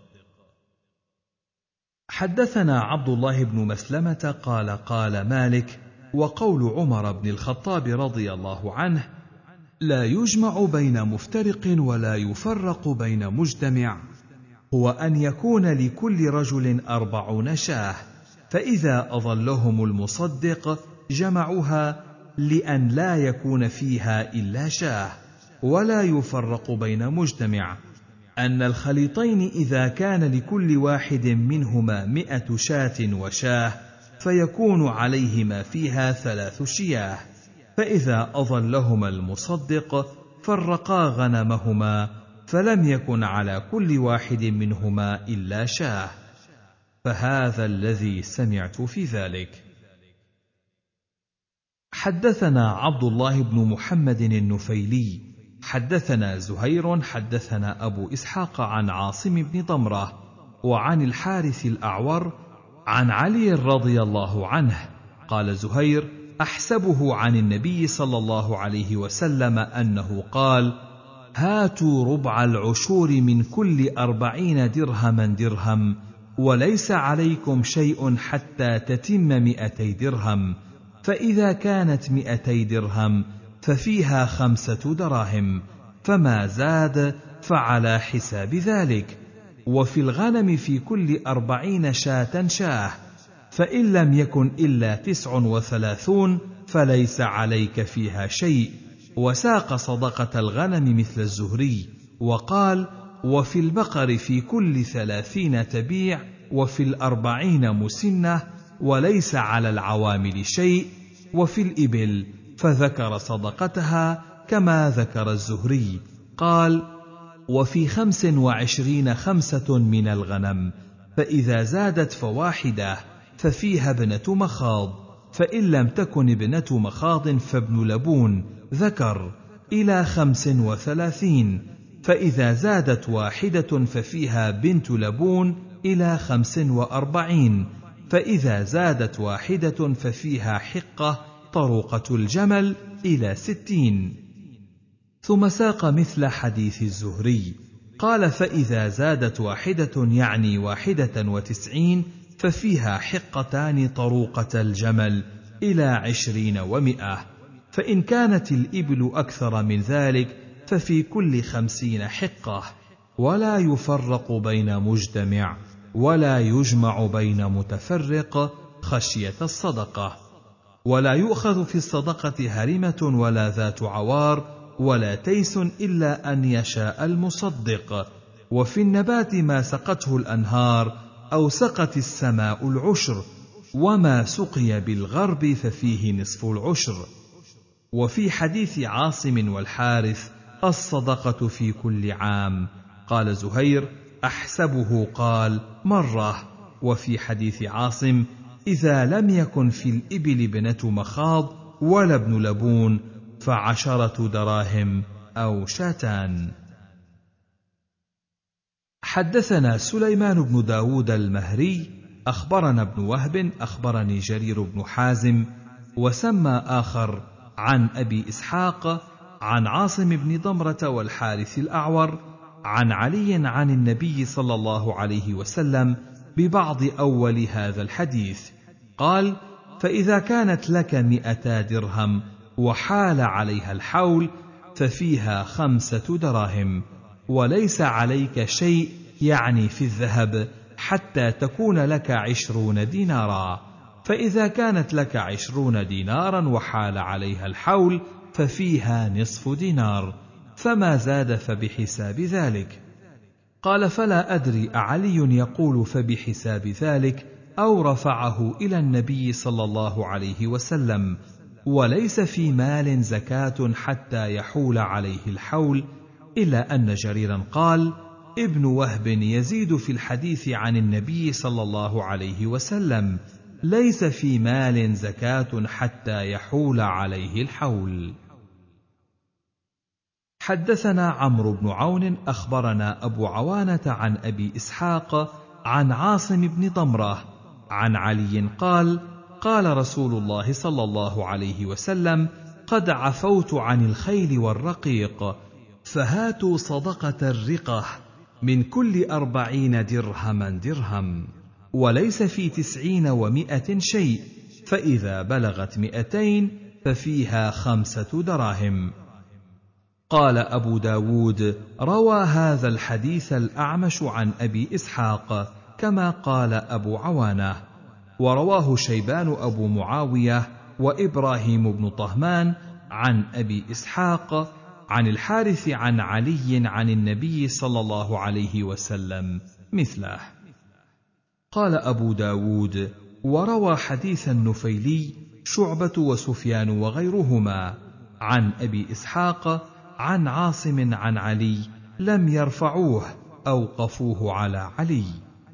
حدثنا عبد الله بن مسلمة قال: قال مالك: وقول عمر بن الخطاب رضي الله عنه: لا يجمع بين مفترق ولا يفرق بين مجتمع، هو أن يكون لكل رجل 40 شاة، فإذا أظلهم المصدق جمعوها لأن لا يكون فيها إلا شاه، ولا يفرق بين مجتمع، أن الخليطين إذا كان لكل واحد منهما 100 شاة وشاه فيكون عليهما فيها 3 شياه، فإذا أظلهما المصدق فرقا غنمهما فلم يكن على كل واحد منهما إلا شاه، فهذا الذي سمعت في ذلك. حدثنا عبد الله بن محمد النفيلي حدثنا زهير حدثنا أبو إسحاق عن عاصم بن ضمرة وعن الحارث الأعور عن علي رضي الله عنه قال زهير: أحسبه عن النبي صلى الله عليه وسلم أنه قال: هاتوا ربع العشور من كل 40 درهما درهم، وليس عليكم شيء حتى تتم 200 درهم، فإذا كانت 200 درهم ففيها 5 دراهم، فما زاد فعلى حساب ذلك. وفي الغنم في كل 40 شاة شاه، فإن لم يكن إلا 39 فليس عليك فيها شيء. وساق صدقة الغنم مثل الزهري، وقال: وفي البقر في كل 30 تبيع، وفي 40 مسنة، وليس على العوامل شيء. وفي الإبل فذكر صدقتها كما ذكر الزهري، قال: وفي 25 5 من الغنم، فإذا زادت فواحدة ففيها ابنة مخاض، فإن لم تكن ابنة مخاض فابن لبون ذكر، إلى 35، فإذا زادت واحدة ففيها بنت لبون إلى 45، فإذا زادت واحدة ففيها حقة طروقة الجمل إلى 60. ثم ساق مثل حديث الزهري، قال: فإذا زادت واحدة يعني 91 ففيها حقتان طروقة الجمل إلى 20 و100، فإن كانت الإبل أكثر من ذلك ففي كل 50 حقة، ولا يفرق بين مجتمع ولا يجمع بين متفرق خشية الصدقة. ولا يؤخذ في الصدقة هرمة ولا ذات عوار ولا تيس إلا أن يشاء المصدق. وفي النبات ما سقته الأنهار أو سقت السماء العشر، وما سقي بالغرب ففيه نصف العشر. وفي حديث عاصم والحارث الصدقة في كل عام، قال زهير أحسبه قال مرة. وفي حديث عاصم إذا لم يكن في الإبل ابنة مخاض ولا ابن لبون ف10 دراهم أو شاتان. حدثنا سليمان بن داود المهري أخبرنا ابن وهب أخبرني جرير بن حازم وسمى آخر عن أبي إسحاق عن عاصم بن ضمرة والحارث الأعور عن علي عن النبي صلى الله عليه وسلم ببعض أول هذا الحديث، قال: فإذا كانت لك 200 درهم وحال عليها الحول ففيها 5 دراهم، وليس عليك شيء يعني في الذهب حتى تكون لك 20 دينارا، فإذا كانت لك 20 دينارا وحال عليها الحول ففيها نصف دينار، فما زاد فبحساب ذلك. قال: فلا أدري أعلي يقول فبحساب ذلك أو رفعه إلى النبي صلى الله عليه وسلم. وليس في مال زكاة حتى يحول عليه الحول، إلا أن جريرا قال: ابن وهب يزيد في الحديث عن النبي صلى الله عليه وسلم: ليس في مال زكاة حتى يحول عليه الحول. حدثنا عمرو بن عون أخبرنا أبو عوانة عن أبي إسحاق عن عاصم بن ضمرة عن علي قال: قال رسول الله صلى الله عليه وسلم: قد عفوت عن الخيل والرقيق، فهاتوا صدقة الرقة من كل 40 درهما درهم، وليس في 90 و100 شيء، فإذا بلغت 200 ففيها 5 دراهم. قال أبو داود: روى هذا الحديث الأعمش عن أبي إسحاق كما قال أبو عوانة، ورواه شيبان أبو معاوية وإبراهيم بن طهمان عن أبي إسحاق عن الحارث عن علي عن النبي صلى الله عليه وسلم مثله. قال أبو داود: وروى حديث النفيلي شعبة وسفيان وغيرهما عن أبي إسحاق عن عاصم عن علي، لم يرفعوه، أوقفوه على علي.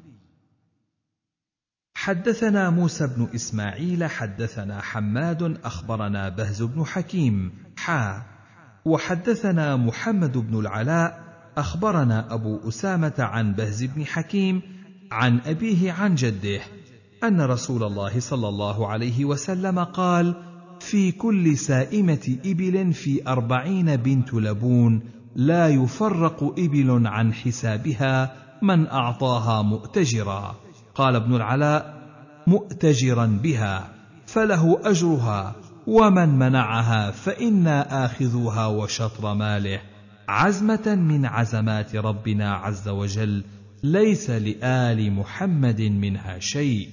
حدثنا موسى بن إسماعيل حدثنا حماد أخبرنا بهز بن حكيم وحدثنا محمد بن العلاء أخبرنا أبو أسامة عن بهز بن حكيم عن أبيه عن جده أن رسول الله صلى الله عليه وسلم قال: في كل سائمة إبل في 40 بنت لبون لا يفرق إبل عن حسابها من أعطاها مؤتجرا. قال ابن العلاء: مؤتجرا بها فله أجرها، ومن منعها فإنا آخذوها وشطر ماله، عزمة من عزمات ربنا عز وجل، ليس لآل محمد منها شيء.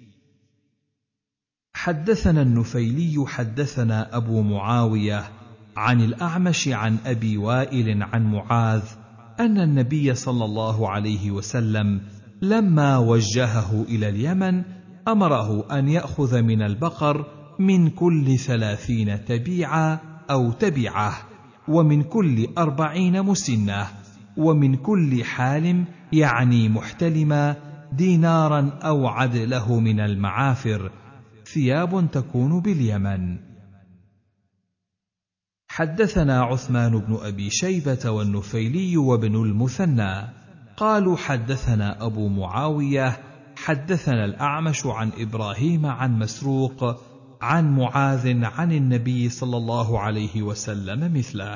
حدثنا النفيلي حدثنا أبو معاوية عن الأعمش عن أبي وائل عن معاذ أن النبي صلى الله عليه وسلم لما وجهه إلى اليمن أمره أن يأخذ من البقر من كل 30 تبيعة أو تبعة، ومن كل 40 مسنة، ومن كل حالم يعني محتلما دينارا أو عدله من المعافر، ثياب تكون باليمن. حدثنا عثمان بن أبي شيبة والنفيلي وابن المثنى قالوا حدثنا أبو معاوية حدثنا الأعمش عن إبراهيم عن مسروق عن معاذ عن النبي صلى الله عليه وسلم مثله.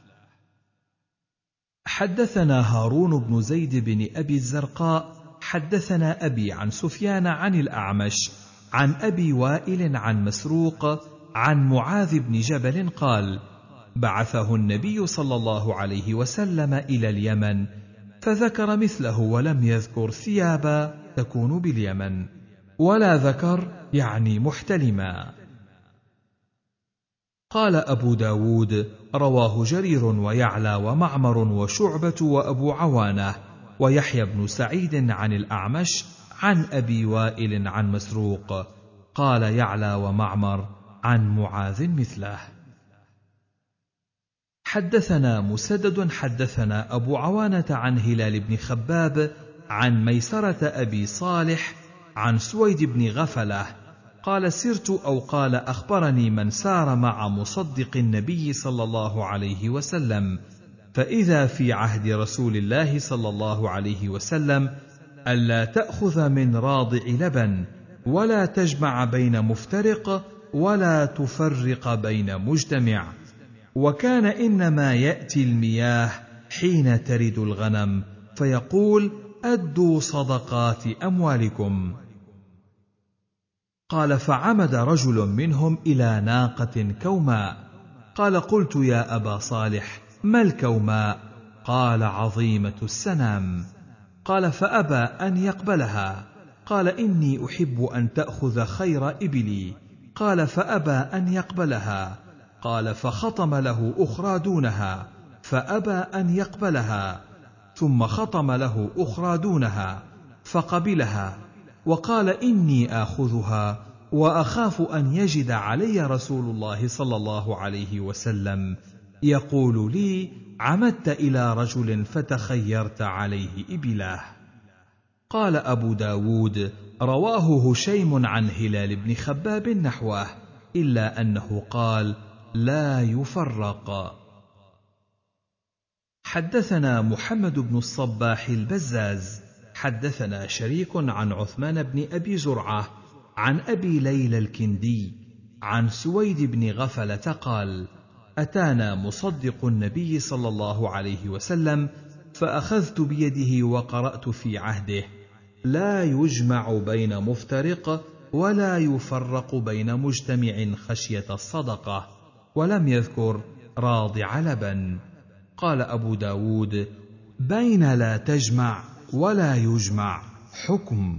حدثنا هارون بن زيد بن أبي الزرقاء حدثنا أبي عن سفيان عن الأعمش عن أبي وائل عن مسروق عن معاذ بن جبل قال: بعثه النبي صلى الله عليه وسلم إلى اليمن، فذكر مثله ولم يذكر ثيابا تكون باليمن، ولا ذكر يعني محتلما. قال أبو داود: رواه جرير ويعلى ومعمر وشعبة وأبو عوانة ويحيى بن سعيد عن الأعمش عن أبي وائل عن مسروق. قال يعلى ومعمر عن معاذ مثله. حدثنا مسدد حدثنا أبو عوانة عن هلال بن خباب عن ميسرة أبي صالح عن سويد بن غفلة قال: سرت أو قال أخبرني من سار مع مصدق النبي صلى الله عليه وسلم، فإذا في عهد رسول الله صلى الله عليه وسلم ألا تأخذ من راضع لبن، ولا تجمع بين مفترق، ولا تفرق بين مجتمع، وكان إنما يأتي المياه حين ترد الغنم فيقول: أدوا صدقات أموالكم. قال: فعمد رجل منهم إلى ناقة كوماء. قال: قلت: يا أبا صالح، ما الكوماء؟ قال: عظيمة السنام. قال: فأبى أن يقبلها. قال: إني أحب أن تأخذ خير إبلي. قال: فأبى أن يقبلها. قال: فخطم له أخرى دونها فأبى أن يقبلها، ثم خطم له أخرى دونها فقبلها، وقال: إني آخذها وأخاف أن يجد علي رسول الله صلى الله عليه وسلم يقول لي: عمدت إلى رجل فتخيرت عليه إبله. قال أبو داود: رواه هشيم عن هلال بن خباب نحوه، إلا أنه قال: لا يفرق. حدثنا محمد بن الصباح البزاز حدثنا شريك عن عثمان بن أبي زرعة عن أبي ليلى الكندي عن سويد بن غفلة قال: أتانا مصدق النبي صلى الله عليه وسلم، فأخذت بيده وقرأت في عهده: لا يجمع بين مفترق، ولا يفرق بين مجتمع خشية الصدقة، ولم يذكر راضع لبن. قال أبو داود: بين لا تجمع ولا يجمع حكم.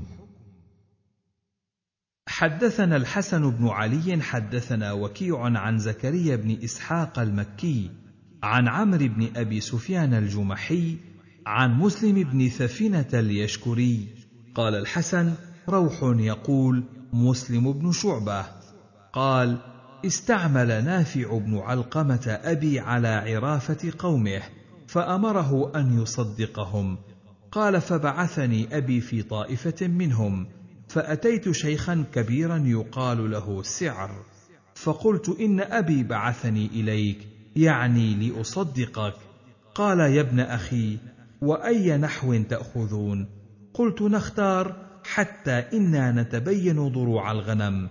حدثنا الحسن بن علي حدثنا وكيع عن زكريا بن إسحاق المكي عن عمرو بن أبي سفيان الجمحي عن مسلم بن ثفنة اليشكري قال الحسن: روح يقول مسلم بن شعبة قال: استعمل نافع بن علقمة أبي على عرافة قومه، فأمره أن يصدقهم. قال: فبعثني أبي في طائفة منهم، فأتيت شيخا كبيرا يقال له سعر، فقلت: إن أبي بعثني إليك، يعني لأصدقك. قال: يا ابن أخي، وأي نحو تأخذون؟ قلت: نختار حتى إنا نتبين ضروع الغنم.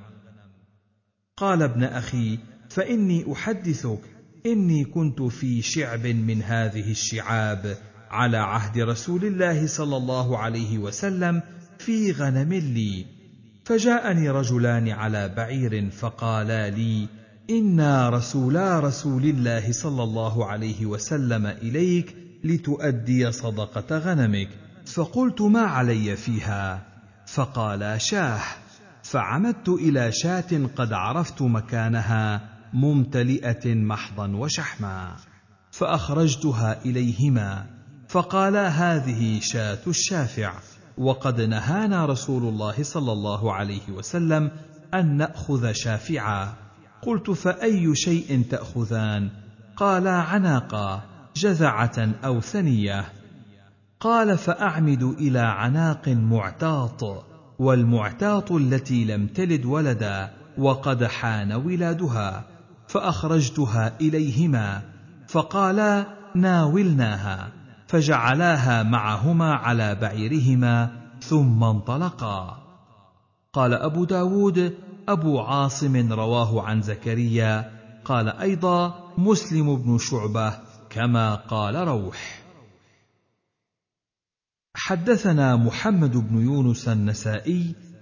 قال: ابن أخي، فإني أحدثك إني كنت في شعب من هذه الشعاب على عهد رسول الله صلى الله عليه وسلم في غنم لي، فجاءني رجلان على بعير فقالا لي: إنا رسولا رسول الله صلى الله عليه وسلم إليك لتؤدي صدقة غنمك. فقلت: ما علي فيها؟ فقالا: شاه. فعمدت إلى شاة قد عرفت مكانها ممتلئة محضا وشحما، فأخرجتها إليهما، فقالا: هذه شاة الشافع، وقد نهانا رسول الله صلى الله عليه وسلم أن نأخذ شافعا. قلت: فأي شيء تأخذان؟ قالا: عناقا، جذعة أو ثنية. قال: فأعمد إلى عناق معتاط، والمعتاط التي لم تلد ولدا وقد حان ولادها، فأخرجتها إليهما، فقالا: ناولناها، فجعلاها معهما على بعيرهما ثم انطلقا. قال أبو داود: أبو عاصم رواه عن زكريا، قال أيضا مسلم بن شعبة كما قال روح. حدثنا محمد بن يونس النسائي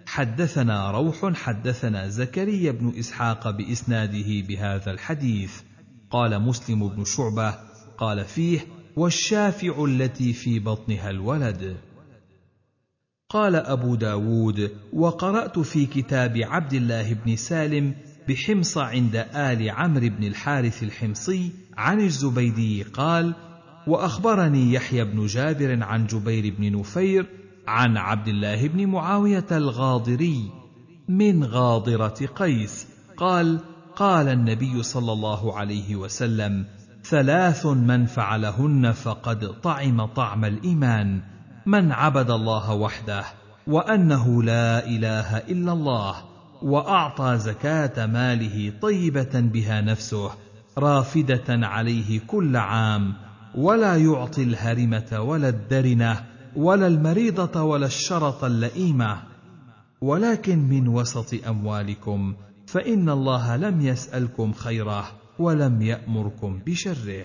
حدثنا روح حدثنا زكريا بن إسحاق بإسناده بهذا الحديث. قال مسلم بن شعبة قال فيه: والشافع التي في بطنها الولد. قال أبو داود: وقرأت في كتاب عبد الله بن سالم بحمص عند آل عمرو بن الحارث الحمصي عن الزبيدي قال: وأخبرني يحيى بن جابر عن جبير بن نفير عن عبد الله بن معاوية الغاضري من غاضرة قيس قال: قال النبي صلى الله عليه وسلم: 3 من فعلهن فقد طعم طعم الإيمان: من عبد الله وحده وأنه لا إله إلا الله، وأعطى زكاة ماله طيبة بها نفسه رافدة عليه كل عام، ولا يعطي الهرمة ولا الدرنة ولا المريضة ولا الشرط اللئيمة، ولكن من وسط أموالكم، فإن الله لم يسألكم خيره ولم يأمركم بشره.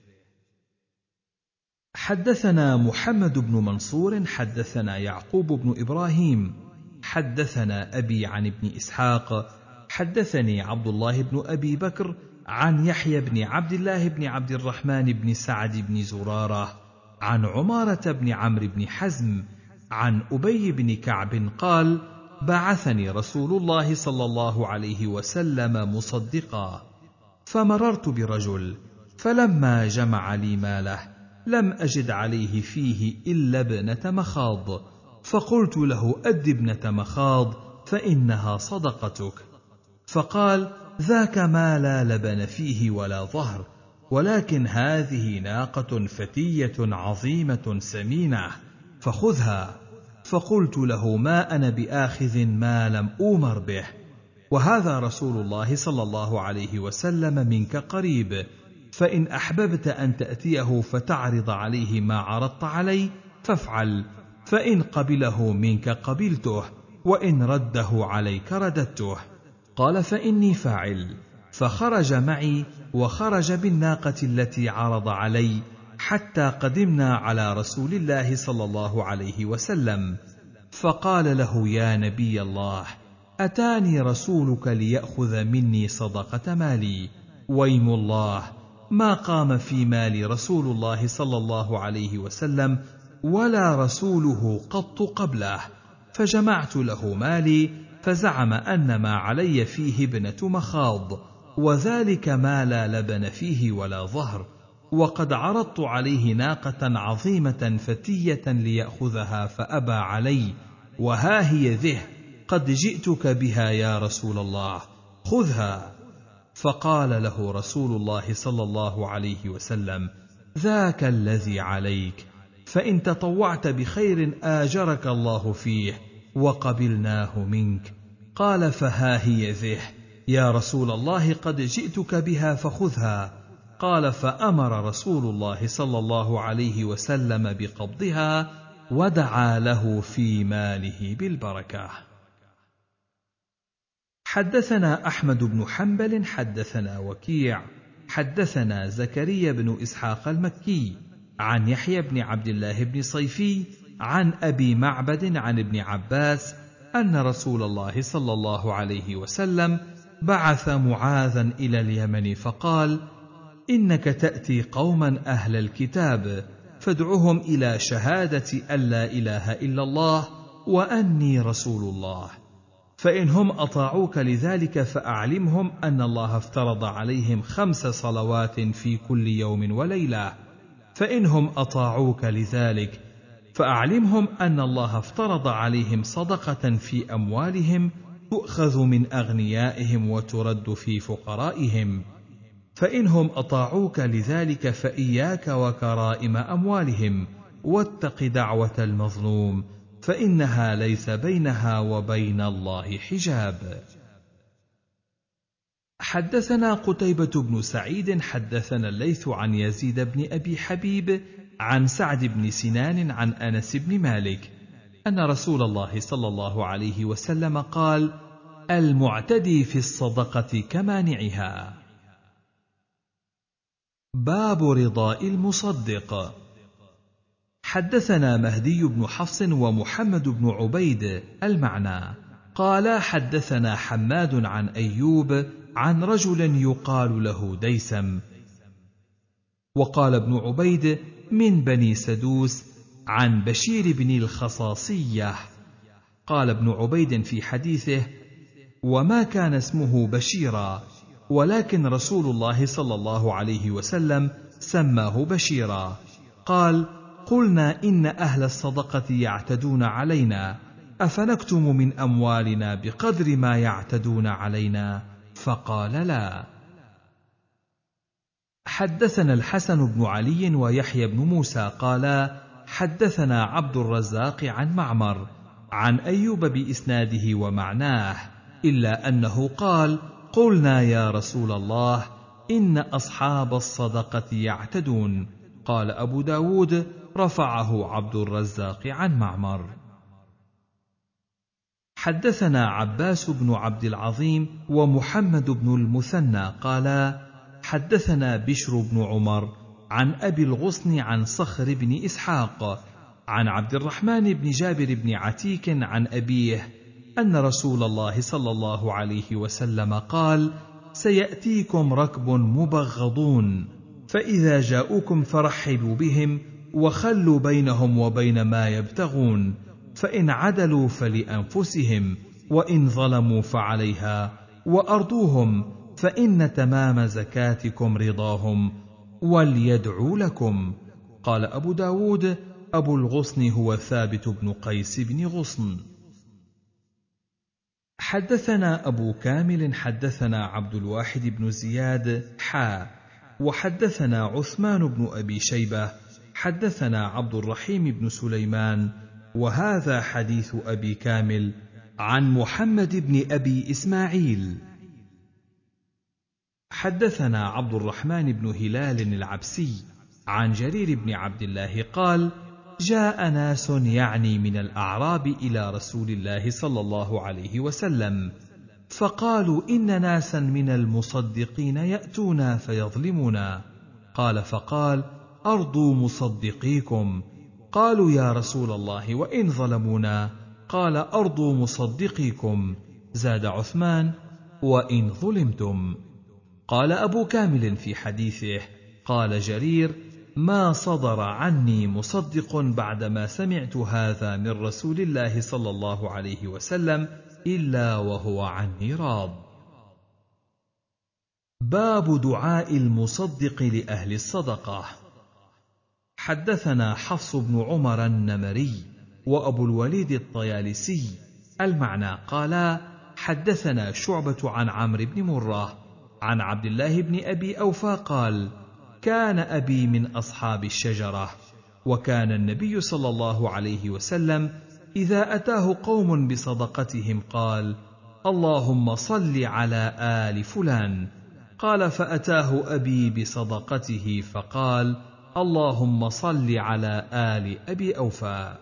حدثنا محمد بن منصور حدثنا يعقوب بن إبراهيم حدثنا أبي عن ابن إسحاق حدثني عبد الله بن أبي بكر عن يحيى بن عبد الله بن عبد الرحمن بن سعد بن زرارة عن عمارة بن عمرو بن حزم عن أبي بن كعب قال: بعثني رسول الله صلى الله عليه وسلم مصدقا، فمررت برجل، فلما جمع لي ماله لم أجد عليه فيه إلا ابنة مخاض، فقلت له: أد ابنة مخاض فإنها صدقتك. فقال: ذاك ما لا لبن فيه ولا ظهر، ولكن هذه ناقة فتية عظيمة سمينة، فخذها. فقلت له: ما أنا بآخذ ما لم أومر به، وهذا رسول الله صلى الله عليه وسلم منك قريب، فإن أحببت أن تأتيه فتعرض عليه ما عرضت علي فافعل، فإن قبله منك قبلته، وإن رده عليك رددته. قال: فإني فاعل. فخرج معي وخرج بالناقة التي عرض علي حتى قدمنا على رسول الله صلى الله عليه وسلم، فقال له: يا نبي الله، أتاني رسولك ليأخذ مني صدقة مالي، ويم الله ما قام في مالي رسول الله صلى الله عليه وسلم ولا رسوله قط قبله. فجمعت له مالي، فزعم أن ما علي فيه ابنة مخاض، وذلك ما لا لبن فيه ولا ظهر، وقد عرضت عليه ناقة عظيمة فتية ليأخذها فأبى علي، وها هي ذه قد جئتك بها يا رسول الله، خذها. فقال له رسول الله صلى الله عليه وسلم: ذاك الذي عليك، فإن تطوعت بخير آجرك الله فيه، وقبلناه منك. قال: فها هي ذه يا رسول الله قد جئتك بها فخذها. قال: فأمر رسول الله صلى الله عليه وسلم بقبضها، ودعا له في ماله بالبركة. حدثنا أحمد بن حنبل حدثنا وكيع حدثنا زكريا بن إسحاق المكي عن يحيى بن عبد الله بن صيفي عن أبي معبد عن ابن عباس أن رسول الله صلى الله عليه وسلم بعث معاذا إلى اليمن فقال: إنك تأتي قوما أهل الكتاب، فادعهم إلى شهادة أن لا إله إلا الله وأني رسول الله، فإنهم أطاعوك لذلك فأعلمهم أن الله افترض عليهم 5 صلوات في كل يوم وليلة، فإنهم أطاعوك لذلك فأعلمهم أن الله افترض عليهم صدقة في أموالهم تؤخذ من أغنيائهم وترد في فقرائهم، فإنهم أطاعوك لذلك فإياك وكرائم أموالهم، واتق دعوة المظلوم، فإنها ليس بينها وبين الله حجاب. حدثنا قتيبة بن سعيد حدثنا الليث عن يزيد بن أبي حبيب عن سعد بن سنان عن أنس بن مالك أن رسول الله صلى الله عليه وسلم قال: المعتدي في الصدقة كمانعها. باب رضاء المصدق. حدثنا مهدي بن حفص ومحمد بن عبيد المعنى قالا حدثنا حماد عن أيوب عن رجل يقال له ديسم. وقال ابن عبيد من بني سدوس عن بشير بن الخصاصية. قال ابن عبيد في حديثه: وما كان اسمه بشيرا، ولكن رسول الله صلى الله عليه وسلم سماه بشيرا. قال: قلنا إن أهل الصدقة يعتدون علينا، أفنكتم من أموالنا بقدر ما يعتدون علينا؟ فقال: لا. حدثنا الحسن بن علي ويحيى بن موسى قالا حدثنا عبد الرزاق عن معمر عن أيوب بإسناده ومعناه، إلا أنه قال: قلنا يا رسول الله إن أصحاب الصدقة يعتدون. قال أبو داود: رفعه عبد الرزاق عن معمر. حدثنا عباس بن عبد العظيم ومحمد بن المثنى قالا حدثنا بشر بن عمر عن أبي الغصن عن صخر بن إسحاق عن عبد الرحمن بن جابر بن عتيك عن أبيه أن رسول الله صلى الله عليه وسلم قال: سيأتيكم ركب مبغضون، فإذا جاءوكم فرحبوا بهم وخلوا بينهم وبين ما يبتغون، فإن عدلوا فلأنفسهم، وإن ظلموا فعليها، وأرضوهم، فإن تمام زكاتكم رضاهم، وليدعوا لكم. قال أبو داود: أبو الغصن هو ثابت بن قيس بن غصن. حدثنا أبو كامل حدثنا عبد الواحد بن زياد وحدثنا عثمان بن أبي شيبة حدثنا عبد الرحيم بن سليمان، وهذا حديث أبي كامل عن محمد بن أبي إسماعيل. حدثنا عبد الرحمن بن هلال العبسي عن جرير بن عبد الله قال: جاء ناس يعني من الأعراب إلى رسول الله صلى الله عليه وسلم، فقالوا إن ناسا من المصدقين يأتونا فيظلمنا. قال: فقال: أرضوا مصدقيكم. قالوا: يا رسول الله وإن ظلمونا؟ قال: أرضوا مصدقيكم. زاد عثمان: وإن ظلمتم. قال أبو كامل في حديثه: قال جرير: ما صدر عني مصدق بعدما سمعت هذا من رسول الله صلى الله عليه وسلم إلا وهو عني راض. باب دعاء المصدق لأهل الصدقة. حدثنا حفص بن عمر النمري وأبو الوليد الطيالسي المعنى قالا حدثنا شعبة عن عمرو بن مرة عن عبد الله بن أبي أوفى قال: كان أبي من أصحاب الشجرة، وكان النبي صلى الله عليه وسلم إذا أتاه قوم بصدقتهم قال: اللهم صل على آل فلان. قال: فأتاه أبي بصدقته فقال: اللهم صل على آل أبي أوفى.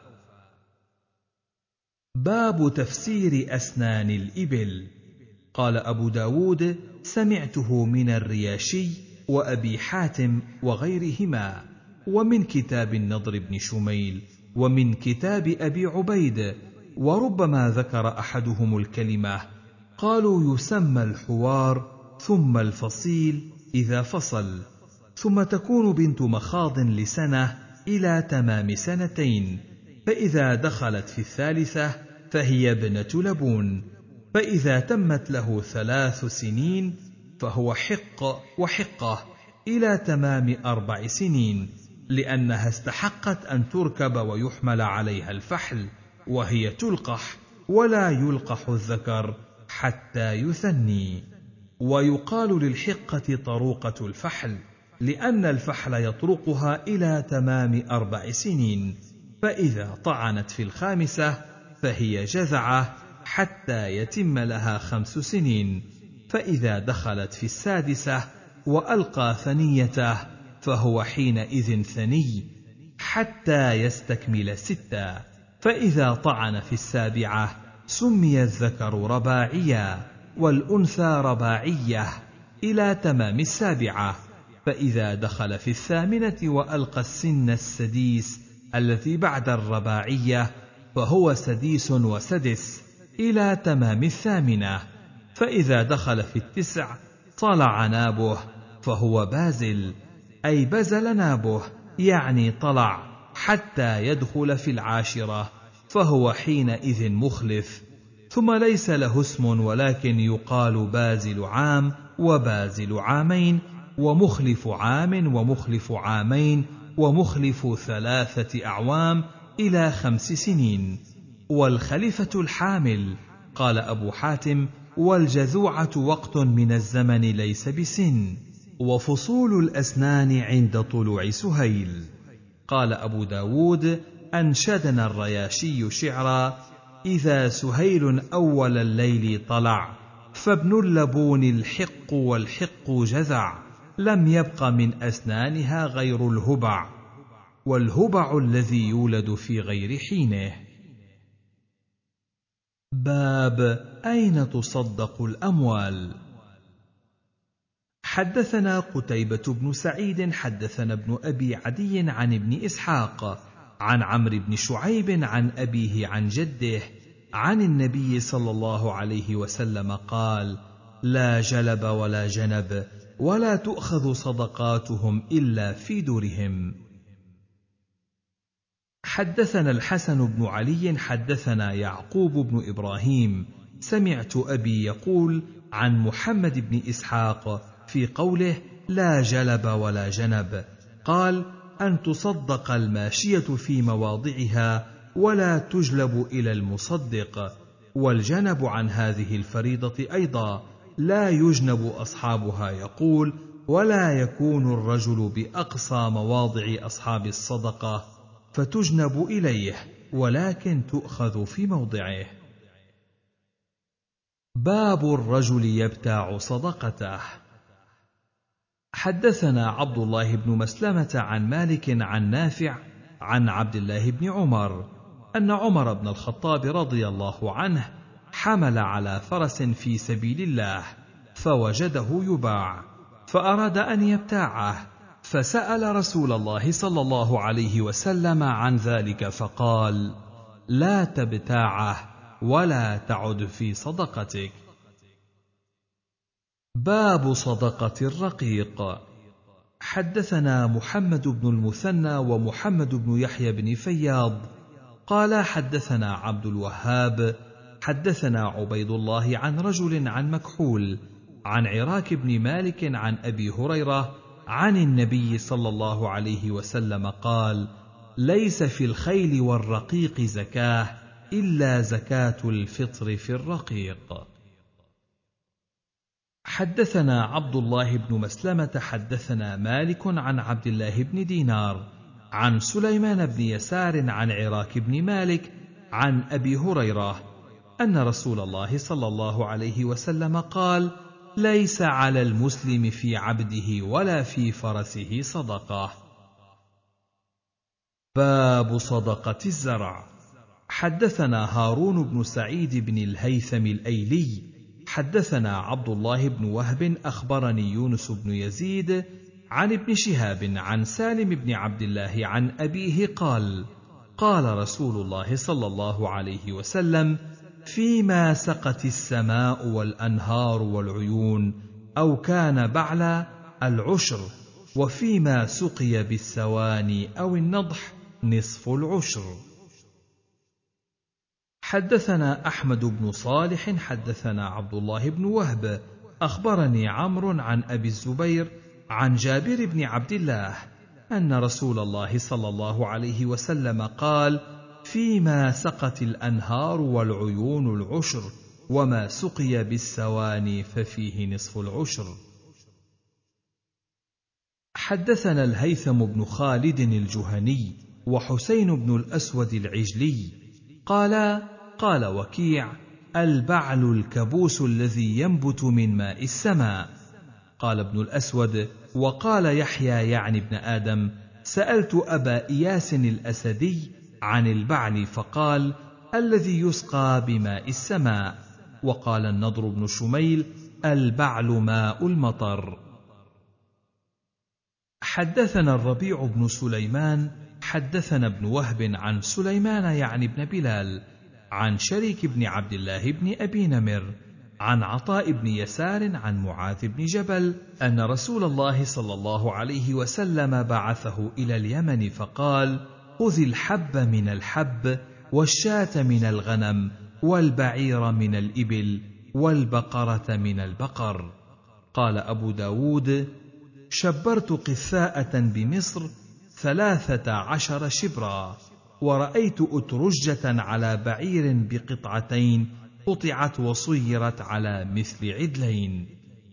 باب تفسير أسنان الإبل. قال أبو داود: سمعته من الرياشي وأبي حاتم وغيرهما، ومن كتاب النضر بن شميل، ومن كتاب أبي عبيد، وربما ذكر أحدهم الكلمة. قالوا: يسمى الحوار ثم الفصيل إذا فصل، ثم تكون بنت مخاض لسنة إلى تمام سنتين، فإذا دخلت في الثالثة فهي ابنة لبون، فإذا تمت له 3 سنين فهو حق وحقة إلى تمام 4 سنين، لأنها استحقت أن تركب ويحمل عليها الفحل، وهي تلقح ولا يلقح الذكر حتى يثني. ويقال للحقة طروقة الفحل، لأن الفحل يطرقها إلى تمام 4 سنين، فإذا طعنت في 5 فهي جذعة حتى يتم لها 5 سنين، فإذا دخلت في 6 وألقى ثنيته فهو حينئذ ثني حتى يستكمل 6، فإذا طعن في 7 سمي الذكر رباعيا والأنثى رباعية إلى تمام 7، فإذا دخل في 8 وألقى السن السديس التي بعد الرباعية فهو سديس وسدس، إلى تمام 8، فإذا دخل في 9 طلع نابه فهو بازل، أي بزل نابه يعني طلع حتى يدخل في 10 فهو حينئذ مخلف. ثم ليس له اسم ولكن يقال بازل عام وبازل عامين ومخلف عام ومخلف عامين ومخلف 3 أعوام إلى 5 سنين. والخليفة الحامل، قال أبو حاتم: والجذوعة وقت من الزمن ليس بسن. وفصول الأسنان عند طلوع سهيل. قال أبو داود: أنشدنا الرياشي شعرا: إذا سهيل أول الليل طلع فابن اللبون الحق والحق جذع، لم يبق من أسنانها غير الهبع، والهبع الذي يولد في غير حينه. باب أين تصدق الأموال. حدثنا قتيبة بن سعيد حدثنا ابن أبي عدي عن ابن إسحاق عن عمرو بن شعيب عن أبيه عن جده عن النبي صلى الله عليه وسلم قال: لا جلب ولا جنب ولا تؤخذ صدقاتهم إلا في درهم. حدثنا الحسن بن علي حدثنا يعقوب بن إبراهيم سمعت أبي يقول عن محمد بن إسحاق في قوله: لا جلب ولا جنب، قال: أن تصدق الماشية في مواضعها ولا تجلب إلى المصدق. والجنب عن هذه الفريضة أيضا لا يجنب أصحابها، يقول: ولا يكون الرجل بأقصى مواضع أصحاب الصدقة فتجنب إليه، ولكن تؤخذ في موضعه. باب الرجل يبتاع صدقته. حدثنا عبد الله بن مسلمة عن مالك عن نافع عن عبد الله بن عمر أن عمر بن الخطاب رضي الله عنه حمل على فرس في سبيل الله فوجده يباع فأراد أن يبتاعه، فسأل رسول الله صلى الله عليه وسلم عن ذلك فقال: لا تبتاعه ولا تعد في صدقتك. باب صدقة الرقيق. حدثنا محمد بن المثنى ومحمد بن يحيى بن فياض قال حدثنا عبد الوهاب حدثنا عبيد الله عن رجل عن مكحول عن عراك بن مالك عن أبي هريرة عن النبي صلى الله عليه وسلم قال: ليس في الخيل والرقيق زكاة إلا زكاة الفطر في الرقيق. حدثنا عبد الله بن مسلمة حدثنا مالك عن عبد الله بن دينار عن سليمان بن يسار عن عراك بن مالك عن أبي هريرة أن رسول الله صلى الله عليه وسلم قال: ليس على المسلم في عبده ولا في فرسه صدقة. باب صدقة الزرع. حدثنا هارون بن سعيد بن الهيثم الأيلي حدثنا عبد الله بن وهب أخبرني يونس بن يزيد عن ابن شهاب عن سالم بن عبد الله عن أبيه قال: قال رسول الله صلى الله عليه وسلم: فيما سقت السماء والأنهار والعيون أو كان بعلا العشر، وفيما سقي بالسواني أو النضح نصف العشر. حدثنا أحمد بن صالح حدثنا عبد الله بن وهب أخبرني عمرو عن أبي الزبير عن جابر بن عبد الله أن رسول الله صلى الله عليه وسلم قال: فيما سقت الأنهار والعيون العشر، وما سقي بالسواني ففيه نصف العشر. حدثنا الهيثم بن خالد الجهني وحسين بن الأسود العجلي قال وكيع: البعل الكبوس الذي ينبت من ماء السماء. قال ابن الأسود: وقال يحيى يعني ابن آدم: سألت أبا إياس الأسدي عن البعل فقال: الذي يسقى بماء السماء. وقال النضر بن شميل: البعل ماء المطر. حدثنا الربيع بن سليمان حدثنا ابن وهب عن سليمان يعني ابن بلال عن شريك بن عبد الله بن أبي نمر عن عطاء بن يسار عن معاذ بن جبل أن رسول الله صلى الله عليه وسلم بعثه إلى اليمن فقال: خذ الحب من الحب، والشاة من الغنم، والبعير من الإبل، والبقرة من البقر. قال أبو داود: شبرت قثاءة بمصر 13 شبرا، ورأيت أترجة على بعير بقطعتين قطعت وصيرت على مثل عدلين.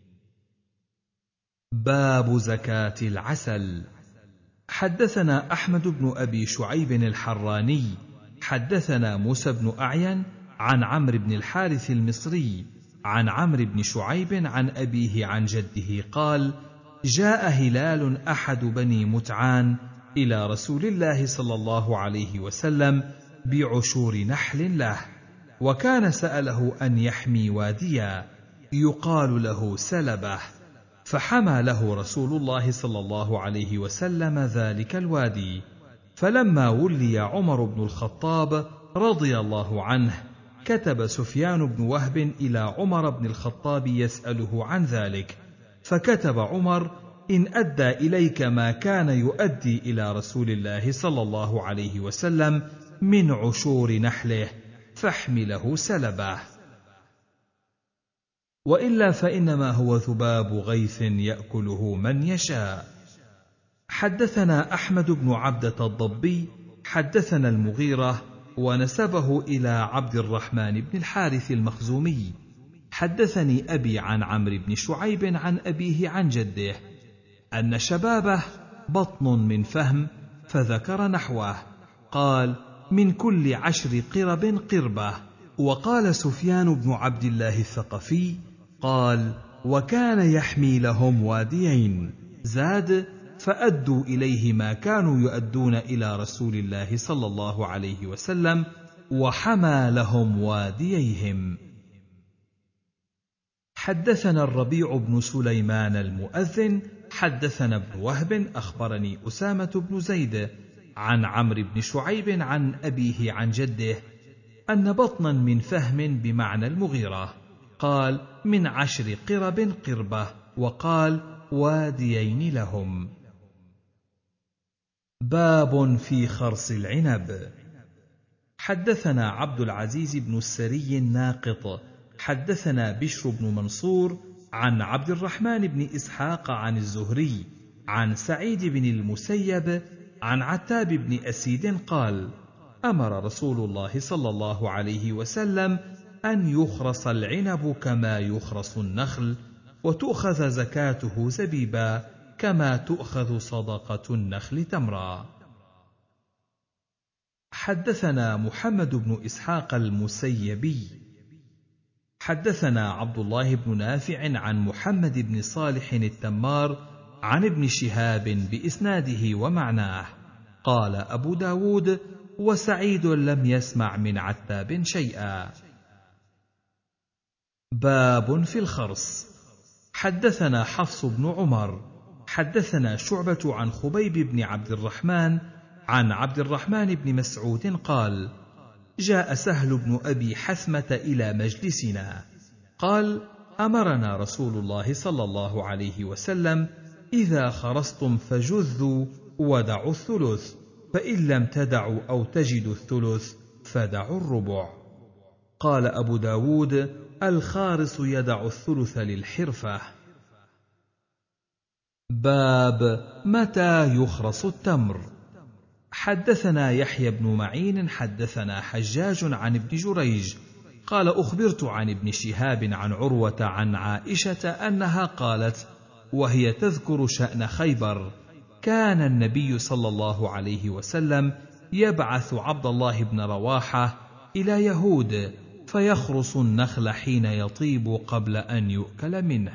باب زكاة العسل. حدثنا أحمد بن أبي شعيب الحراني حدثنا موسى بن أعين عن عمرو بن الحارث المصري عن عمرو بن شعيب عن أبيه عن جده قال: جاء هلال أحد بني متعان إلى رسول الله صلى الله عليه وسلم بعشور نحل له، وكان سأله أن يحمي واديا يقال له سلبة، فحمى له رسول الله صلى الله عليه وسلم ذلك الوادي. فلما ولي عمر بن الخطاب رضي الله عنه كتب سفيان بن وهب إلى عمر بن الخطاب يسأله عن ذلك، فكتب عمر: إن أدى إليك ما كان يؤدي إلى رسول الله صلى الله عليه وسلم من عشور نحله فاحمله سلبه، وإلا فإنما هو ذباب غيث يأكله من يشاء. حدثنا أحمد بن عبدة الضبي حدثنا المغيرة ونسبه إلى عبد الرحمن بن الحارث المخزومي حدثني أبي عن عمرو بن شعيب عن أبيه عن جده أن شبابه بطن من فهم، فذكر نحوه. قال: من كل 10 قرب قربة. وقال سفيان بن عبد الله الثقفي قال: وكان يحمي لهم واديين. زاد: فأدوا إليه ما كانوا يؤدون إلى رسول الله صلى الله عليه وسلم، وحمى لهم وادييهم. حدثنا الربيع بن سليمان المؤذن حدثنا ابن وهب أخبرني أسامة بن زيد عن عمرو بن شعيب عن أبيه عن جده أن بطنا من فهم بمعنى المغيرة. قال: من 10 قرب قربة، وقال: واديين لهم. باب في خرص العنب. حدثنا عبد العزيز بن السري الناقط حدثنا بشر بن منصور عن عبد الرحمن بن إسحاق عن الزهري عن سعيد بن المسيب عن عتاب بن أسيد قال: أمر رسول الله صلى الله عليه وسلم أن يخرص العنب كما يخرص النخل، وتؤخذ زكاته زبيبا كما تؤخذ صدقة النخل تمرا. حدثنا محمد بن إسحاق المسيبي حدثنا عبد الله بن نافع عن محمد بن صالح التمار عن ابن شهاب بإسناده ومعناه. قال أبو داود: وسعيد لم يسمع من عتاب شيئا. باب في الخرص. حدثنا حفص بن عمر حدثنا شعبة عن خبيب بن عبد الرحمن عن عبد الرحمن بن مسعود قال: جاء سهل بن أبي حثمة إلى مجلسنا قال: أمرنا رسول الله صلى الله عليه وسلم: إذا خرصتم فجذوا ودعوا الثلث، فإن لم تدعوا أو تجدوا الثلث فدعوا الربع. قال أبو داود: الخارص يدع الثلث للحرفة. باب متى يخرص التمر. حدثنا يحيى بن معين حدثنا حجاج عن ابن جريج قال: أخبرت عن ابن شهاب عن عروة عن عائشة أنها قالت وهي تذكر شأن خيبر: كان النبي صلى الله عليه وسلم يبعث عبد الله بن رواحة إلى يهود فيخرص النخل حين يطيب قبل أن يؤكل منه.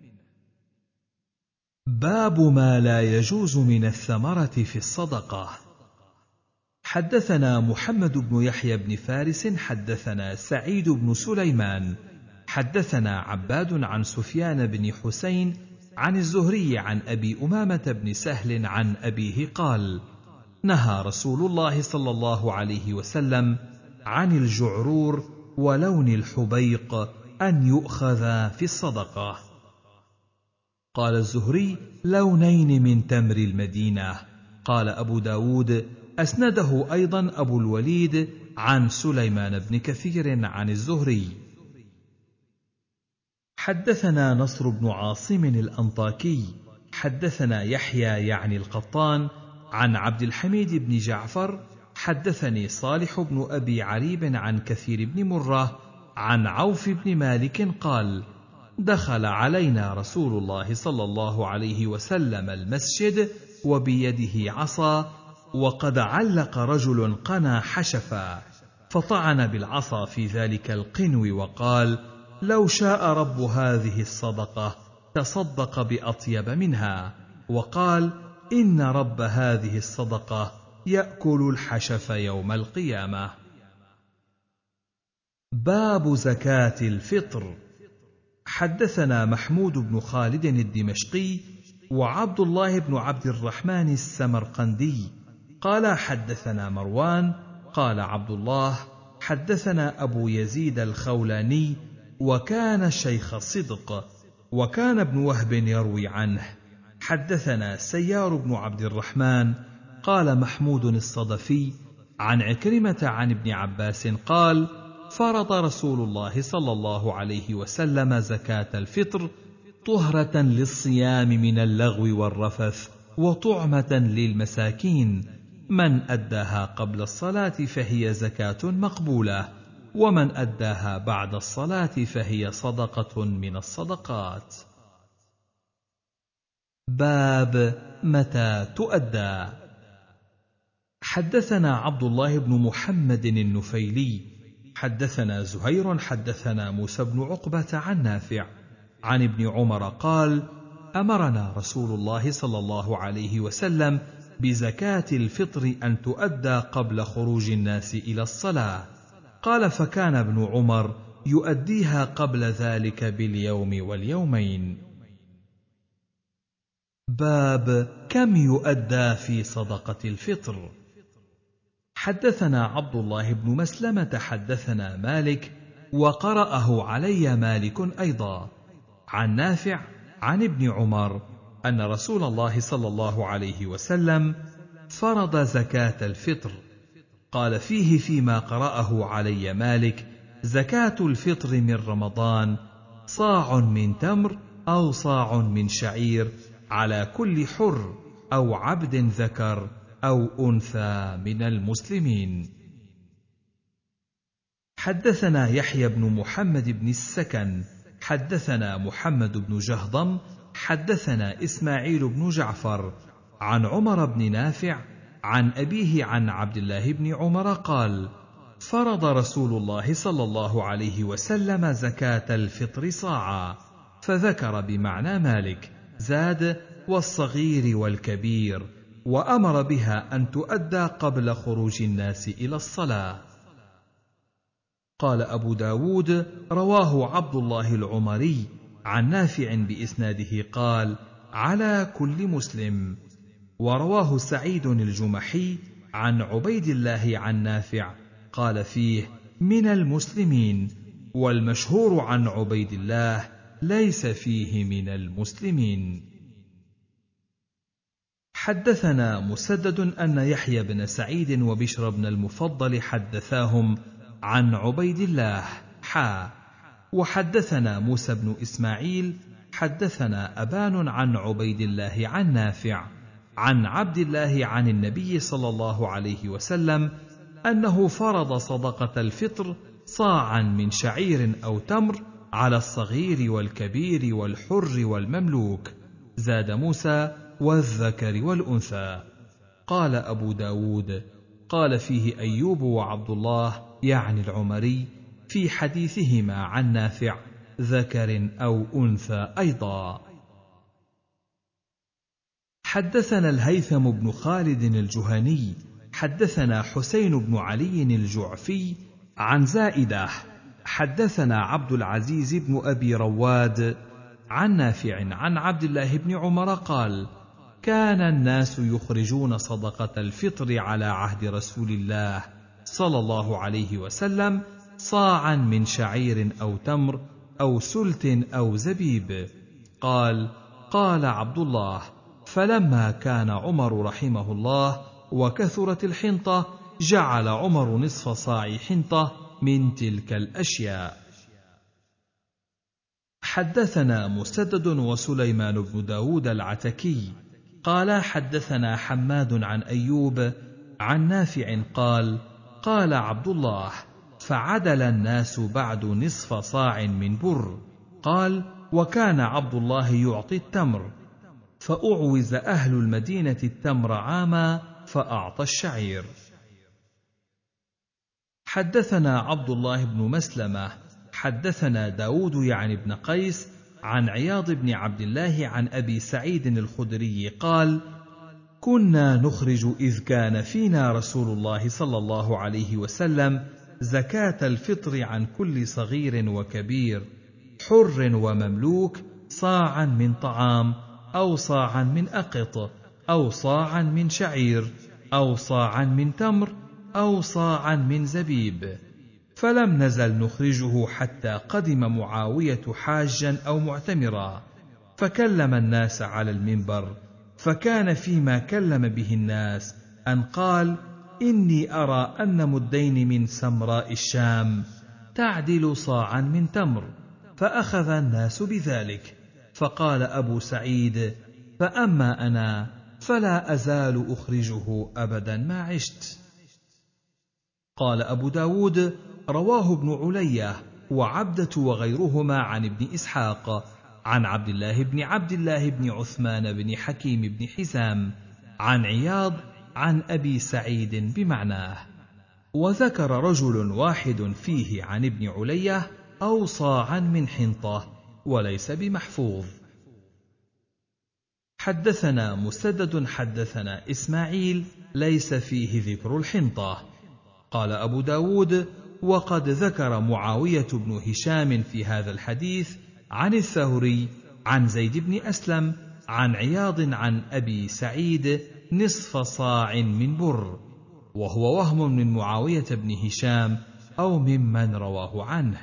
باب ما لا يجوز من الثمرة في الصدقة. حدثنا محمد بن يحيى بن فارس حدثنا سعيد بن سليمان حدثنا عباد عن سفيان بن حسين عن الزهري عن أبي أمامة بن سهل عن أبيه قال: نهى رسول الله صلى الله عليه وسلم عن الجعرور ولون الحبيق أن يؤخذ في الصدقة. قال الزهري: لونين من تمر المدينة. قال أبو داود: أسنده أيضا أبو الوليد عن سليمان بن كثير عن الزهري. حدثنا نصر بن عاصم الأنطاكي حدثنا يحيى يعني القطان عن عبد الحميد بن جعفر حدثني صالح بن أبي عريب عن كثير بن مرة عن عوف بن مالك قال: دخل علينا رسول الله صلى الله عليه وسلم المسجد وبيده عصا، وقد علق رجل قنا حشفا، فطعن بالعصا في ذلك القنو وقال: لو شاء رب هذه الصدقة تصدق بأطيب منها. وقال: إن رب هذه الصدقة يأكل الحشف يوم القيامة. باب زكاة الفطر. حدثنا محمود بن خالد الدمشقي وعبد الله بن عبد الرحمن السمرقندي قال: حدثنا مروان قال عبد الله: حدثنا أبو يزيد الخولاني وكان شيخ صدق، وكان ابن وهب يروي عنه. حدثنا سيار بن عبد الرحمن قال محمود الصدفي عن عكرمة عن ابن عباس قال: فرض رسول الله صلى الله عليه وسلم زكاة الفطر طهرة للصيام من اللغو والرفث وطعمة للمساكين، من أداها قبل الصلاة فهي زكاة مقبولة، ومن أداها بعد الصلاة فهي صدقة من الصدقات. باب متى تؤدى. حدثنا عبد الله بن محمد النفيلي حدثنا زهير حدثنا موسى بن عقبة عن نافع عن ابن عمر قال: أمرنا رسول الله صلى الله عليه وسلم بزكاة الفطر أن تؤدى قبل خروج الناس إلى الصلاة. قال: فكان ابن عمر يؤديها قبل ذلك باليوم واليومين. باب كم يؤدى في صدقة الفطر. حدثنا عبد الله بن مسلمة حدثنا مالك وقرأه علي مالك أيضا عن نافع عن ابن عمر أن رسول الله صلى الله عليه وسلم فرض زكاة الفطر. قال فيه فيما قرأه علي مالك: زكاة الفطر من رمضان صاع من تمر أو صاع من شعير على كل حر أو عبد ذكر أو أنثى من المسلمين. حدثنا يحيى بن محمد بن السكن حدثنا محمد بن جهضم حدثنا إسماعيل بن جعفر عن عمر بن نافع عن أبيه عن عبد الله بن عمر قال: فرض رسول الله صلى الله عليه وسلم زكاة الفطر صاعا، فذكر بمعنى مالك، زاد: والصغير والكبير، وأمر بها أن تؤدى قبل خروج الناس إلى الصلاة. قال أبو داود: رواه عبد الله العمري عن نافع بإسناده قال: على كل مسلم. ورواه سعيد الجمحي عن عبيد الله عن نافع قال فيه: من المسلمين، والمشهور عن عبيد الله ليس فيه من المسلمين. حدثنا مسدد أن يحيى بن سعيد وبشر بن المفضل حدثاهم عن عبيد الله وحدثنا موسى بن إسماعيل حدثنا أبان عن عبيد الله عن نافع عن عبد الله عن النبي صلى الله عليه وسلم أنه فرض صدقة الفطر صاعا من شعير أو تمر على الصغير والكبير والحر والمملوك، زاد موسى: والذكر والأنثى. قال أبو داود: قال فيه أيوب وعبد الله يعني العمري في حديثهما عن نافع: ذكر أو أنثى أيضا. حدثنا الهيثم بن خالد الجهني حدثنا حسين بن علي الجعفي عن زائدة حدثنا عبد العزيز بن أبي رواد عن نافع عن عبد الله بن عمر قال: كان الناس يخرجون صدقة الفطر على عهد رسول الله صلى الله عليه وسلم صاعا من شعير أو تمر أو سلت أو زبيب. قال: قال عبد الله: فلما كان عمر رحمه الله وكثرت الحنطة جعل عمر نصف صاع حنطة من تلك الأشياء. حدثنا مسدد وسليمان بن داود العتكي قال حدثنا حماد عن أيوب عن نافع قال: قال عبد الله: فعدل الناس بعد نصف صاع من بر. قال: وكان عبد الله يعطي التمر، فأعوز أهل المدينة التمر عاما فأعطى الشعير. حدثنا عبد الله بن مسلمة حدثنا داود يعني بن قيس عن عياض بن عبد الله عن أبي سعيد الخدري قال: كنا نخرج إذ كان فينا رسول الله صلى الله عليه وسلم زكاة الفطر عن كل صغير وكبير، حر ومملوك، صاعا من طعام أو صاعا من أقط أو صاعا من شعير أو صاعا من تمر أو صاعا من زبيب. فلم نزل نخرجه حتى قدم معاوية حاجا أو معتمرا، فكلم الناس على المنبر، فكان فيما كلم به الناس أن قال: إني أرى أن مدين من سمراء الشام تعدل صاعا من تمر، فأخذ الناس بذلك. فقال أبو سعيد: فأما أنا فلا أزال أخرجه أبدا ما عشت. قال أبو داود: رواه ابن علية وعبدة وغيرهما عن ابن إسحاق عن عبد الله بن عثمان بن حكيم بن حزام عن عياض عن أبي سعيد بمعناه، وذكر رجل واحد فيه عن ابن علية أو صاعا من حنطة، وليس بمحفوظ. حدثنا مسدد حدثنا إسماعيل ليس فيه ذكر الحنطة. قال أبو داود: وقد ذكر معاوية بن هشام في هذا الحديث عن الثوري عن زيد بن أسلم عن عياض عن أبي سعيد نصف صاع من بر، وهو وهم من معاوية بن هشام أو ممن رواه عنه.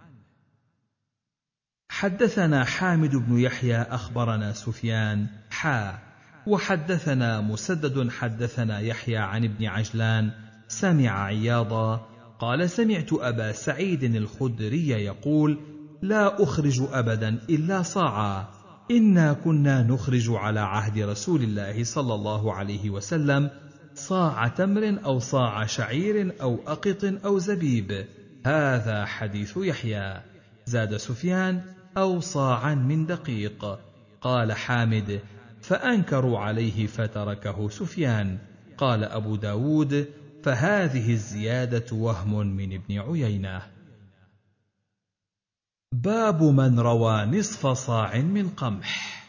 حدثنا حامد بن يحيى أخبرنا سفيان وحدثنا مسدد حدثنا يحيى عن ابن عجلان سمع عياضا قال: سمعت أبا سعيد الخدري يقول: لا أخرج أبدا إلا صاعا، إنا كنا نخرج على عهد رسول الله صلى الله عليه وسلم صاع تمر أو صاع شعير أو أقط أو زبيب. هذا حديث يحيى. زاد سفيان: أو صاعا من دقيق. قال حامد: فأنكروا عليه فتركه سفيان. قال أبو داود: فهذه الزيادة وهم من ابن عيينة. باب من روى نصف صاع من قمح.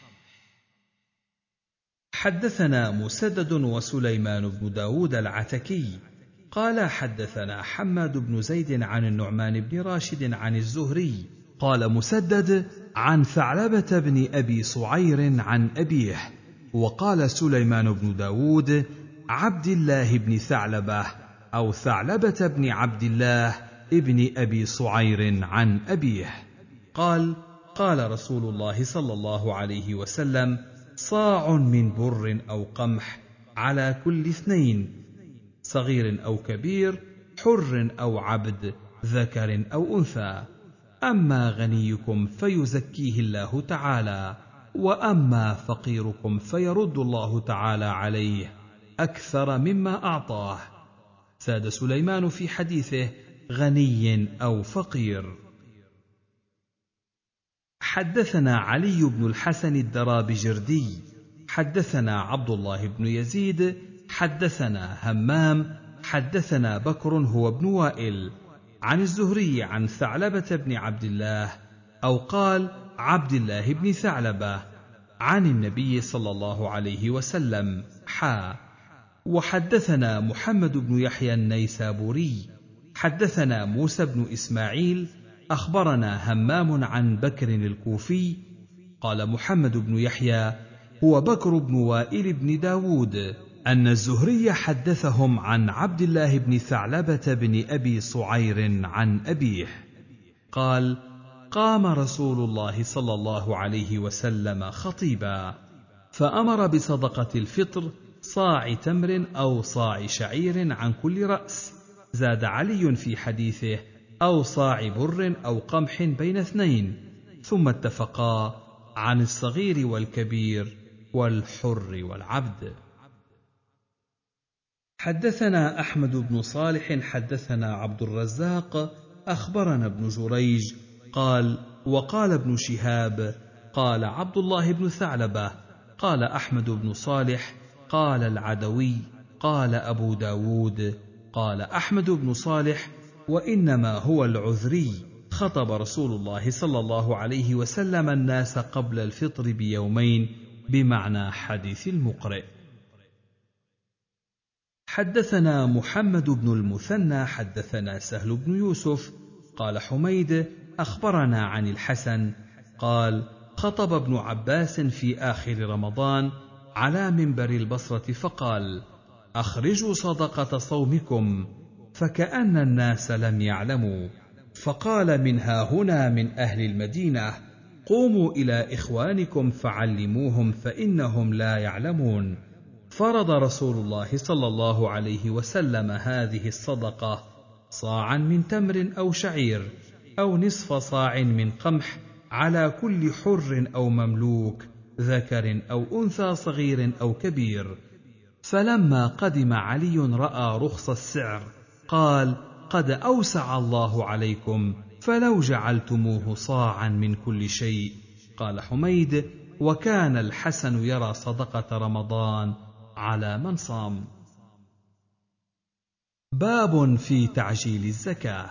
حدثنا مسدد وسليمان بن داود العتكي قال حدثنا حماد بن زيد عن النعمان بن راشد عن الزهري قال مسدد عن ثعلبة بن أبي صعير عن أبيه، وقال سليمان بن داود عبد الله بن ثعلبة أو ثعلبة بن عبد الله ابن أبي صعير عن أبيه قال: قال رسول الله صلى الله عليه وسلم: صاع من بر أو قمح على كل 2، صغير أو كبير، حر أو عبد، ذكر أو أنثى. أما غنيكم فيزكيه الله تعالى، وأما فقيركم فيرد الله تعالى عليه أكثر مما أعطاه. زاد سليمان في حديثه: غني أو فقير. حدثنا علي بن الحسن الدرابجردي حدثنا عبد الله بن يزيد حدثنا همام حدثنا بكر هو ابن وائل عن الزهري عن ثعلبة بن عبد الله أو قال عبد الله بن ثعلبة عن النبي صلى الله عليه وسلم وحدثنا محمد بن يحيى النيسابوري حدثنا موسى بن إسماعيل أخبرنا همام عن بكر الكوفي قال محمد بن يحيى هو بكر بن وائل بن داود أن الزهري حدثهم عن عبد الله بن ثعلبة بن أبي صعير عن أبيه قال: قام رسول الله صلى الله عليه وسلم خطيبا، فأمر بصدقة الفطر صاع تمر أو صاع شعير عن كل رأس، زاد علي في حديثه: أو صاع بر أو قمح بين اثنين، ثم اتفقا عن الصغير والكبير والحر والعبد. حدثنا أحمد بن صالح حدثنا عبد الرزاق أخبرنا ابن جريج قال: وقال ابن شهاب قال عبد الله بن ثعلبة قال أحمد بن صالح قال العدوي قال أبو داود قال أحمد بن صالح: وإنما هو العذري، خطب رسول الله صلى الله عليه وسلم الناس قبل الفطر بيومين، بمعنى حديث المقرئ. حدثنا محمد بن المثنى حدثنا سهل بن يوسف قال حميد أخبرنا عن الحسن قال: خطب ابن عباس في آخر رمضان على منبر البصرة فقال: أخرجوا صدقة صومكم، فكأن الناس لم يعلموا، فقال: منها هنا من أهل المدينة: قوموا إلى إخوانكم فعلموهم فإنهم لا يعلمون. فرض رسول الله صلى الله عليه وسلم هذه الصدقة: صاعا من تمر أو شعير، أو نصف صاع من قمح، على كل حر أو مملوك، ذكر أو أنثى، صغير أو كبير. فلما قدم علي رأى رخص السعر قال: قد أوسع الله عليكم، فلو جعلتموه صاعا من كل شيء. قال حميد: وكان الحسن يرى صدقة رمضان على من صام. باب في تعجيل الزكاة.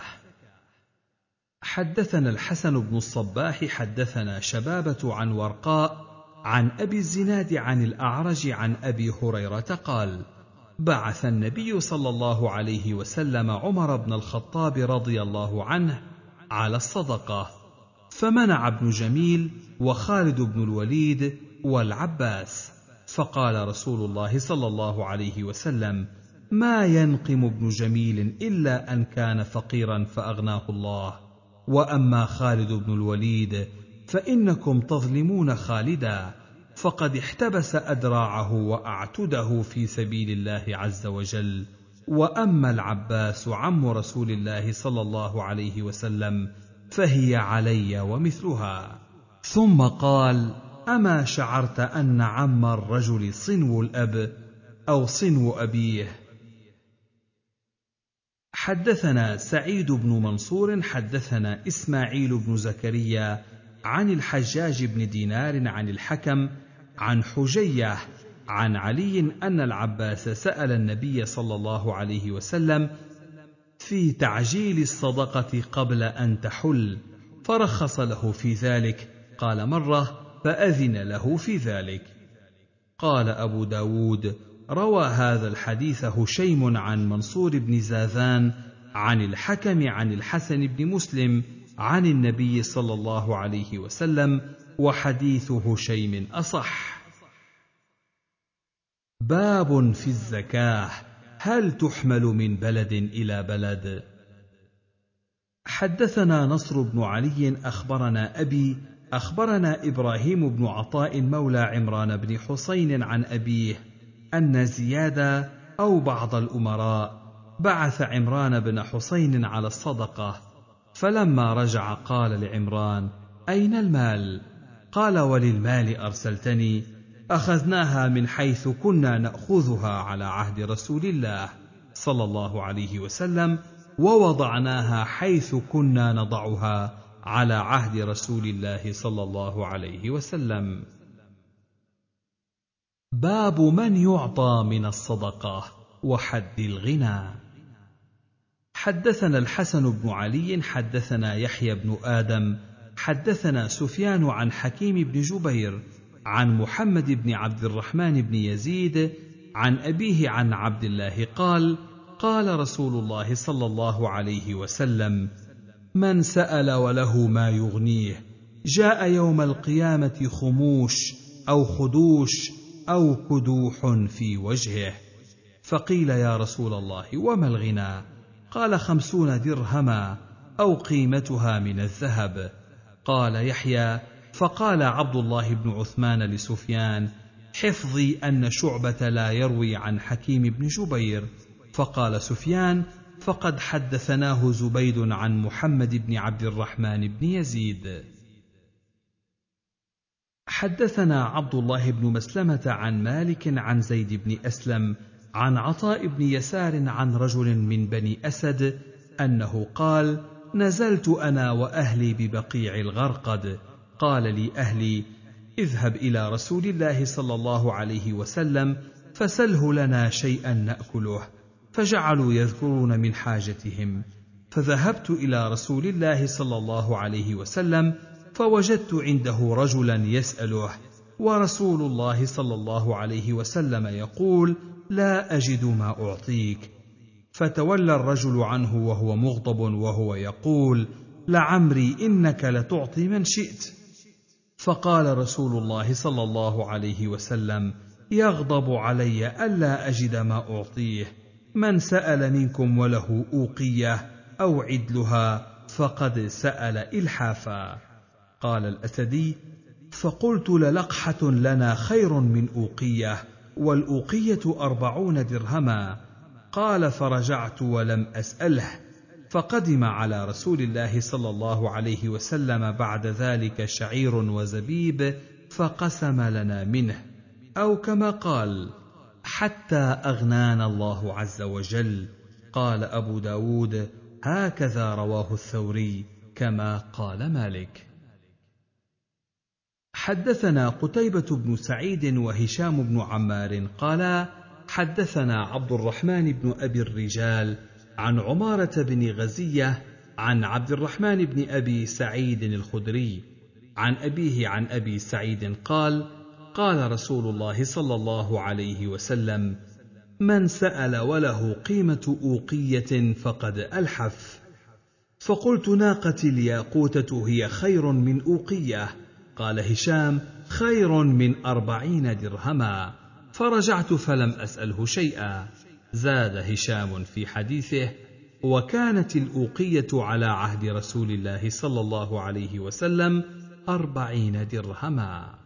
حدثنا الحسن بن الصباح حدثنا شبابة عن ورقاء عن أبي الزناد عن الأعرج عن أبي هريرة قال: بعث النبي صلى الله عليه وسلم عمر بن الخطاب رضي الله عنه على الصدقة، فمنع ابن جميل وخالد بن الوليد والعباس، فقال رسول الله صلى الله عليه وسلم: ما ينقم ابن جميل إلا أن كان فقيرا فأغناه الله، وأما خالد بن الوليد فإنكم تظلمون خالدا، فقد احتبس أدراعه وأعتده في سبيل الله عز وجل، وأما العباس عم رسول الله صلى الله عليه وسلم فهي علي ومثلها. ثم قال: أما شعرت أن عم الرجل صنو الأب أو صنو أبيه؟ حدثنا سعيد بن منصور حدثنا إسماعيل بن زكريا عن الحجاج بن دينار عن الحكم عن حجية عن علي أن العباس سأل النبي صلى الله عليه وسلم في تعجيل الصدقة قبل أن تحل، فرخص له في ذلك، قال مرة فأذن له في ذلك. قال أبو داود: روى هذا الحديث هشيم عن منصور بن زاذان عن الحكم عن الحسن بن مسلم عن النبي صلى الله عليه وسلم، وحديث هشيم أصح. باب في الزكاة: هل تحمل من بلد إلى بلد؟ حدثنا نصر بن علي أخبرنا أبي أخبرنا إبراهيم بن عطاء مولى عمران بن حسين عن أبيه أن زياد أو بعض الأمراء بعث عمران بن حسين على الصدقة، فلما رجع قال لعمران: أين المال؟ قال: وللمال أرسلتني؟ أخذناها من حيث كنا نأخذها على عهد رسول الله صلى الله عليه وسلم، ووضعناها حيث كنا نضعها على عهد رسول الله صلى الله عليه وسلم. باب من يعطى من الصدقة وحد الغنى. حدثنا الحسن بن علي حدثنا يحيى بن آدم حدثنا سفيان عن حكيم بن جبير عن محمد بن عبد الرحمن بن يزيد عن أبيه عن عبد الله قال: قال رسول الله صلى الله عليه وسلم: من سأل وله ما يغنيه جاء يوم القيامة خموش أو خدوش أو كدوح في وجهه، فقيل يا رسول الله وما الغنى؟ قال 50 درهما أو قيمتها من الذهب. قال يحيى: فقال عبد الله بن عثمان لسفيان: حفظي أن شعبة لا يروي عن حكيم بن جبير. فقال سفيان: فقد حدثناه زبيد عن محمد بن عبد الرحمن بن يزيد. حدثنا عبد الله بن مسلمة عن مالك عن زيد بن أسلم عن عطاء بن يسار عن رجل من بني أسد أنه قال: نزلت أنا وأهلي ببقيع الغرقد، قال لي أهلي: اذهب إلى رسول الله صلى الله عليه وسلم فسله لنا شيئا نأكله. فجعلوا يذكرون من حاجتهم، فذهبت إلى رسول الله صلى الله عليه وسلم فوجدت عنده رجلا يسأله، ورسول الله صلى الله عليه وسلم يقول: لا أجد ما أعطيك. فتولى الرجل عنه وهو مغضب وهو يقول: لعمري إنك لتعطي من شئت. فقال رسول الله صلى الله عليه وسلم: يغضب علي ألا أجد ما أعطيه، من سأل منكم وله أوقية أو عدلها فقد سأل إلحافا. قال الأسدي: فقلت: للقحة لنا خير من أوقية، والأوقية 40 درهما. قال: فرجعت ولم أسأله، فقدم على رسول الله صلى الله عليه وسلم بعد ذلك شعير وزبيب فقسم لنا منه، أو كما قال: حتى أغنانا الله عز وجل. قال أبو داود: هكذا رواه الثوري كما قال مالك. حدثنا قتيبة بن سعيد وهشام بن عمار قالا: حدثنا عبد الرحمن بن أبي الرجال عن عمارة بن غزية عن عبد الرحمن بن أبي سعيد الخدري عن أبيه عن أبي سعيد قال: قال رسول الله صلى الله عليه وسلم: من سأل وله قيمة أوقية فقد ألحف. فقلت: ناقتي الياقوتة هي خير من أوقية. قال هشام: خير من 40 درهما. فرجعت فلم أسأله شيئا. زاد هشام في حديثه: وكانت الأوقية على عهد رسول الله صلى الله عليه وسلم 40 درهما.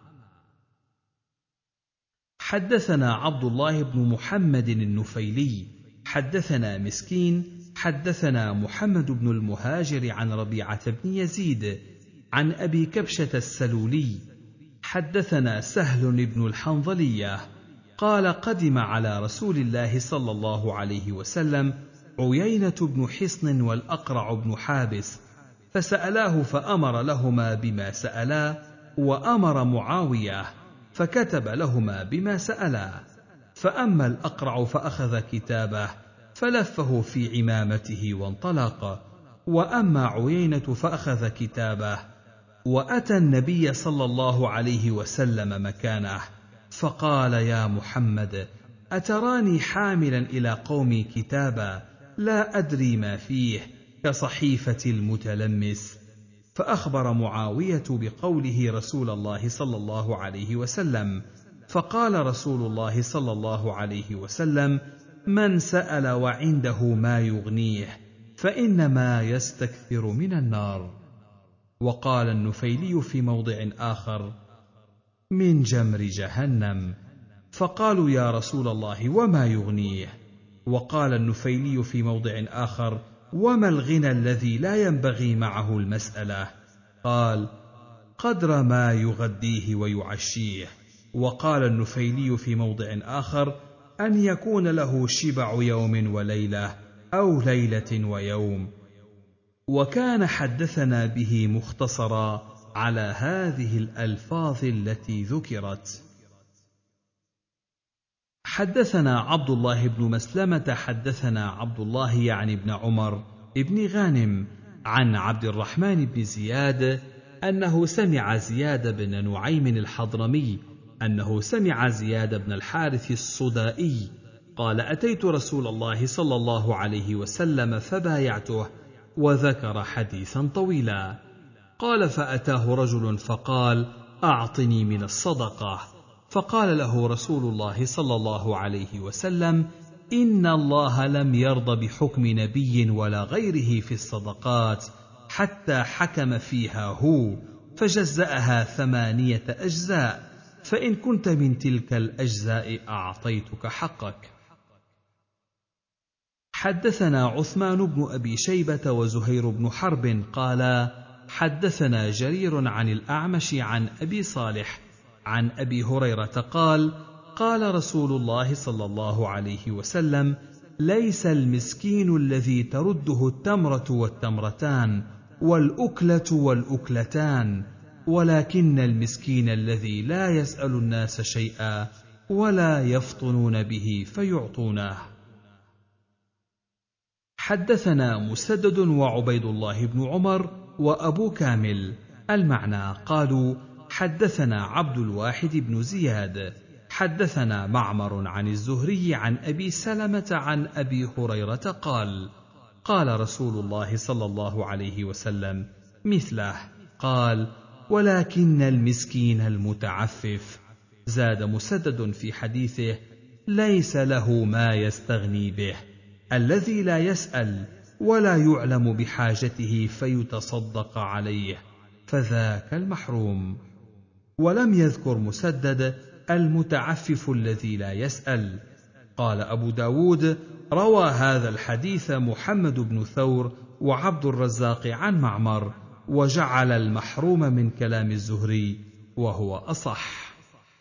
حدثنا عبد الله بن محمد النفيلي حدثنا مسكين حدثنا محمد بن المهاجر عن ربيعة بن يزيد عن أبي كبشة السلولي حدثنا سهل بن الحنظلية قال: قدم على رسول الله صلى الله عليه وسلم عيينة بن حصن والأقرع بن حابس، فسألاه فأمر لهما بما سألا، وأمر معاوية فكتب لهما بما سألا. فأما الأقرع فأخذ كتابه فلفه في عمامته وانطلق، وأما عيينة فأخذ كتابه وأتى النبي صلى الله عليه وسلم مكانه، فقال: يا محمد، أتراني حاملا إلى قومي كتابا لا أدري ما فيه كصحيفة المتلمس؟ فأخبر معاوية بقوله رسول الله صلى الله عليه وسلم، فقال رسول الله صلى الله عليه وسلم: من سأل وعنده ما يغنيه فإنما يستكثر من النار. وقال النفيلي في موضع آخر: من جمر جهنم. فقالوا: يا رسول الله وما يغنيه؟ وقال النفيلي في موضع آخر: وما الغنى الذي لا ينبغي معه المسألة؟ قال: قدر ما يغديه ويعشيه. وقال النفيلي في موضع آخر: أن يكون له شبع يوم وليلة أو ليلة ويوم. وكان حدثنا به مختصرا على هذه الألفاظ التي ذكرت. حدثنا عبد الله بن مسلمة حدثنا عبد الله يعني بن عمر ابن غانم عن عبد الرحمن بن زياد أنه سمع زياد بن نعيم الحضرمي أنه سمع زياد بن الحارث الصدائي قال: أتيت رسول الله صلى الله عليه وسلم فبايعته، وذكر حديثا طويلا. قال: فأتاه رجل فقال: أعطني من الصدقة. فقال له رسول الله صلى الله عليه وسلم: إن الله لم يرض بحكم نبي ولا غيره في الصدقات حتى حكم فيها هو فجزأها 8 أجزاء، فإن كنت من تلك الأجزاء أعطيتك حقك. حدثنا عثمان بن أبي شيبة وزهير بن حرب قالا حدثنا جرير عن الأعمش عن أبي صالح عن أبي هريرة قال قال رسول الله صلى الله عليه وسلم: ليس المسكين الذي ترده التمرة والتمرتان والأكلة والأكلتان، ولكن المسكين الذي لا يسأل الناس شيئا ولا يفطنون به فيعطونه. حدثنا مسدد وعبيد الله بن عمر وأبو كامل المعنى قالوا حدثنا عبد الواحد بن زياد حدثنا معمر عن الزهري عن أبي سلمة عن أبي هريرة قال قال رسول الله صلى الله عليه وسلم مثله، قال: ولكن المسكين المتعفف. زاد مسدد في حديثه: ليس له ما يستغني به، الذي لا يسأل ولا يعلم بحاجته فيتصدق عليه، فذاك المحروم. ولم يذكر مسدد المتعفف الذي لا يسأل. قال أبو داود: روى هذا الحديث محمد بن ثور وعبد الرزاق عن معمر، وجعل المحروم من كلام الزهري وهو أصح.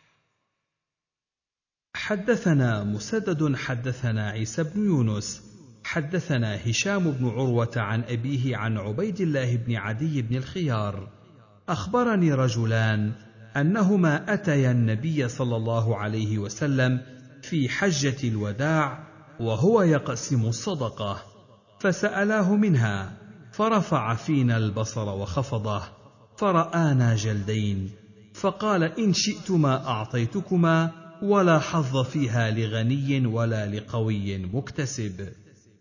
حدثنا مسدد حدثنا عيسى بن يونس حدثنا هشام بن عروة عن أبيه عن عبيد الله بن عدي بن الخيار أخبرني رجلان أنهما أتيا النبي صلى الله عليه وسلم في حجة الوداع وهو يقسم الصدقة، فسألاه منها، فرفع فينا البصر وخفضه، فرآنا جلدين، فقال: إن شئتما أعطيتكما، ولا حظ فيها لغني ولا لقوي مكتسب.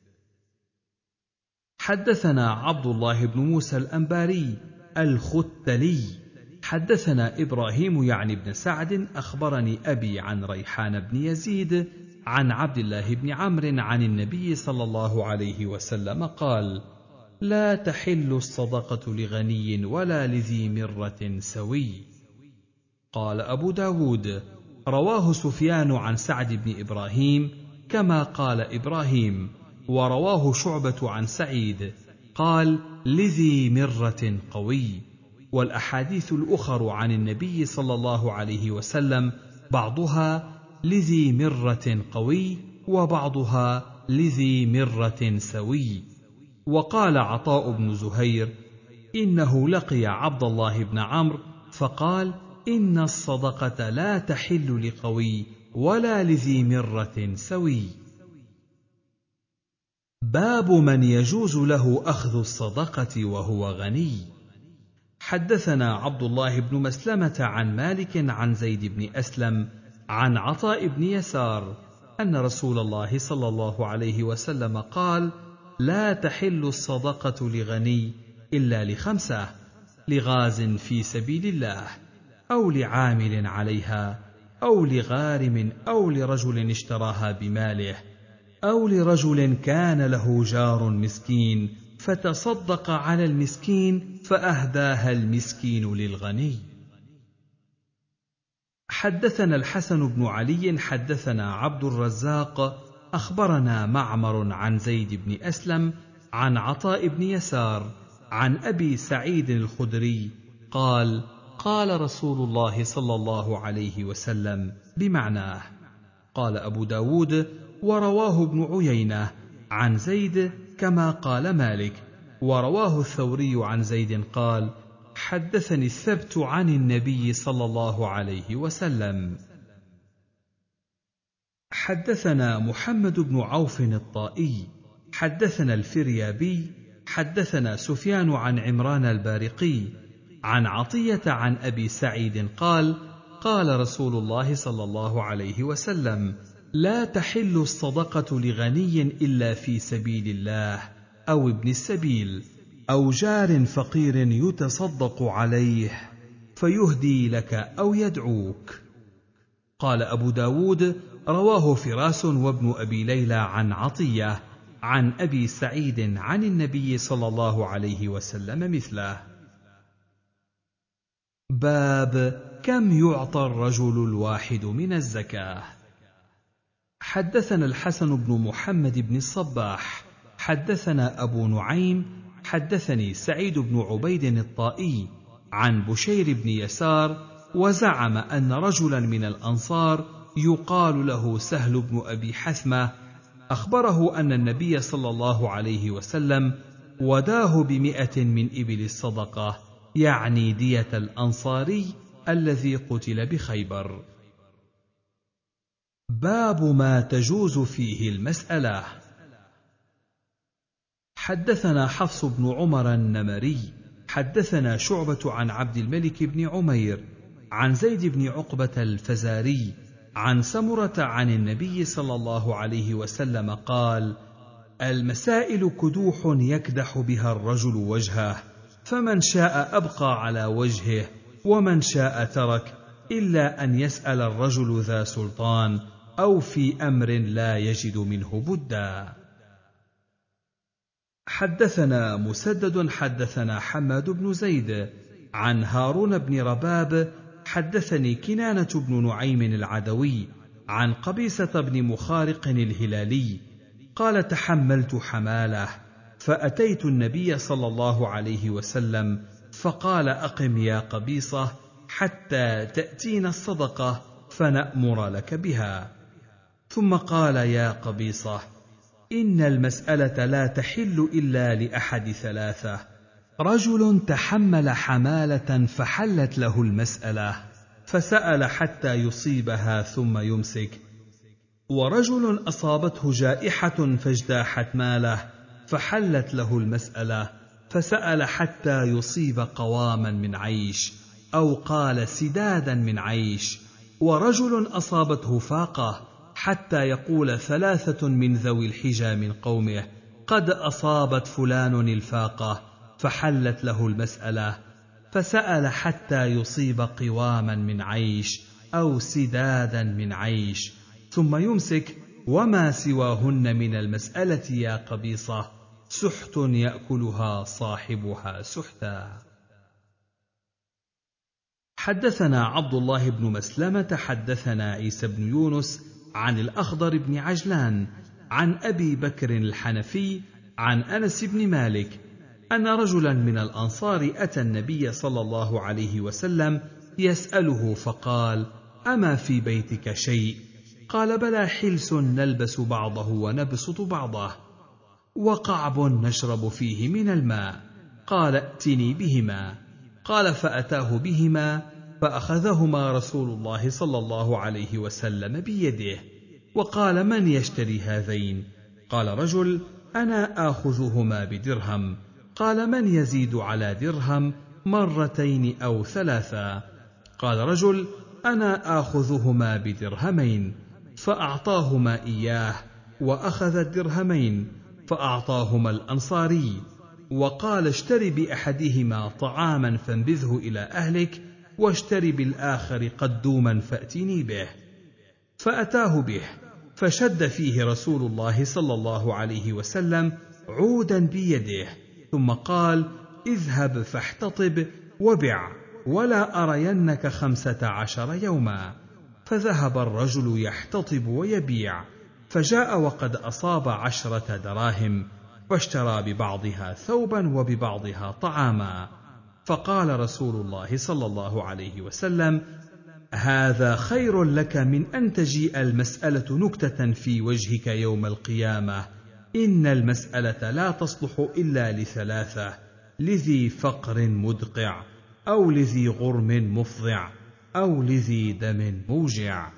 حدثنا عبد الله بن موسى الأنباري الختلي حدثنا إبراهيم يعني بن سعد أخبرني أبي عن ريحان بن يزيد عن عبد الله بن عمرو عن النبي صلى الله عليه وسلم قال: لا تحل الصدقة لغني ولا لذي مرة سوي. قال أبو داود: رواه سفيان عن سعد بن إبراهيم كما قال إبراهيم، ورواه شعبة عن سعيد قال: لذي مرة قوي. والأحاديث الأخر عن النبي صلى الله عليه وسلم بعضها لذي مرة قوي وبعضها لذي مرة سوي. وقال عطاء بن زهير: إنه لقي عبد الله بن عمرو فقال: إن الصدقة لا تحل لقوي ولا لذي مرة سوي. باب من يجوز له أخذ الصدقة وهو غني. حدثنا عبد الله بن مسلمة عن مالك عن زيد بن أسلم عن عطاء بن يسار أن رسول الله صلى الله عليه وسلم قال: لا تحل الصدقة لغني إلا ل5: لغاز في سبيل الله، أو لعامل عليها، أو لغارم، أو لرجل اشتراها بماله، أو لرجل كان له جار مسكين فتصدق على المسكين فأهداها المسكين للغني. حدثنا الحسن بن علي حدثنا عبد الرزاق أخبرنا معمر عن زيد بن أسلم عن عطاء بن يسار عن أبي سعيد الخدري قال: قال رسول الله صلى الله عليه وسلم بمعناه. قال أبو داود: ورواه ابن عيينة عن زيد كما قال مالك، ورواه الثوري عن زيد قال: حدثني الثبت عن النبي صلى الله عليه وسلم. حدثنا محمد بن عوف الطائي حدثنا الفريابي حدثنا سفيان عن عمران البارقي عن عطية عن أبي سعيد قال: قال رسول الله صلى الله عليه وسلم: لا تحل الصدقة لغني إلا في سبيل الله، أو ابن السبيل، أو جار فقير يتصدق عليه فيهدي لك أو يدعوك. قال أبو داود: رواه فراس وابن أبي ليلى عن عطية عن أبي سعيد عن النبي صلى الله عليه وسلم مثله. باب كم يعطى الرجل الواحد من الزكاة. حدثنا الحسن بن محمد بن الصباح حدثنا أبو نعيم حدثني سعيد بن عبيد الطائي عن بشير بن يسار، وزعم أن رجلا من الأنصار يقال له سهل بن أبي حثمة أخبره أن النبي صلى الله عليه وسلم وداه ب100 من إبل الصدقة، يعني دية الأنصاري الذي قتل بخيبر. باب ما تجوز فيه المسألة. حدثنا حفص بن عمر النمري حدثنا شعبة عن عبد الملك بن عمير عن زيد بن عقبة الفزاري عن سمرة عن النبي صلى الله عليه وسلم قال: المسائل كدوح يكدح بها الرجل وجهه، فمن شاء أبقى على وجهه ومن شاء ترك، إلا أن يسأل الرجل ذا سلطان أو في أمر لا يجد منه بدا. حدثنا مسدد حدثنا حماد بن زيد عن هارون بن رباب حدثني كنانة بن نعيم العدوي عن قبيصة بن مخارق الهلالي قال: تحملت حماله فأتيت النبي صلى الله عليه وسلم فقال: أقم يا قبيصة حتى تأتينا الصدقة فنأمر لك بها. ثم قال: يا قبيصة، إن المسألة لا تحل إلا لأحد ثلاثة: رجل تحمل حمالة فحلت له المسألة فسأل حتى يصيبها ثم يمسك، ورجل أصابته جائحة فاجتاحت ماله فحلت له المسألة فسأل حتى يصيب قواما من عيش، أو قال سدادا من عيش، ورجل أصابته فاقة حتى يقول 3 من ذوي الحجى من قومه: قد أصابت فلان الفاقة، فحلت له المسألة فسأل حتى يصيب قواما من عيش أو سدادا من عيش ثم يمسك، وما سواهن من المسألة يا قبيصة سحت يأكلها صاحبها سحتا. حدثنا عبد الله بن مسلمة حدثنا عيسى بن يونس عن الأخضر بن عجلان عن أبي بكر الحنفي عن أنس بن مالك أن رجلا من الأنصار أتى النبي صلى الله عليه وسلم يسأله فقال: أما في بيتك شيء؟ قال: بلى حلس نلبس بعضه ونبسط بعضه، وقعب نشرب فيه من الماء. قال: ائتني بهما. قال: فأتاه بهما فأخذهما رسول الله صلى الله عليه وسلم بيده وقال: من يشتري هذين؟ قال رجل: أنا آخذهما بدرهم. قال: من يزيد على درهم 2 أو 3؟ قال رجل: أنا آخذهما بدرهمين. فأعطاهما إياه وأخذ الدرهمين فأعطاهما الأنصاري وقال: اشتر بأحدهما طعاما فانبذه إلى أهلك، واشتر بالآخر قدوما فأتني به. فأتاه به فشد فيه رسول الله صلى الله عليه وسلم عودا بيده ثم قال: اذهب فاحتطب وبع ولا أرينك 15 يوما. فذهب الرجل يحتطب ويبيع، فجاء وقد أصاب 10 دراهم، واشترى ببعضها ثوبا وببعضها طعاما. فقال رسول الله صلى الله عليه وسلم: هذا خير لك من أن تجيء المسألة نكتة في وجهك يوم القيامة. إن المسألة لا تصلح إلا ل3: لذي فقر مدقع، أو لذي غرم مفضع، أو لذي دم موجع.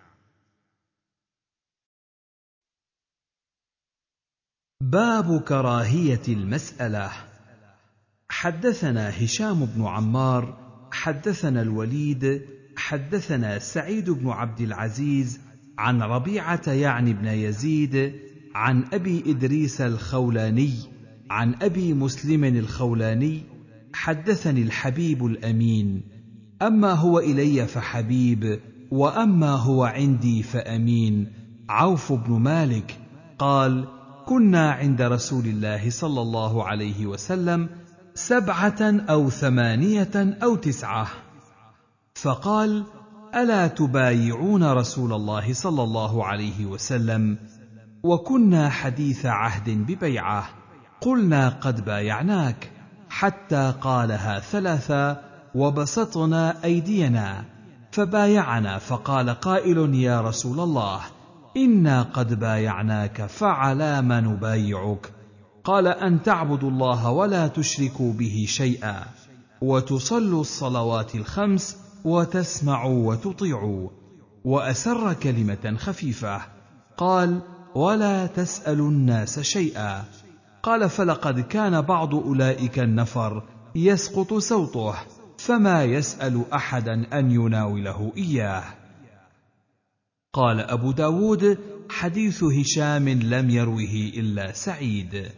باب كراهية المسألة. حدثنا هشام بن عمار حدثنا الوليد حدثنا سعيد بن عبد العزيز عن ربيعة يعني بن يزيد عن أبي إدريس الخولاني عن أبي مسلم الخولاني حدثني الحبيب الأمين: أما هو إلي فحبيب وأما هو عندي فأمين عوف بن مالك قال: كنا عند رسول الله صلى الله عليه وسلم 7 أو 8 أو 9، فقال: ألا تبايعون رسول الله صلى الله عليه وسلم؟ وكنا حديث عهد ببيعة. قلنا: قد بايعناك، حتى قالها 3 وبسطنا أيدينا، فبايعنا. فقال قائل: يا رسول الله، إنا قد بايعناك، فعلى ما نبايعك؟ قال: أن تعبدوا الله ولا تشركوا به شيئا، وتصلوا الصلوات ال5، وتسمعوا وتطيعوا. وأسر كلمة خفيفة قال: ولا تسألوا الناس شيئا. قال: فلقد كان بعض أولئك النفر يسقط صوته، فما يسأل أحدا أن يناوله إياه. قال أبو داود: حديث هشام لم يروه إلا سعيد.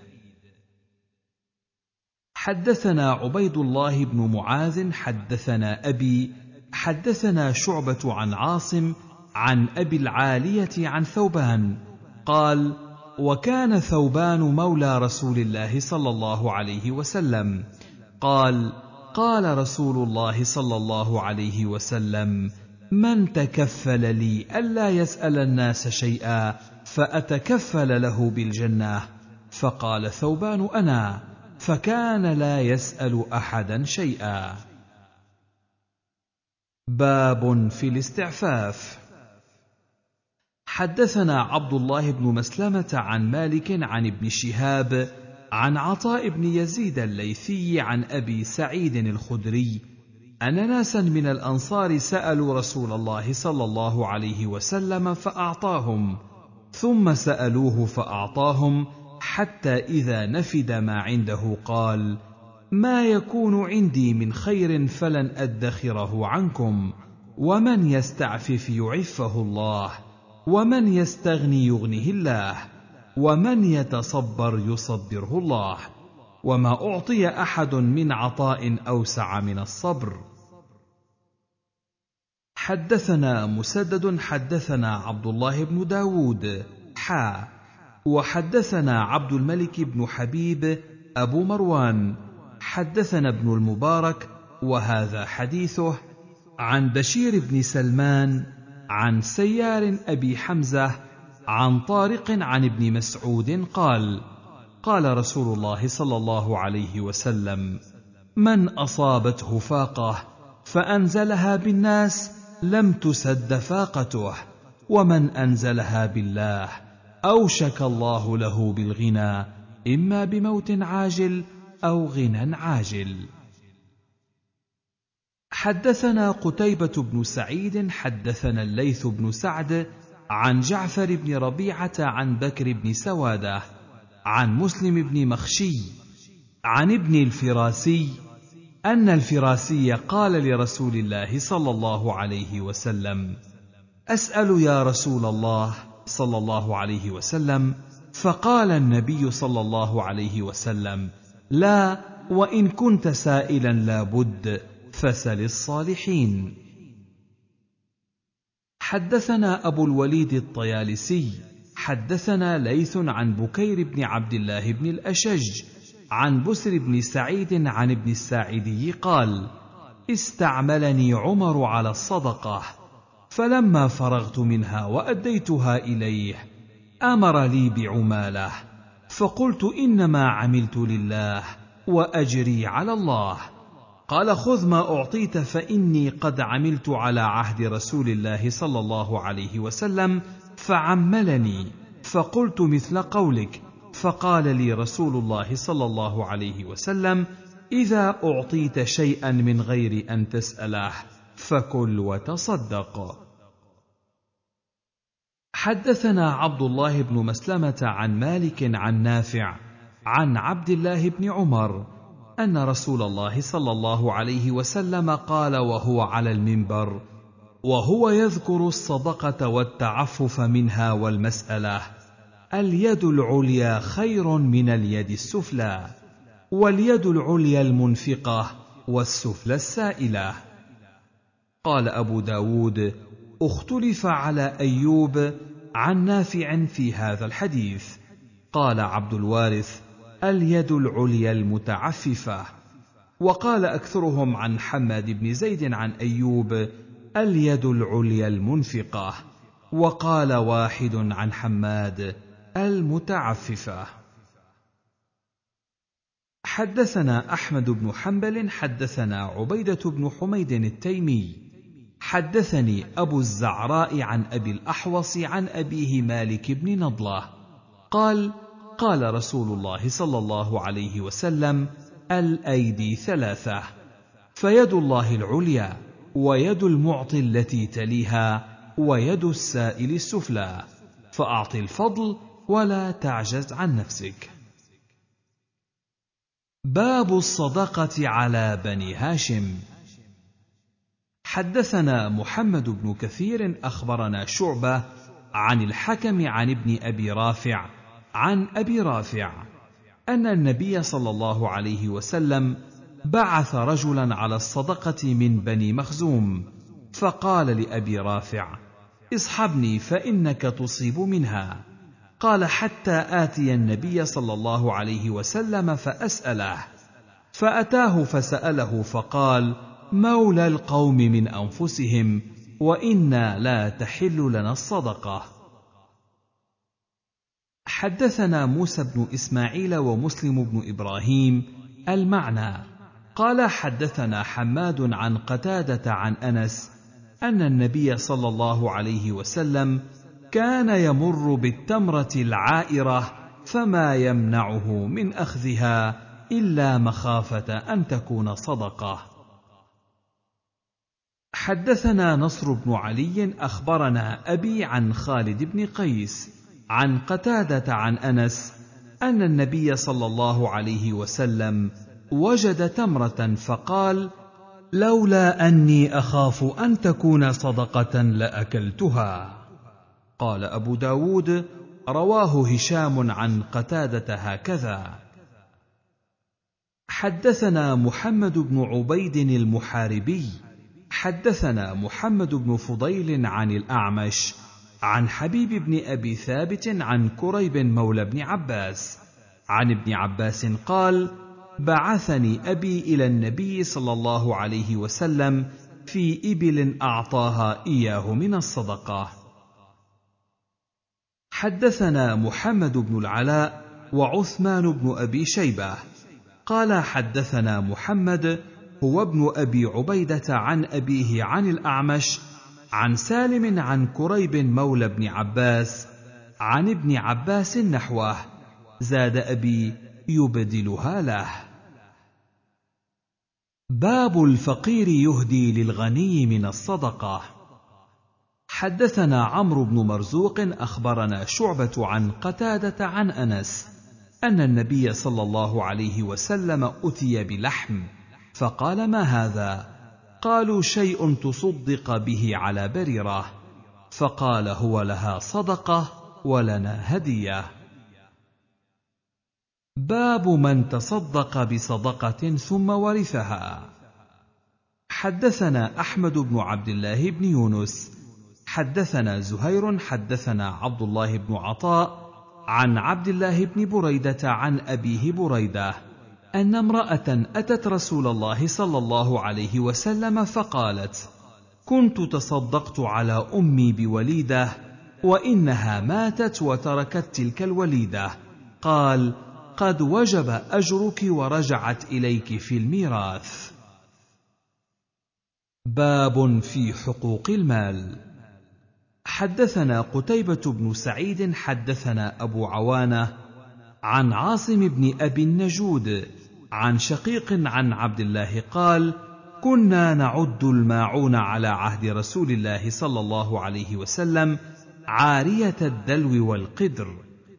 حدثنا عبيد الله بن معاذ حدثنا أبي حدثنا شعبة عن عاصم عن أبي العالية عن ثوبان قال: وكان ثوبان مولى رسول الله صلى الله عليه وسلم قال: قال رسول الله صلى الله عليه وسلم: من تكفل لي ألا يسأل الناس شيئا فأتكفل له بالجنة؟ فقال ثوبان: أنا. فكان لا يسأل أحدا شيئا. باب في الاستعفاف. حدثنا عبد الله بن مسلمة عن مالك عن ابن شهاب عن عطاء بن يزيد الليثي عن أبي سعيد الخدري أن ناسا من الأنصار سألوا رسول الله صلى الله عليه وسلم فأعطاهم، ثم سألوه فأعطاهم، حتى إذا نفد ما عنده قال: ما يكون عندي من خير فلن أدخره عنكم، ومن يستعفف يعفه الله، ومن يستغني يغنه الله، ومن يتصبر يصبره الله، وما أعطي أحد من عطاء أوسع من الصبر. حدثنا مسدد حدثنا عبد الله بن داود وحدثنا عبد الملك بن حبيب أبو مروان حدثنا ابن المبارك وهذا حديثه عن بشير بن سلمان عن سيار أبي حمزة عن طارق عن ابن مسعود قال: قال رسول الله صلى الله عليه وسلم: من أصابته فاقة فأنزلها بالناس لم تسد فاقته، ومن أنزلها بالله أوشك الله له بالغنى، إما بموت عاجل أو غنى عاجل. حدثنا قتيبة بن سعيد حدثنا الليث بن سعد عن جعفر بن ربيعة عن بكر بن سوادة عن مسلم بن مخشي عن ابن الفراسي أن الفراسي قال لرسول الله صلى الله عليه وسلم: أسأل يا رسول الله صلى الله عليه وسلم. فقال النبي صلى الله عليه وسلم: لا، وإن كنت سائلا لا بد، فسل الصالحين. حدثنا أبو الوليد الطيالسي حدثنا ليث عن بكير بن عبد الله بن الأشج عن بسر بن سعيد عن ابن الساعدي قال: استعملني عمر على الصدقة، فلما فرغت منها وأديتها إليه أمر لي بعماله، فقلت: إنما عملت لله وأجري على الله. قال: خذ ما أعطيت، فإني قد عملت على عهد رسول الله صلى الله عليه وسلم فعملني، فقلت مثل قولك. فقال لي رسول الله صلى الله عليه وسلم: إذا أعطيت شيئا من غير أن تسأله فكل وتصدق. حدثنا عبد الله بن مسلمة عن مالك عن نافع عن عبد الله بن عمر أن رسول الله صلى الله عليه وسلم قال وهو على المنبر وهو يذكر الصدقة والتعفف منها والمسألة: اليد العليا خير من اليد السفلى، واليد العليا المنفقة والسفلى السائلة. قال أبو داود: اختلف على أيوب عن نافع في هذا الحديث. قال عبد الوارث: اليد العليا المتعففة. وقال أكثرهم عن حماد بن زيد عن أيوب: اليد العليا المنفقة. وقال واحد عن حماد: المتعففة. حدثنا أحمد بن حنبل حدثنا عبيدة بن حميد التيمي حدثني أبو الزعراء عن أبي الأحوص عن أبيه مالك بن نضلة قال: قال رسول الله صلى الله عليه وسلم: الأيدي ثلاثة، فيد الله العليا، ويد المعطي التي تليها، ويد السائل السفلى، فأعط الفضل ولا تعجز عن نفسك. باب الصدقة على بني هاشم. حدثنا محمد بن كثير أخبرنا شعبة عن الحكم عن ابن أبي رافع عن أبي رافع أن النبي صلى الله عليه وسلم بعث رجلا على الصدقة من بني مخزوم، فقال لأبي رافع: اصحبني فإنك تصيب منها. قال: حتى آتي النبي صلى الله عليه وسلم فأسأله. فأتاه فسأله فقال: مولى القوم من أنفسهم، وإنا لا تحل لنا الصدقة. حدثنا موسى بن إسماعيل ومسلم بن إبراهيم المعنى. قال: حدثنا حماد عن قتادة عن أنس أن النبي صلى الله عليه وسلم كان يمر بالتمرة العائرة فما يمنعه من أخذها إلا مخافة أن تكون صدقة. حدثنا نصر بن علي أخبرنا أبي عن خالد بن قيس عن قتادة عن أنس أن النبي صلى الله عليه وسلم وجد تمرة فقال: لولا أني أخاف أن تكون صدقة لأكلتها. قال أبو داود: رواه هشام عن قتادة هكذا. حدثنا محمد بن عبيد المحاربي حدثنا محمد بن فضيل عن الأعمش عن حبيب بن أبي ثابت عن كريب مولى بن عباس عن ابن عباس قال: بعثني أبي إلى النبي صلى الله عليه وسلم في إبل أعطاها إياه من الصدقة. حدثنا محمد بن العلاء وعثمان بن أبي شيبة قال: حدثنا محمد هو ابن أبي عبيدة عن أبيه عن الأعمش عن سالم عن كريب مولى بن عباس عن ابن عباس نحوه، زاد أبي: يبدلها له. باب الفقير يهدي للغني من الصدقة. حدثنا عمرو بن مرزوق أخبرنا شعبة عن قتادة عن أنس أن النبي صلى الله عليه وسلم أتي بلحم فقال: ما هذا؟ قالوا: شيء تصدق به على بريرة. فقال: هو لها صدقة ولنا هدية. باب من تصدق بصدقة ثم ورثها. حدثنا أحمد بن عبد الله بن يونس حدثنا زهير حدثنا عبد الله بن عطاء عن عبد الله بن بريدة عن أبيه بريدة أن امرأة أتت رسول الله صلى الله عليه وسلم فقالت: كنت تصدقت على أمي بوليدة وإنها ماتت وتركت تلك الوليدة. قال: قد وجب أجرك ورجعت إليك في الميراث. باب في حقوق المال. حدثنا قتيبة بن سعيد حدثنا أبو عوانة عن عاصم بن أبي النجود عن شقيق عن عبد الله قال: كنا نعد الماعون على عهد رسول الله صلى الله عليه وسلم عارية الدلو والقدر.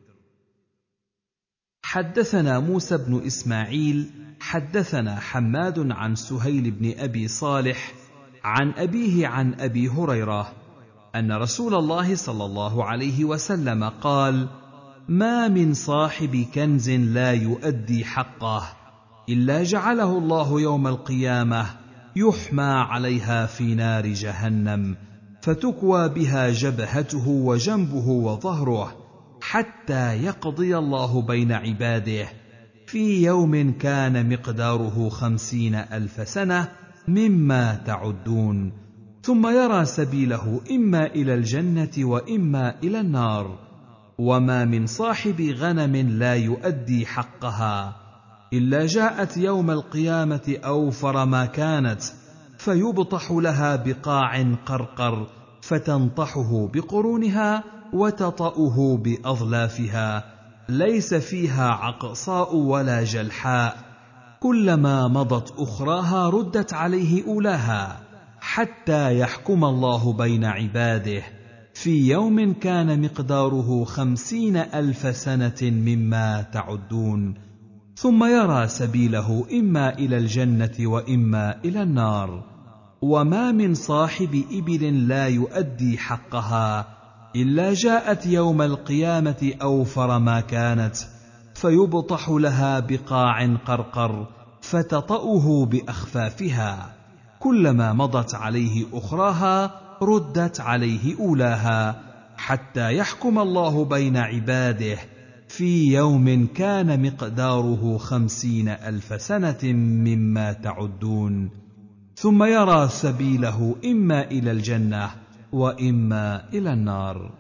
حدثنا موسى بن إسماعيل حدثنا حماد عن سهيل بن أبي صالح عن أبيه عن أبي هريرة أن رسول الله صلى الله عليه وسلم قال: ما من صاحب كنز لا يؤدي حقه إلا جعله الله يوم القيامة يحمى عليها في نار جهنم فتكوى بها جبهته وجنبه وظهره، حتى يقضي الله بين عباده، في يوم كان مقداره 50,000 سنة مما تعدون، ثم يرى سبيله إما إلى الجنة وإما إلى النار. وما من صاحب غنم لا يؤدي حقها إلا جاءت يوم القيامة أوفر ما كانت، فيبطح لها بقاع قرقر، فتنطحه بقرونها وتطأه بأظلافها، ليس فيها عقصاء ولا جلحاء، كلما مضت أخراها ردت عليه أولاها، حتى يحكم الله بين عباده، في يوم كان مقداره 50,000 سنة مما تعدون، ثم يرى سبيله إما إلى الجنة وإما إلى النار. وما من صاحب إبل لا يؤدي حقها إلا جاءت يوم القيامة أوفر ما كانت، فيبطح لها بقاع قرقر، فتطأه بأخفافها، كلما مضت عليه أخراها ردت عليه أولاها، حتى يحكم الله بين عباده، في يوم كان مقداره 50,000 سنة مما تعدون، ثم يرى سبيله إما إلى الجنة وإما إلى النار.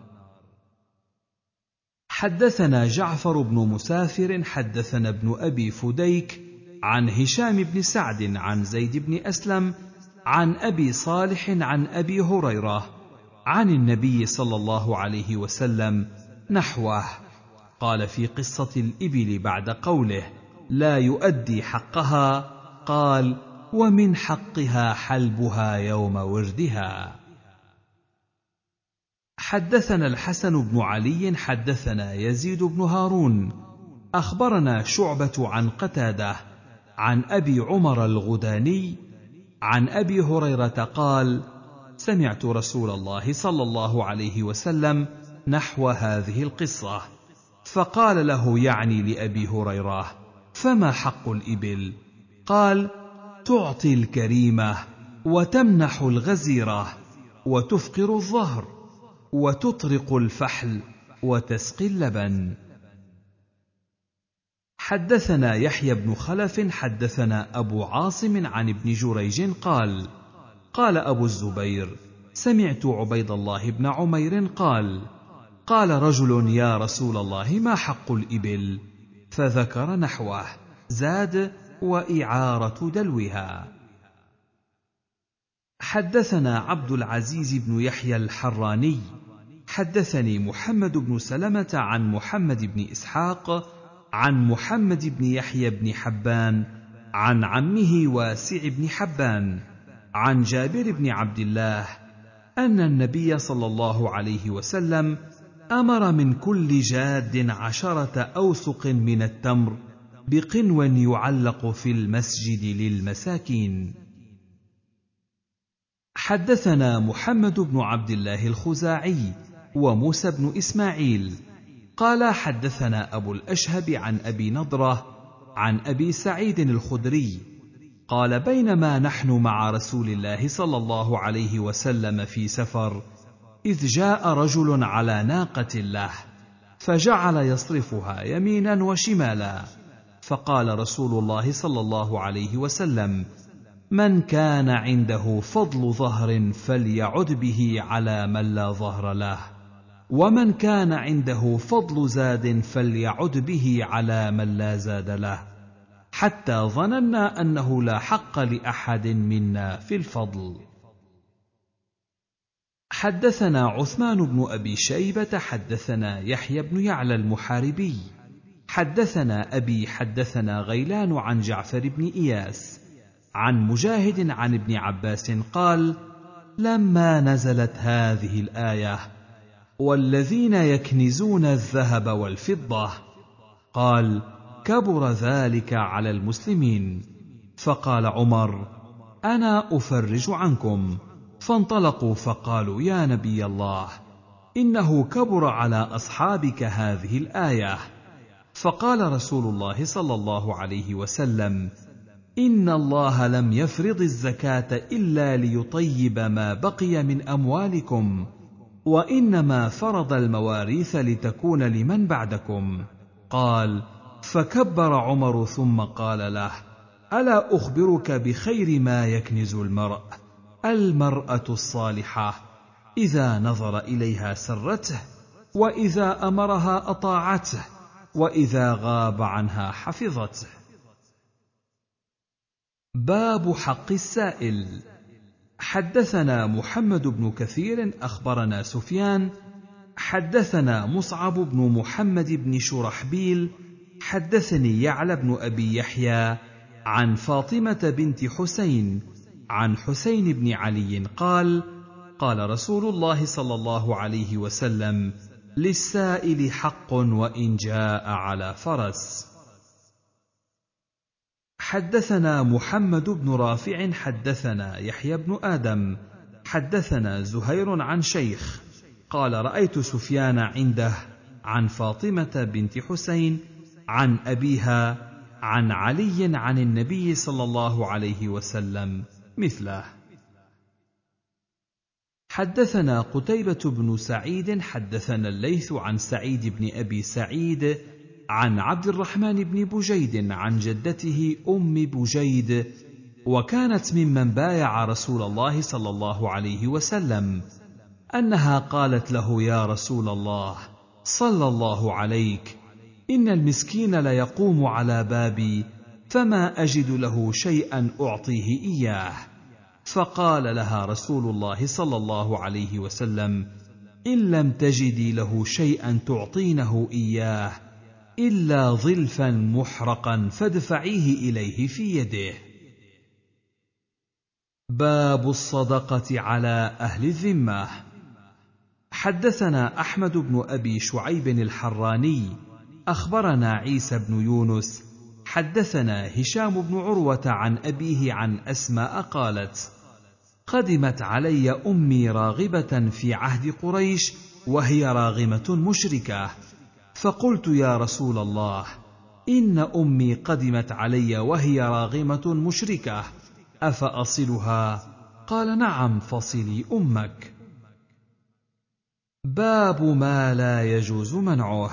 حدثنا جعفر بن مسافر حدثنا ابن أبي فديك عن هشام بن سعد عن زيد بن أسلم عن أبي صالح عن أبي هريرة عن النبي صلى الله عليه وسلم نحوه، قال في قصة الإبل بعد قوله لا يؤدي حقها، قال ومن حقها حلبها يوم وردها. حدثنا الحسن بن علي حدثنا يزيد بن هارون أخبرنا شعبة عن قتادة عن أبي عمر الغداني عن أبي هريرة قال سمعت رسول الله صلى الله عليه وسلم نحو هذه القصة، فقال له يعني لأبي هريرة فما حق الإبل؟ قال تعطي الكريمة وتمنح الغزيرة وتفقر الظهر وتطرق الفحل وتسقي اللبن. حدثنا يحيى بن خلف حدثنا أبو عاصم عن ابن جريج قال قال أبو الزبير سمعت عبيد الله بن عمير قال قال رجل يا رسول الله ما حق الإبل؟ فذكر نحوه، زاد وإعارة دلوها. حدثنا عبد العزيز بن يحيى الحراني حدثني محمد بن سلمة عن محمد بن إسحاق عن محمد بن يحيى بن حبان عن عمه واسع بن حبان عن جابر بن عبد الله أن النبي صلى الله عليه وسلم أمر من كل جاد 10 أوسق من التمر بقنو يعلق في المسجد للمساكين. حدثنا محمد بن عبد الله الخزاعي وموسى بن إسماعيل قال حدثنا أبو الأشهب عن أبي نضرة عن أبي سعيد الخدري قال بينما نحن مع رسول الله صلى الله عليه وسلم في سفر إذ جاء رجل على ناقة له فجعل يصرفها يمينا وشمالا، فقال رسول الله صلى الله عليه وسلم من كان عنده فضل ظهر فليعد به على من لا ظهر له، ومن كان عنده فضل زاد فليعد به على من لا زاد له، حتى ظننا أنه لا حق لأحد منا في الفضل. حدثنا عثمان بن أبي شيبة حدثنا يحيى بن يعلى المحاربي حدثنا أبي حدثنا غيلان عن جعفر بن إياس عن مجاهد عن ابن عباس قال لما نزلت هذه الآية والذين يكنزون الذهب والفضة قال كبر ذلك على المسلمين، فقال عمر أنا أفرج عنكم، فانطلقوا فقالوا يا نبي الله إنه كبر على أصحابك هذه الآية، فقال رسول الله صلى الله عليه وسلم إن الله لم يفرض الزكاة إلا ليطيب ما بقي من أموالكم، وإنما فرض المواريث لتكون لمن بعدكم. قال: فكبر عمر ثم قال له: ألا أخبرك بخير ما يكنز المرء؟ المرأة الصالحة، إذا نظر إليها سرته، وإذا أمرها أطاعته، وإذا غاب عنها حفظته. باب حق السائل. حدثنا محمد بن كثير أخبرنا سفيان حدثنا مصعب بن محمد بن شرحبيل حدثني يعلى بن أبي يحيى عن فاطمة بنت حسين عن حسين بن علي قال: قال رسول الله صلى الله عليه وسلم: للسائل حق وإن جاء على فرس. حدثنا محمد بن رافع حدثنا يحيى بن آدم حدثنا زهير عن شيخ قال: رأيت سفيان عنده عن فاطمة بنت حسين عن أبيها عن علي عن النبي صلى الله عليه وسلم مثله. حدثنا قتيبة بن سعيد حدثنا الليث عن سعيد بن أبي سعيد عن عبد الرحمن بن بجيد عن جدته أم بجيد، وكانت ممن بايع رسول الله صلى الله عليه وسلم، أنها قالت له: يا رسول الله صلى الله عليك، إن المسكين ليقوم على بابي فما أجد له شيئا أعطيه إياه. فقال لها رسول الله صلى الله عليه وسلم: إن لم تجدي له شيئا تعطينه إياه إلا ظلفا محرقا فادفعيه إليه في يده. باب الصدقة على أهل الذمة. حدثنا أحمد بن أبي شعيب الحراني أخبرنا عيسى بن يونس حدثنا هشام بن عروة عن أبيه عن أسماء قالت: قدمت علي أمي راغبة في عهد قريش وهي راغمة مشركة، فقلت: يا رسول الله، إن أمي قدمت علي وهي راغمة مشركة، أفأصلها؟ قال: نعم، فصلي أمك. باب ما لا يجوز منعه.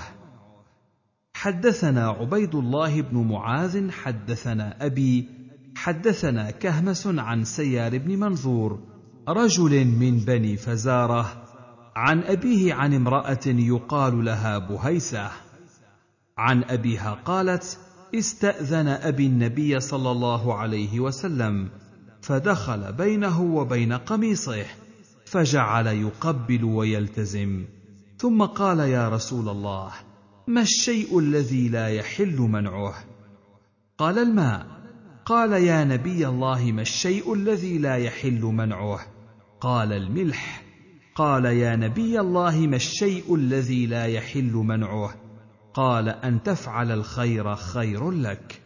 حدثنا عبيد الله بن معاذ حدثنا أبي حدثنا كهمس عن سيار بن منظور رجل من بني فزارة عن أبيه عن امرأة يقال لها بهيسة عن أبيها قالت: استأذن أبي النبي صلى الله عليه وسلم، فدخل بينه وبين قميصه فجعل يقبل ويلتزم، ثم قال: يا رسول الله، ما الشيء الذي لا يحل منعه؟ قال: الماء. قال: يا نبي الله، ما الشيء الذي لا يحل منعه؟ قال: الملح. قال: يا نبي الله، ما الشيء الذي لا يحل منعه؟ قال: أن تفعل الخير خير لك.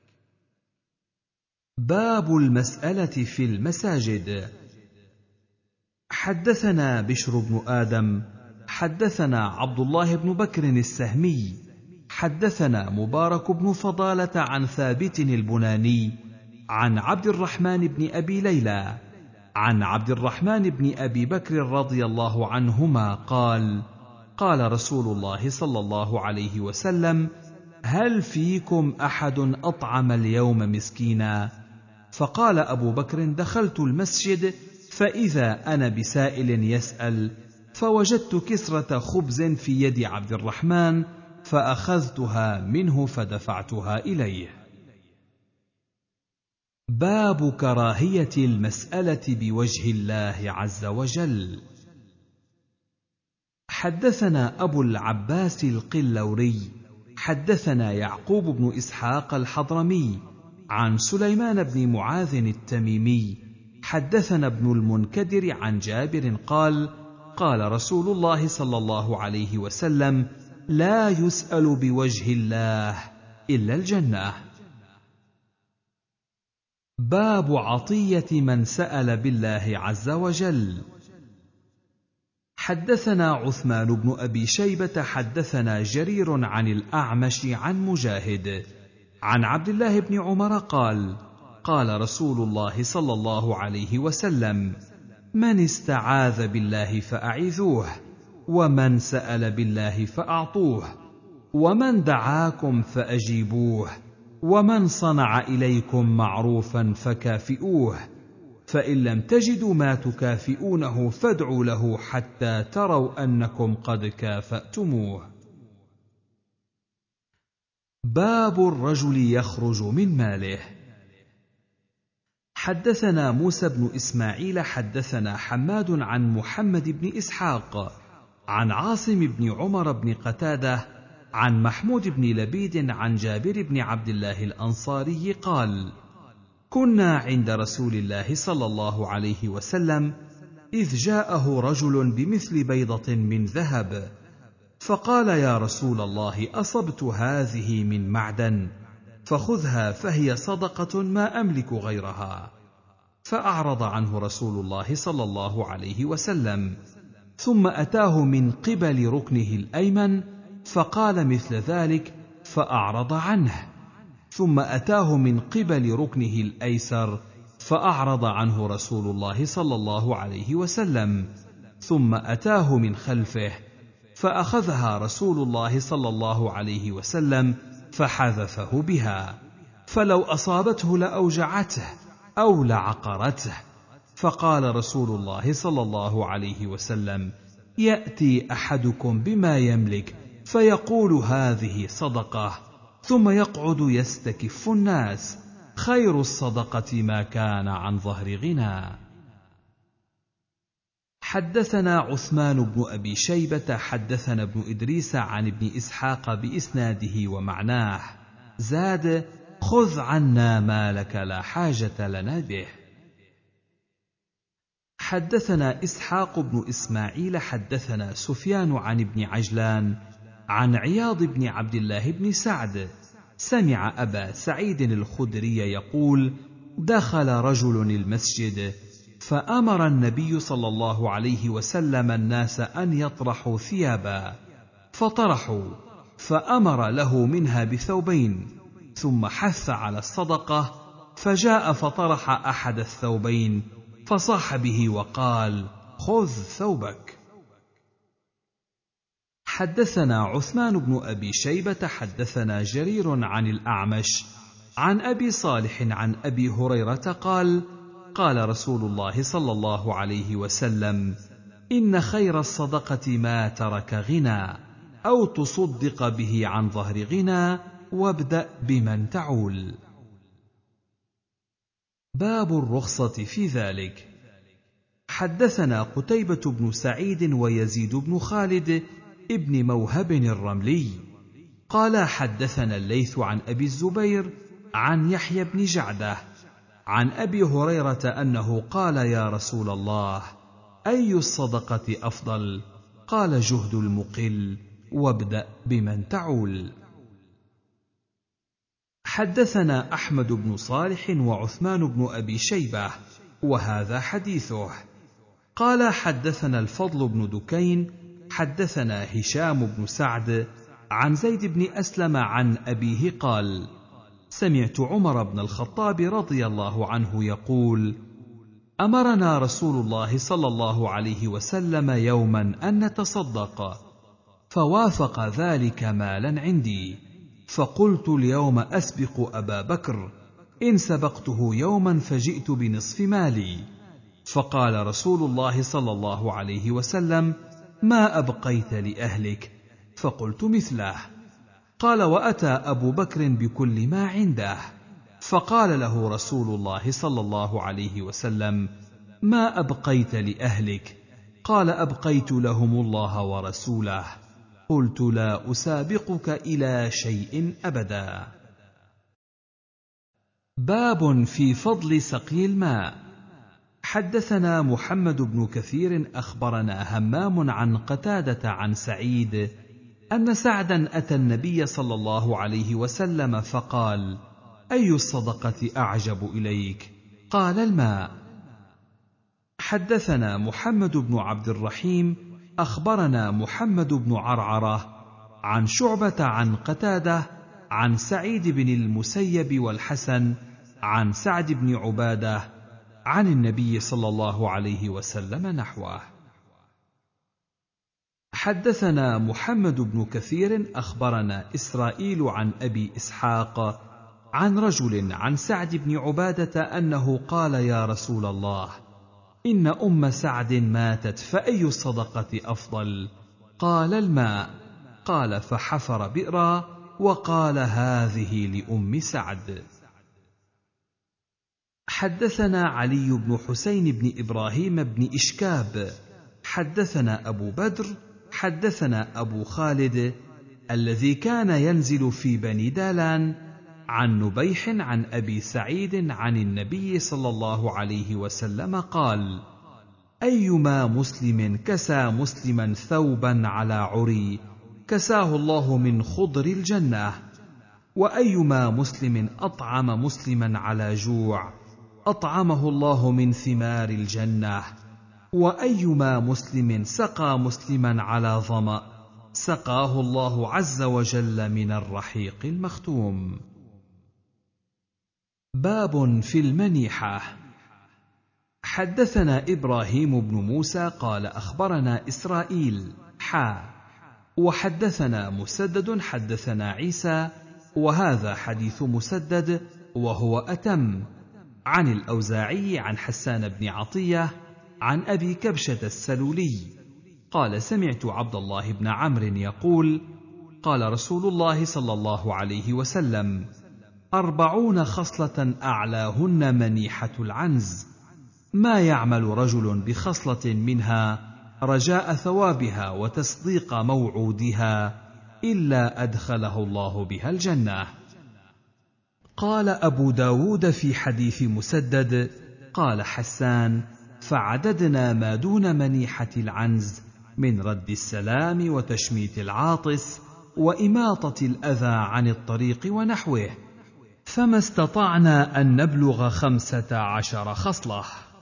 باب المسألة في المساجد. حدثنا بشر بن آدم حدثنا عبد الله بن بكر السهمي حدثنا مبارك بن فضالة عن ثابت البناني عن عبد الرحمن بن أبي ليلى عن عبد الرحمن بن أبي بكر رضي الله عنهما قال: قال رسول الله صلى الله عليه وسلم: هل فيكم أحد أطعم اليوم مسكينا؟ فقال أبو بكر: دخلت المسجد فإذا أنا بسائل يسأل، فوجدت كسرة خبز في يد عبد الرحمن فأخذتها منه فدفعتها إليه. باب كراهية المسألة بوجه الله عز وجل. حدثنا أبو العباس القلوري حدثنا يعقوب بن إسحاق الحضرمي عن سليمان بن معاذ التميمي حدثنا ابن المنكدر عن جابر قال: قال رسول الله صلى الله عليه وسلم: لا يسأل بوجه الله إلا الجنة. باب عطية من سأل بالله عز وجل. حدثنا عثمان بن أبي شيبة حدثنا جرير عن الأعمش عن مجاهد عن عبد الله بن عمر قال: قال رسول الله صلى الله عليه وسلم: من استعاذ بالله فأعيذوه، ومن سأل بالله فأعطوه، ومن دعاكم فأجيبوه، ومن صنع إليكم معروفا فكافئوه، فإن لم تجدوا ما تكافئونه فادعوا له حتى تروا أنكم قد كافأتموه. باب الرجل يخرج من ماله. حدثنا موسى بن إسماعيل حدثنا حماد عن محمد بن إسحاق عن عاصم بن عمر بن قتادة عن محمود بن لبيد عن جابر بن عبد الله الأنصاري قال: كنا عند رسول الله صلى الله عليه وسلم إذ جاءه رجل بمثل بيضة من ذهب، فقال: يا رسول الله، أصبت هذه من معدن، فخذها فهي صدقة ما أملك غيرها. فأعرض عنه رسول الله صلى الله عليه وسلم، ثم أتاه من قبل ركنه الأيمن فقال مثل ذلك، فأعرض عنه، ثم أتاه من قبل ركنه الأيسر فأعرض عنه رسول الله صلى الله عليه وسلم، ثم أتاه من خلفه فأخذها رسول الله صلى الله عليه وسلم فحذفه بها، فلو أصابته لأوجعته أو لعقرته. فقال رسول الله صلى الله عليه وسلم: يأتي أحدكم بما يملك فيقول هذه صدقة، ثم يقعد يستكف الناس، خير الصدقة ما كان عن ظهر غنى. حدثنا عثمان بن أبي شيبة حدثنا ابن إدريس عن ابن إسحاق بإسناده ومعناه، زاد: خذ عنا ما لك لا حاجة لنا به. حدثنا إسحاق بن إسماعيل حدثنا سفيان عن ابن عجلان عن عياض بن عبد الله بن سعد سمع أبا سعيد الخدري يقول: دخل رجل المسجد فأمر النبي صلى الله عليه وسلم الناس أن يطرحوا ثيابا، فطرحوا، فأمر له منها بثوبين، ثم حث على الصدقة، فجاء فطرح أحد الثوبين فصاح به وقال: خذ ثوبك. حدثنا عثمان بن أبي شيبة حدثنا جرير عن الأعمش عن أبي صالح عن أبي هريرة قال: قال رسول الله صلى الله عليه وسلم: إن خير الصدقة ما ترك غنى، أو تصدق به عن ظهر غنى، وابدأ بمن تعول. باب الرخصة في ذلك. حدثنا قتيبة بن سعيد ويزيد بن خالد ابن موهب الرملي قال: حدثنا الليث عن أبي الزبير عن يحيى بن جعدة عن أبي هريرة أنه قال: يا رسول الله، أي الصدقة أفضل؟ قال: جهد المقل، وابدأ بمن تعول. حدثنا أحمد بن صالح وعثمان بن أبي شيبة، وهذا حديثه. قال: حدثنا الفضل بن دكين حدثنا هشام بن سعد عن زيد بن أسلم عن أبيه قال: سمعت عمر بن الخطاب رضي الله عنه يقول: أمرنا رسول الله صلى الله عليه وسلم يوما أن نتصدق، فوافق ذلك مالا عندي، فقلت اليوم أسبق أبا بكر، إن سبقته يوما فجئت بنصف مالي. فقال رسول الله صلى الله عليه وسلم: ما أبقيت لأهلك؟ فقلت مثله. قال: وأتى أبو بكر بكل ما عنده، فقال له رسول الله صلى الله عليه وسلم: ما أبقيت لأهلك؟ قال: أبقيت لهم الله ورسوله. قلت: لا أسابقك إلى شيء أبدا. باب في فضل سقي الماء. حدثنا محمد بن كثير أخبرنا همام عن قتادة عن سعيد أن سعدا أتى النبي صلى الله عليه وسلم فقال: أي الصدقة أعجب إليك؟ قال: الماء. حدثنا محمد بن عبد الرحيم أخبرنا محمد بن عرعرة عن شعبة عن قتادة عن سعيد بن المسيب والحسن عن سعد بن عبادة عن النبي صلى الله عليه وسلم نحوه. حدثنا محمد بن كثير أخبرنا إسرائيل عن أبي إسحاق عن رجل عن سعد بن عبادة أنه قال: يا رسول الله، إن أم سعد ماتت، فأي الصدقة أفضل؟ قال: الماء. قال: فحفر بئرا وقال: هذه لأم سعد. حدثنا علي بن حسين بن إبراهيم بن إشكاب حدثنا أبو بدر حدثنا أبو خالد الذي كان ينزل في بني دالان عن نبيح عن أبي سعيد عن النبي صلى الله عليه وسلم قال: أيما مسلم كسى مسلما ثوبا على عري كساه الله من خضر الجنة، وأيما مسلم أطعم مسلما على جوع أطعمه الله من ثمار الجنة، وأيما مسلم سقى مسلما على ظمأ سقاه الله عز وجل من الرحيق المختوم. باب في المنيحة. حدثنا إبراهيم بن موسى قال أخبرنا إسرائيل وحدثنا مسدد حدثنا عيسى، وهذا حديث مسدد وهو أتم، عن الأوزاعي عن حسان بن عطية عن أبي كبشة السلولي قال: سمعت عبد الله بن عمرو يقول: قال رسول الله صلى الله عليه وسلم: 40 خصلة أعلاهن منيحة العنز، ما يعمل رجل بخصلة منها رجاء ثوابها وتصديق موعودها إلا أدخله الله بها الجنة. قال أبو داود في حديث مسدد: قال حسان: فعددنا ما دون منيحة العنز من رد السلام وتشميت العاطس وإماطة الأذى عن الطريق ونحوه، فما استطعنا أن نبلغ 15 خصلة.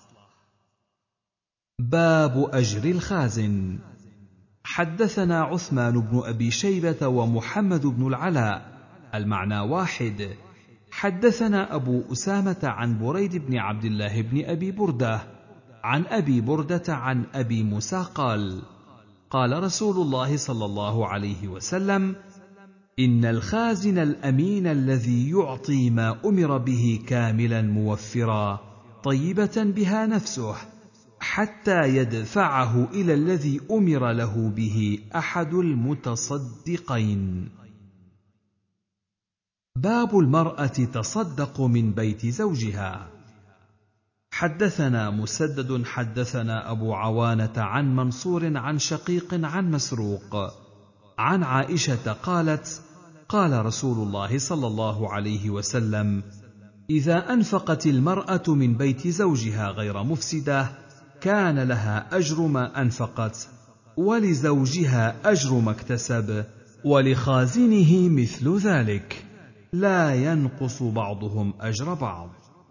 باب أجر الخازن. حدثنا عثمان بن أبي شيبة ومحمد بن العلاء المعنى واحد. حدثنا أبو أسامة عن بريد بن عبد الله بن أبي بردة عن أبي بردة عن أبي موسى قال: قال رسول الله صلى الله عليه وسلم: إن الخازن الأمين الذي يعطي ما أمر به كاملا موفرا طيبة بها نفسه حتى يدفعه إلى الذي أمر له به أحد المتصدقين. باب المرأة تصدق من بيت زوجها. حدثنا مسدد حدثنا أبو عوانة عن منصور عن شقيق عن مسروق عن عائشة قالت: قال رسول الله صلى الله عليه وسلم: إذا أنفقت المرأة من بيت زوجها غير مفسدة كان لها أجر ما أنفقت، ولزوجها أجر ما اكتسب، ولخازنه مثل ذلك، لا ينقص بعضهم أجر بعض.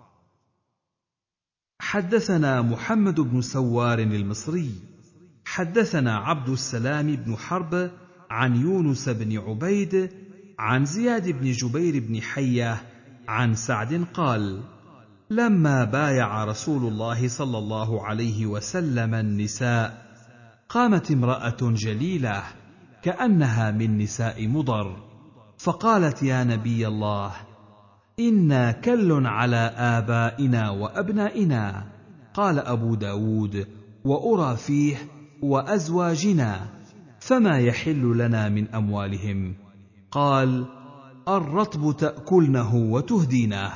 حدثنا محمد بن سوار المصري حدثنا عبد السلام بن حرب عن يونس بن عبيد عن زياد بن جبير بن حية عن سعد قال: لما بايع رسول الله صلى الله عليه وسلم النساء قامت امرأة جليلة كأنها من نساء مضر فقالت: يا نبي الله، إنا كل على آبائنا وأبنائنا. قال أبو داود: وأرى فيه وأزواجنا، فما يحل لنا من أموالهم؟ قال: الرطب تأكلنه وتهدينه.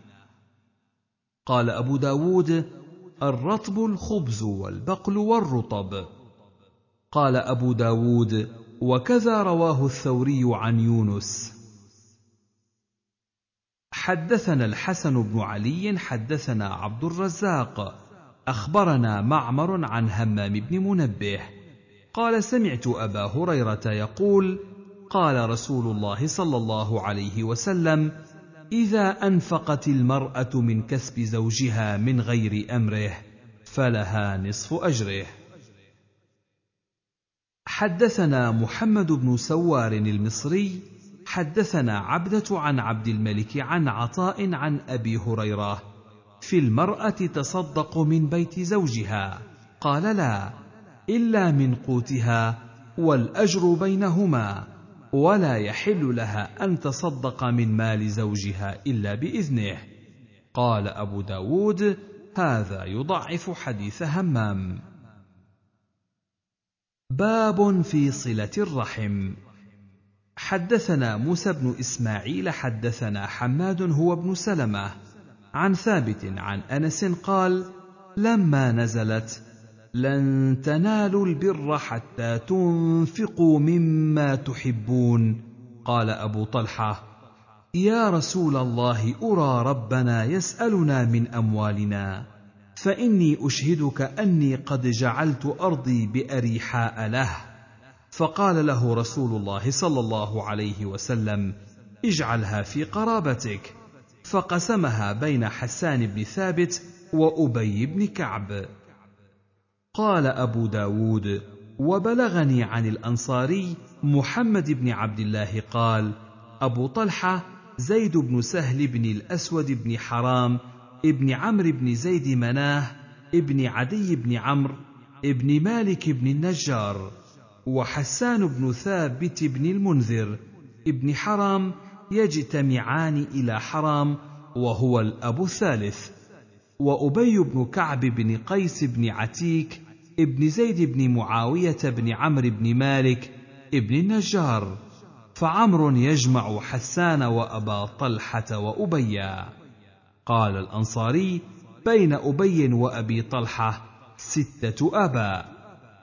قال أبو داود: الرطب الخبز والبقل والرطب. قال أبو داود: وكذا رواه الثوري عن يونس. حدثنا الحسن بن علي حدثنا عبد الرزاق أخبرنا معمر عن همام بن منبه قال: سمعت أبا هريرة يقول: قال رسول الله صلى الله عليه وسلم: إذا أنفقت المرأة من كسب زوجها من غير أمره فلها نصف أجره. حدثنا محمد بن سوار المصري حدثنا عبدة عن عبد الملك عن عطاء عن أبي هريرة في المرأة تصدق من بيت زوجها، قال لا، إلا من قوتها والأجر بينهما، ولا يحل لها أن تصدق من مال زوجها إلا بإذنه. قال أبو داود: هذا يضعف حديث همام. باب في صلة الرحم. حدثنا موسى بن إسماعيل حدثنا حماد هو ابن سلمة عن ثابت عن أنس قال: لما نزلت: لن تنالوا البر حتى تنفقوا مما تحبون، قال أبو طلحة: يا رسول الله، أرى ربنا يسألنا من أموالنا، فإني أشهدك أني قد جعلت أرضي بأريحاء له. فقال له رسول الله صلى الله عليه وسلم: اجعلها في قرابتك. فقسمها بين حسان بن ثابت وأبي بن كعب. قال أبو داود: وبلغني عن الأنصاري محمد بن عبد الله قال: أبو طلحة زيد بن سهل بن الأسود بن حرام ابن عمرو بن زيد مناه ابن عدي بن عمرو ابن مالك بن النجار، وحسان بن ثابت بن المنذر ابن حرام يجتمعان إلى حرام وهو الأب الثالث، وأبي بن كعب بن قيس بن عتيك ابن زيد بن معاوية بن عمرو بن مالك ابن النجار، فعمر يجمع حسان وأبا طلحة وأبيا. قال الأنصاري: بين أبي وأبي طلحة 6 آباء.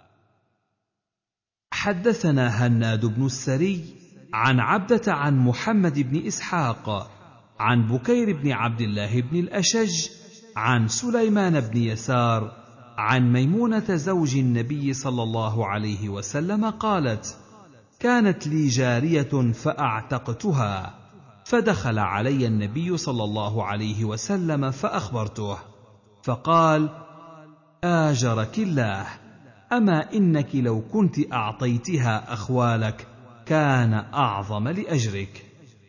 حدثنا هناد بن السري عن عبدة عن محمد بن إسحاق عن بكير بن عبد الله بن الأشج عن سليمان بن يسار عن ميمونة زوج النبي صلى الله عليه وسلم قالت: كانت لي جارية فأعتقتها، فدخل علي النبي صلى الله عليه وسلم فأخبرته، فقال: آجرك الله، أما إنك لو كنت أعطيتها أخوالك كان أعظم لأجرك.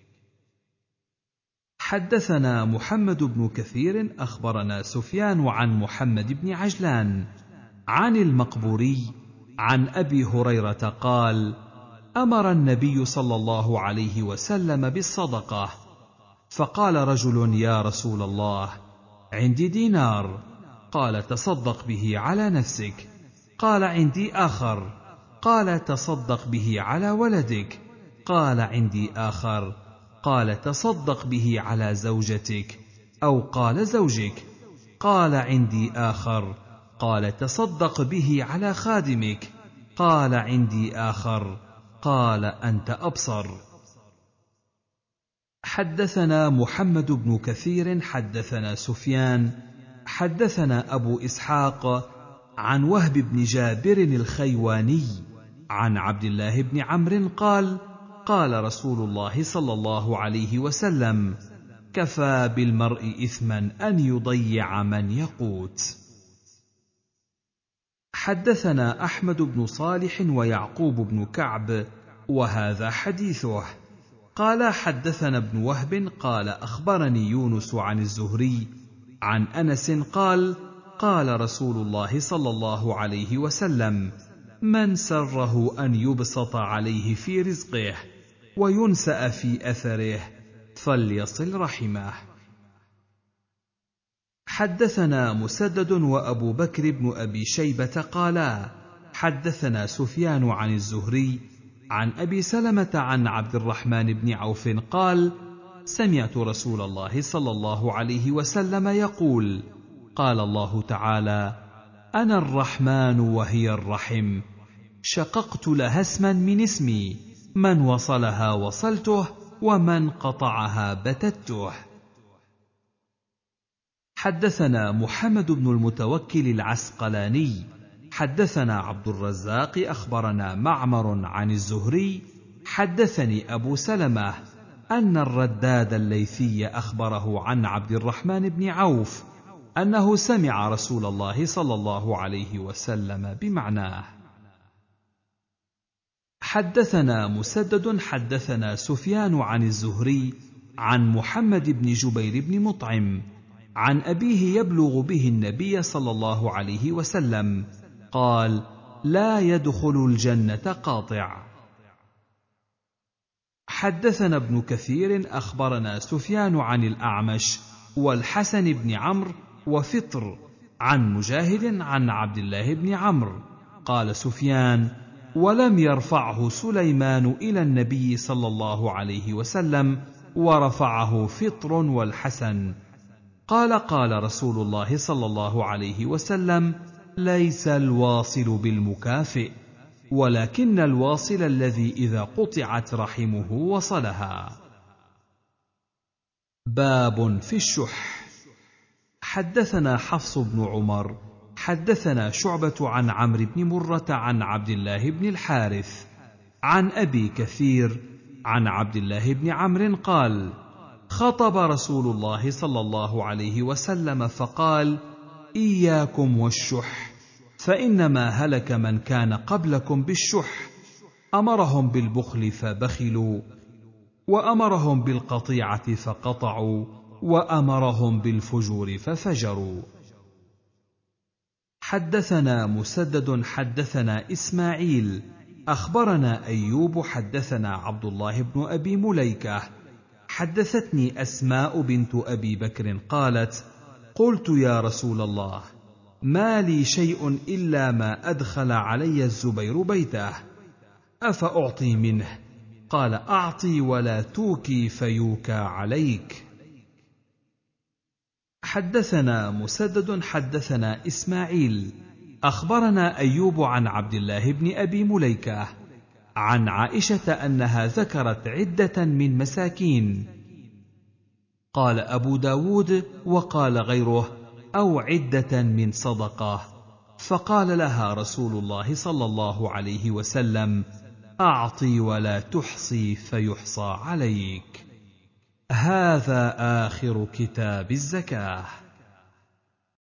حدثنا محمد بن كثير أخبرنا سفيان عن محمد بن عجلان عن المقبوري عن أبي هريرة قال: أمر النبي صلى الله عليه وسلم بالصدقة، فقال رجل: يا رسول الله، عندي دينار. قال: تصدق به على نفسك. قال: عندي آخر. قال: تصدق به على ولدك. قال: عندي آخر. قال: تصدق به على زوجتك، أو قال زوجك. قال: عندي آخر. قال: تصدق به على خادمك. قال: عندي آخر. قال: أنت أبصر. حدثنا محمد بن كثير حدثنا سفيان حدثنا أبو إسحاق عن وهب بن جابر الخيواني عن عبد الله بن عمرو قال: قال رسول الله صلى الله عليه وسلم: كفى بالمرء إثما أن يضيع من يقوت. حدثنا أحمد بن صالح ويعقوب بن كعب وهذا حديثه. قال: حدثنا ابن وهب قال: أخبرني يونس عن الزهري عن أنس قال: قال رسول الله صلى الله عليه وسلم: من سره أن يبسط عليه في رزقه وينسأ في أثره فليصل رحمه. حدثنا مسدد وأبو بكر بن أبي شيبة قالا: حدثنا سفيان عن الزهري عن أبي سلمة عن عبد الرحمن بن عوف قال: سمعت رسول الله صلى الله عليه وسلم يقول: قال الله تعالى: أنا الرحمن وهي الرحم، شققت لها اسما من اسمي، من وصلها وصلته ومن قطعها بتته. حدثنا محمد بن المتوكل العسقلاني حدثنا عبد الرزاق أخبرنا معمر عن الزهري حدثني أبو سلمة أن الرداد الليثي أخبره عن عبد الرحمن بن عوف أنه سمع رسول الله صلى الله عليه وسلم بمعناه. حدثنا مسدد حدثنا سفيان عن الزهري عن محمد بن جبير بن مطعم عن أبيه يبلغ به النبي صلى الله عليه وسلم قال: لا يدخل الجنة قاطع. حدثنا ابن كثير أخبرنا سفيان عن الأعمش والحسن بن عمرو وفطر عن مجاهد عن عبد الله بن عمرو قال سفيان: ولم يرفعه سليمان إلى النبي صلى الله عليه وسلم ورفعه فطر والحسن قال: قال رسول الله صلى الله عليه وسلم: ليس الواصل بالمكافئ، ولكن الواصل الذي إذا قطعت رحمه وصلها. باب في الشح. حدثنا حفص بن عمر حدثنا شعبة عن عمرو بن مرة عن عبد الله بن الحارث عن أبي كثير عن عبد الله بن عمرو قال: خطب رسول الله صلى الله عليه وسلم فقال: إياكم والشح، فإنما هلك من كان قبلكم بالشح، أمرهم بالبخل فبخلوا، وأمرهم بالقطيعة فقطعوا، وأمرهم بالفجور ففجروا. حدثنا مسدد حدثنا إسماعيل أخبرنا أيوب حدثنا عبد الله بن أبي مليكة حدثتني أسماء بنت أبي بكر قالت: قلت يا رسول الله، ما لي شيء إلا ما أدخل علي الزبير بيته، أفأعطي منه؟ قال: أعطي ولا توكي فيوكى عليك. حدثنا مسدد حدثنا إسماعيل أخبرنا أيوب عن عبد الله بن أبي مليكة عن عائشة أنها ذكرت عدة من مساكين. قال أبو داود وقال غيره: أو عدة من صدقة، فقال لها رسول الله صلى الله عليه وسلم: أعطي ولا تحصي فيحصى عليك. هذا آخر كتاب الزكاة.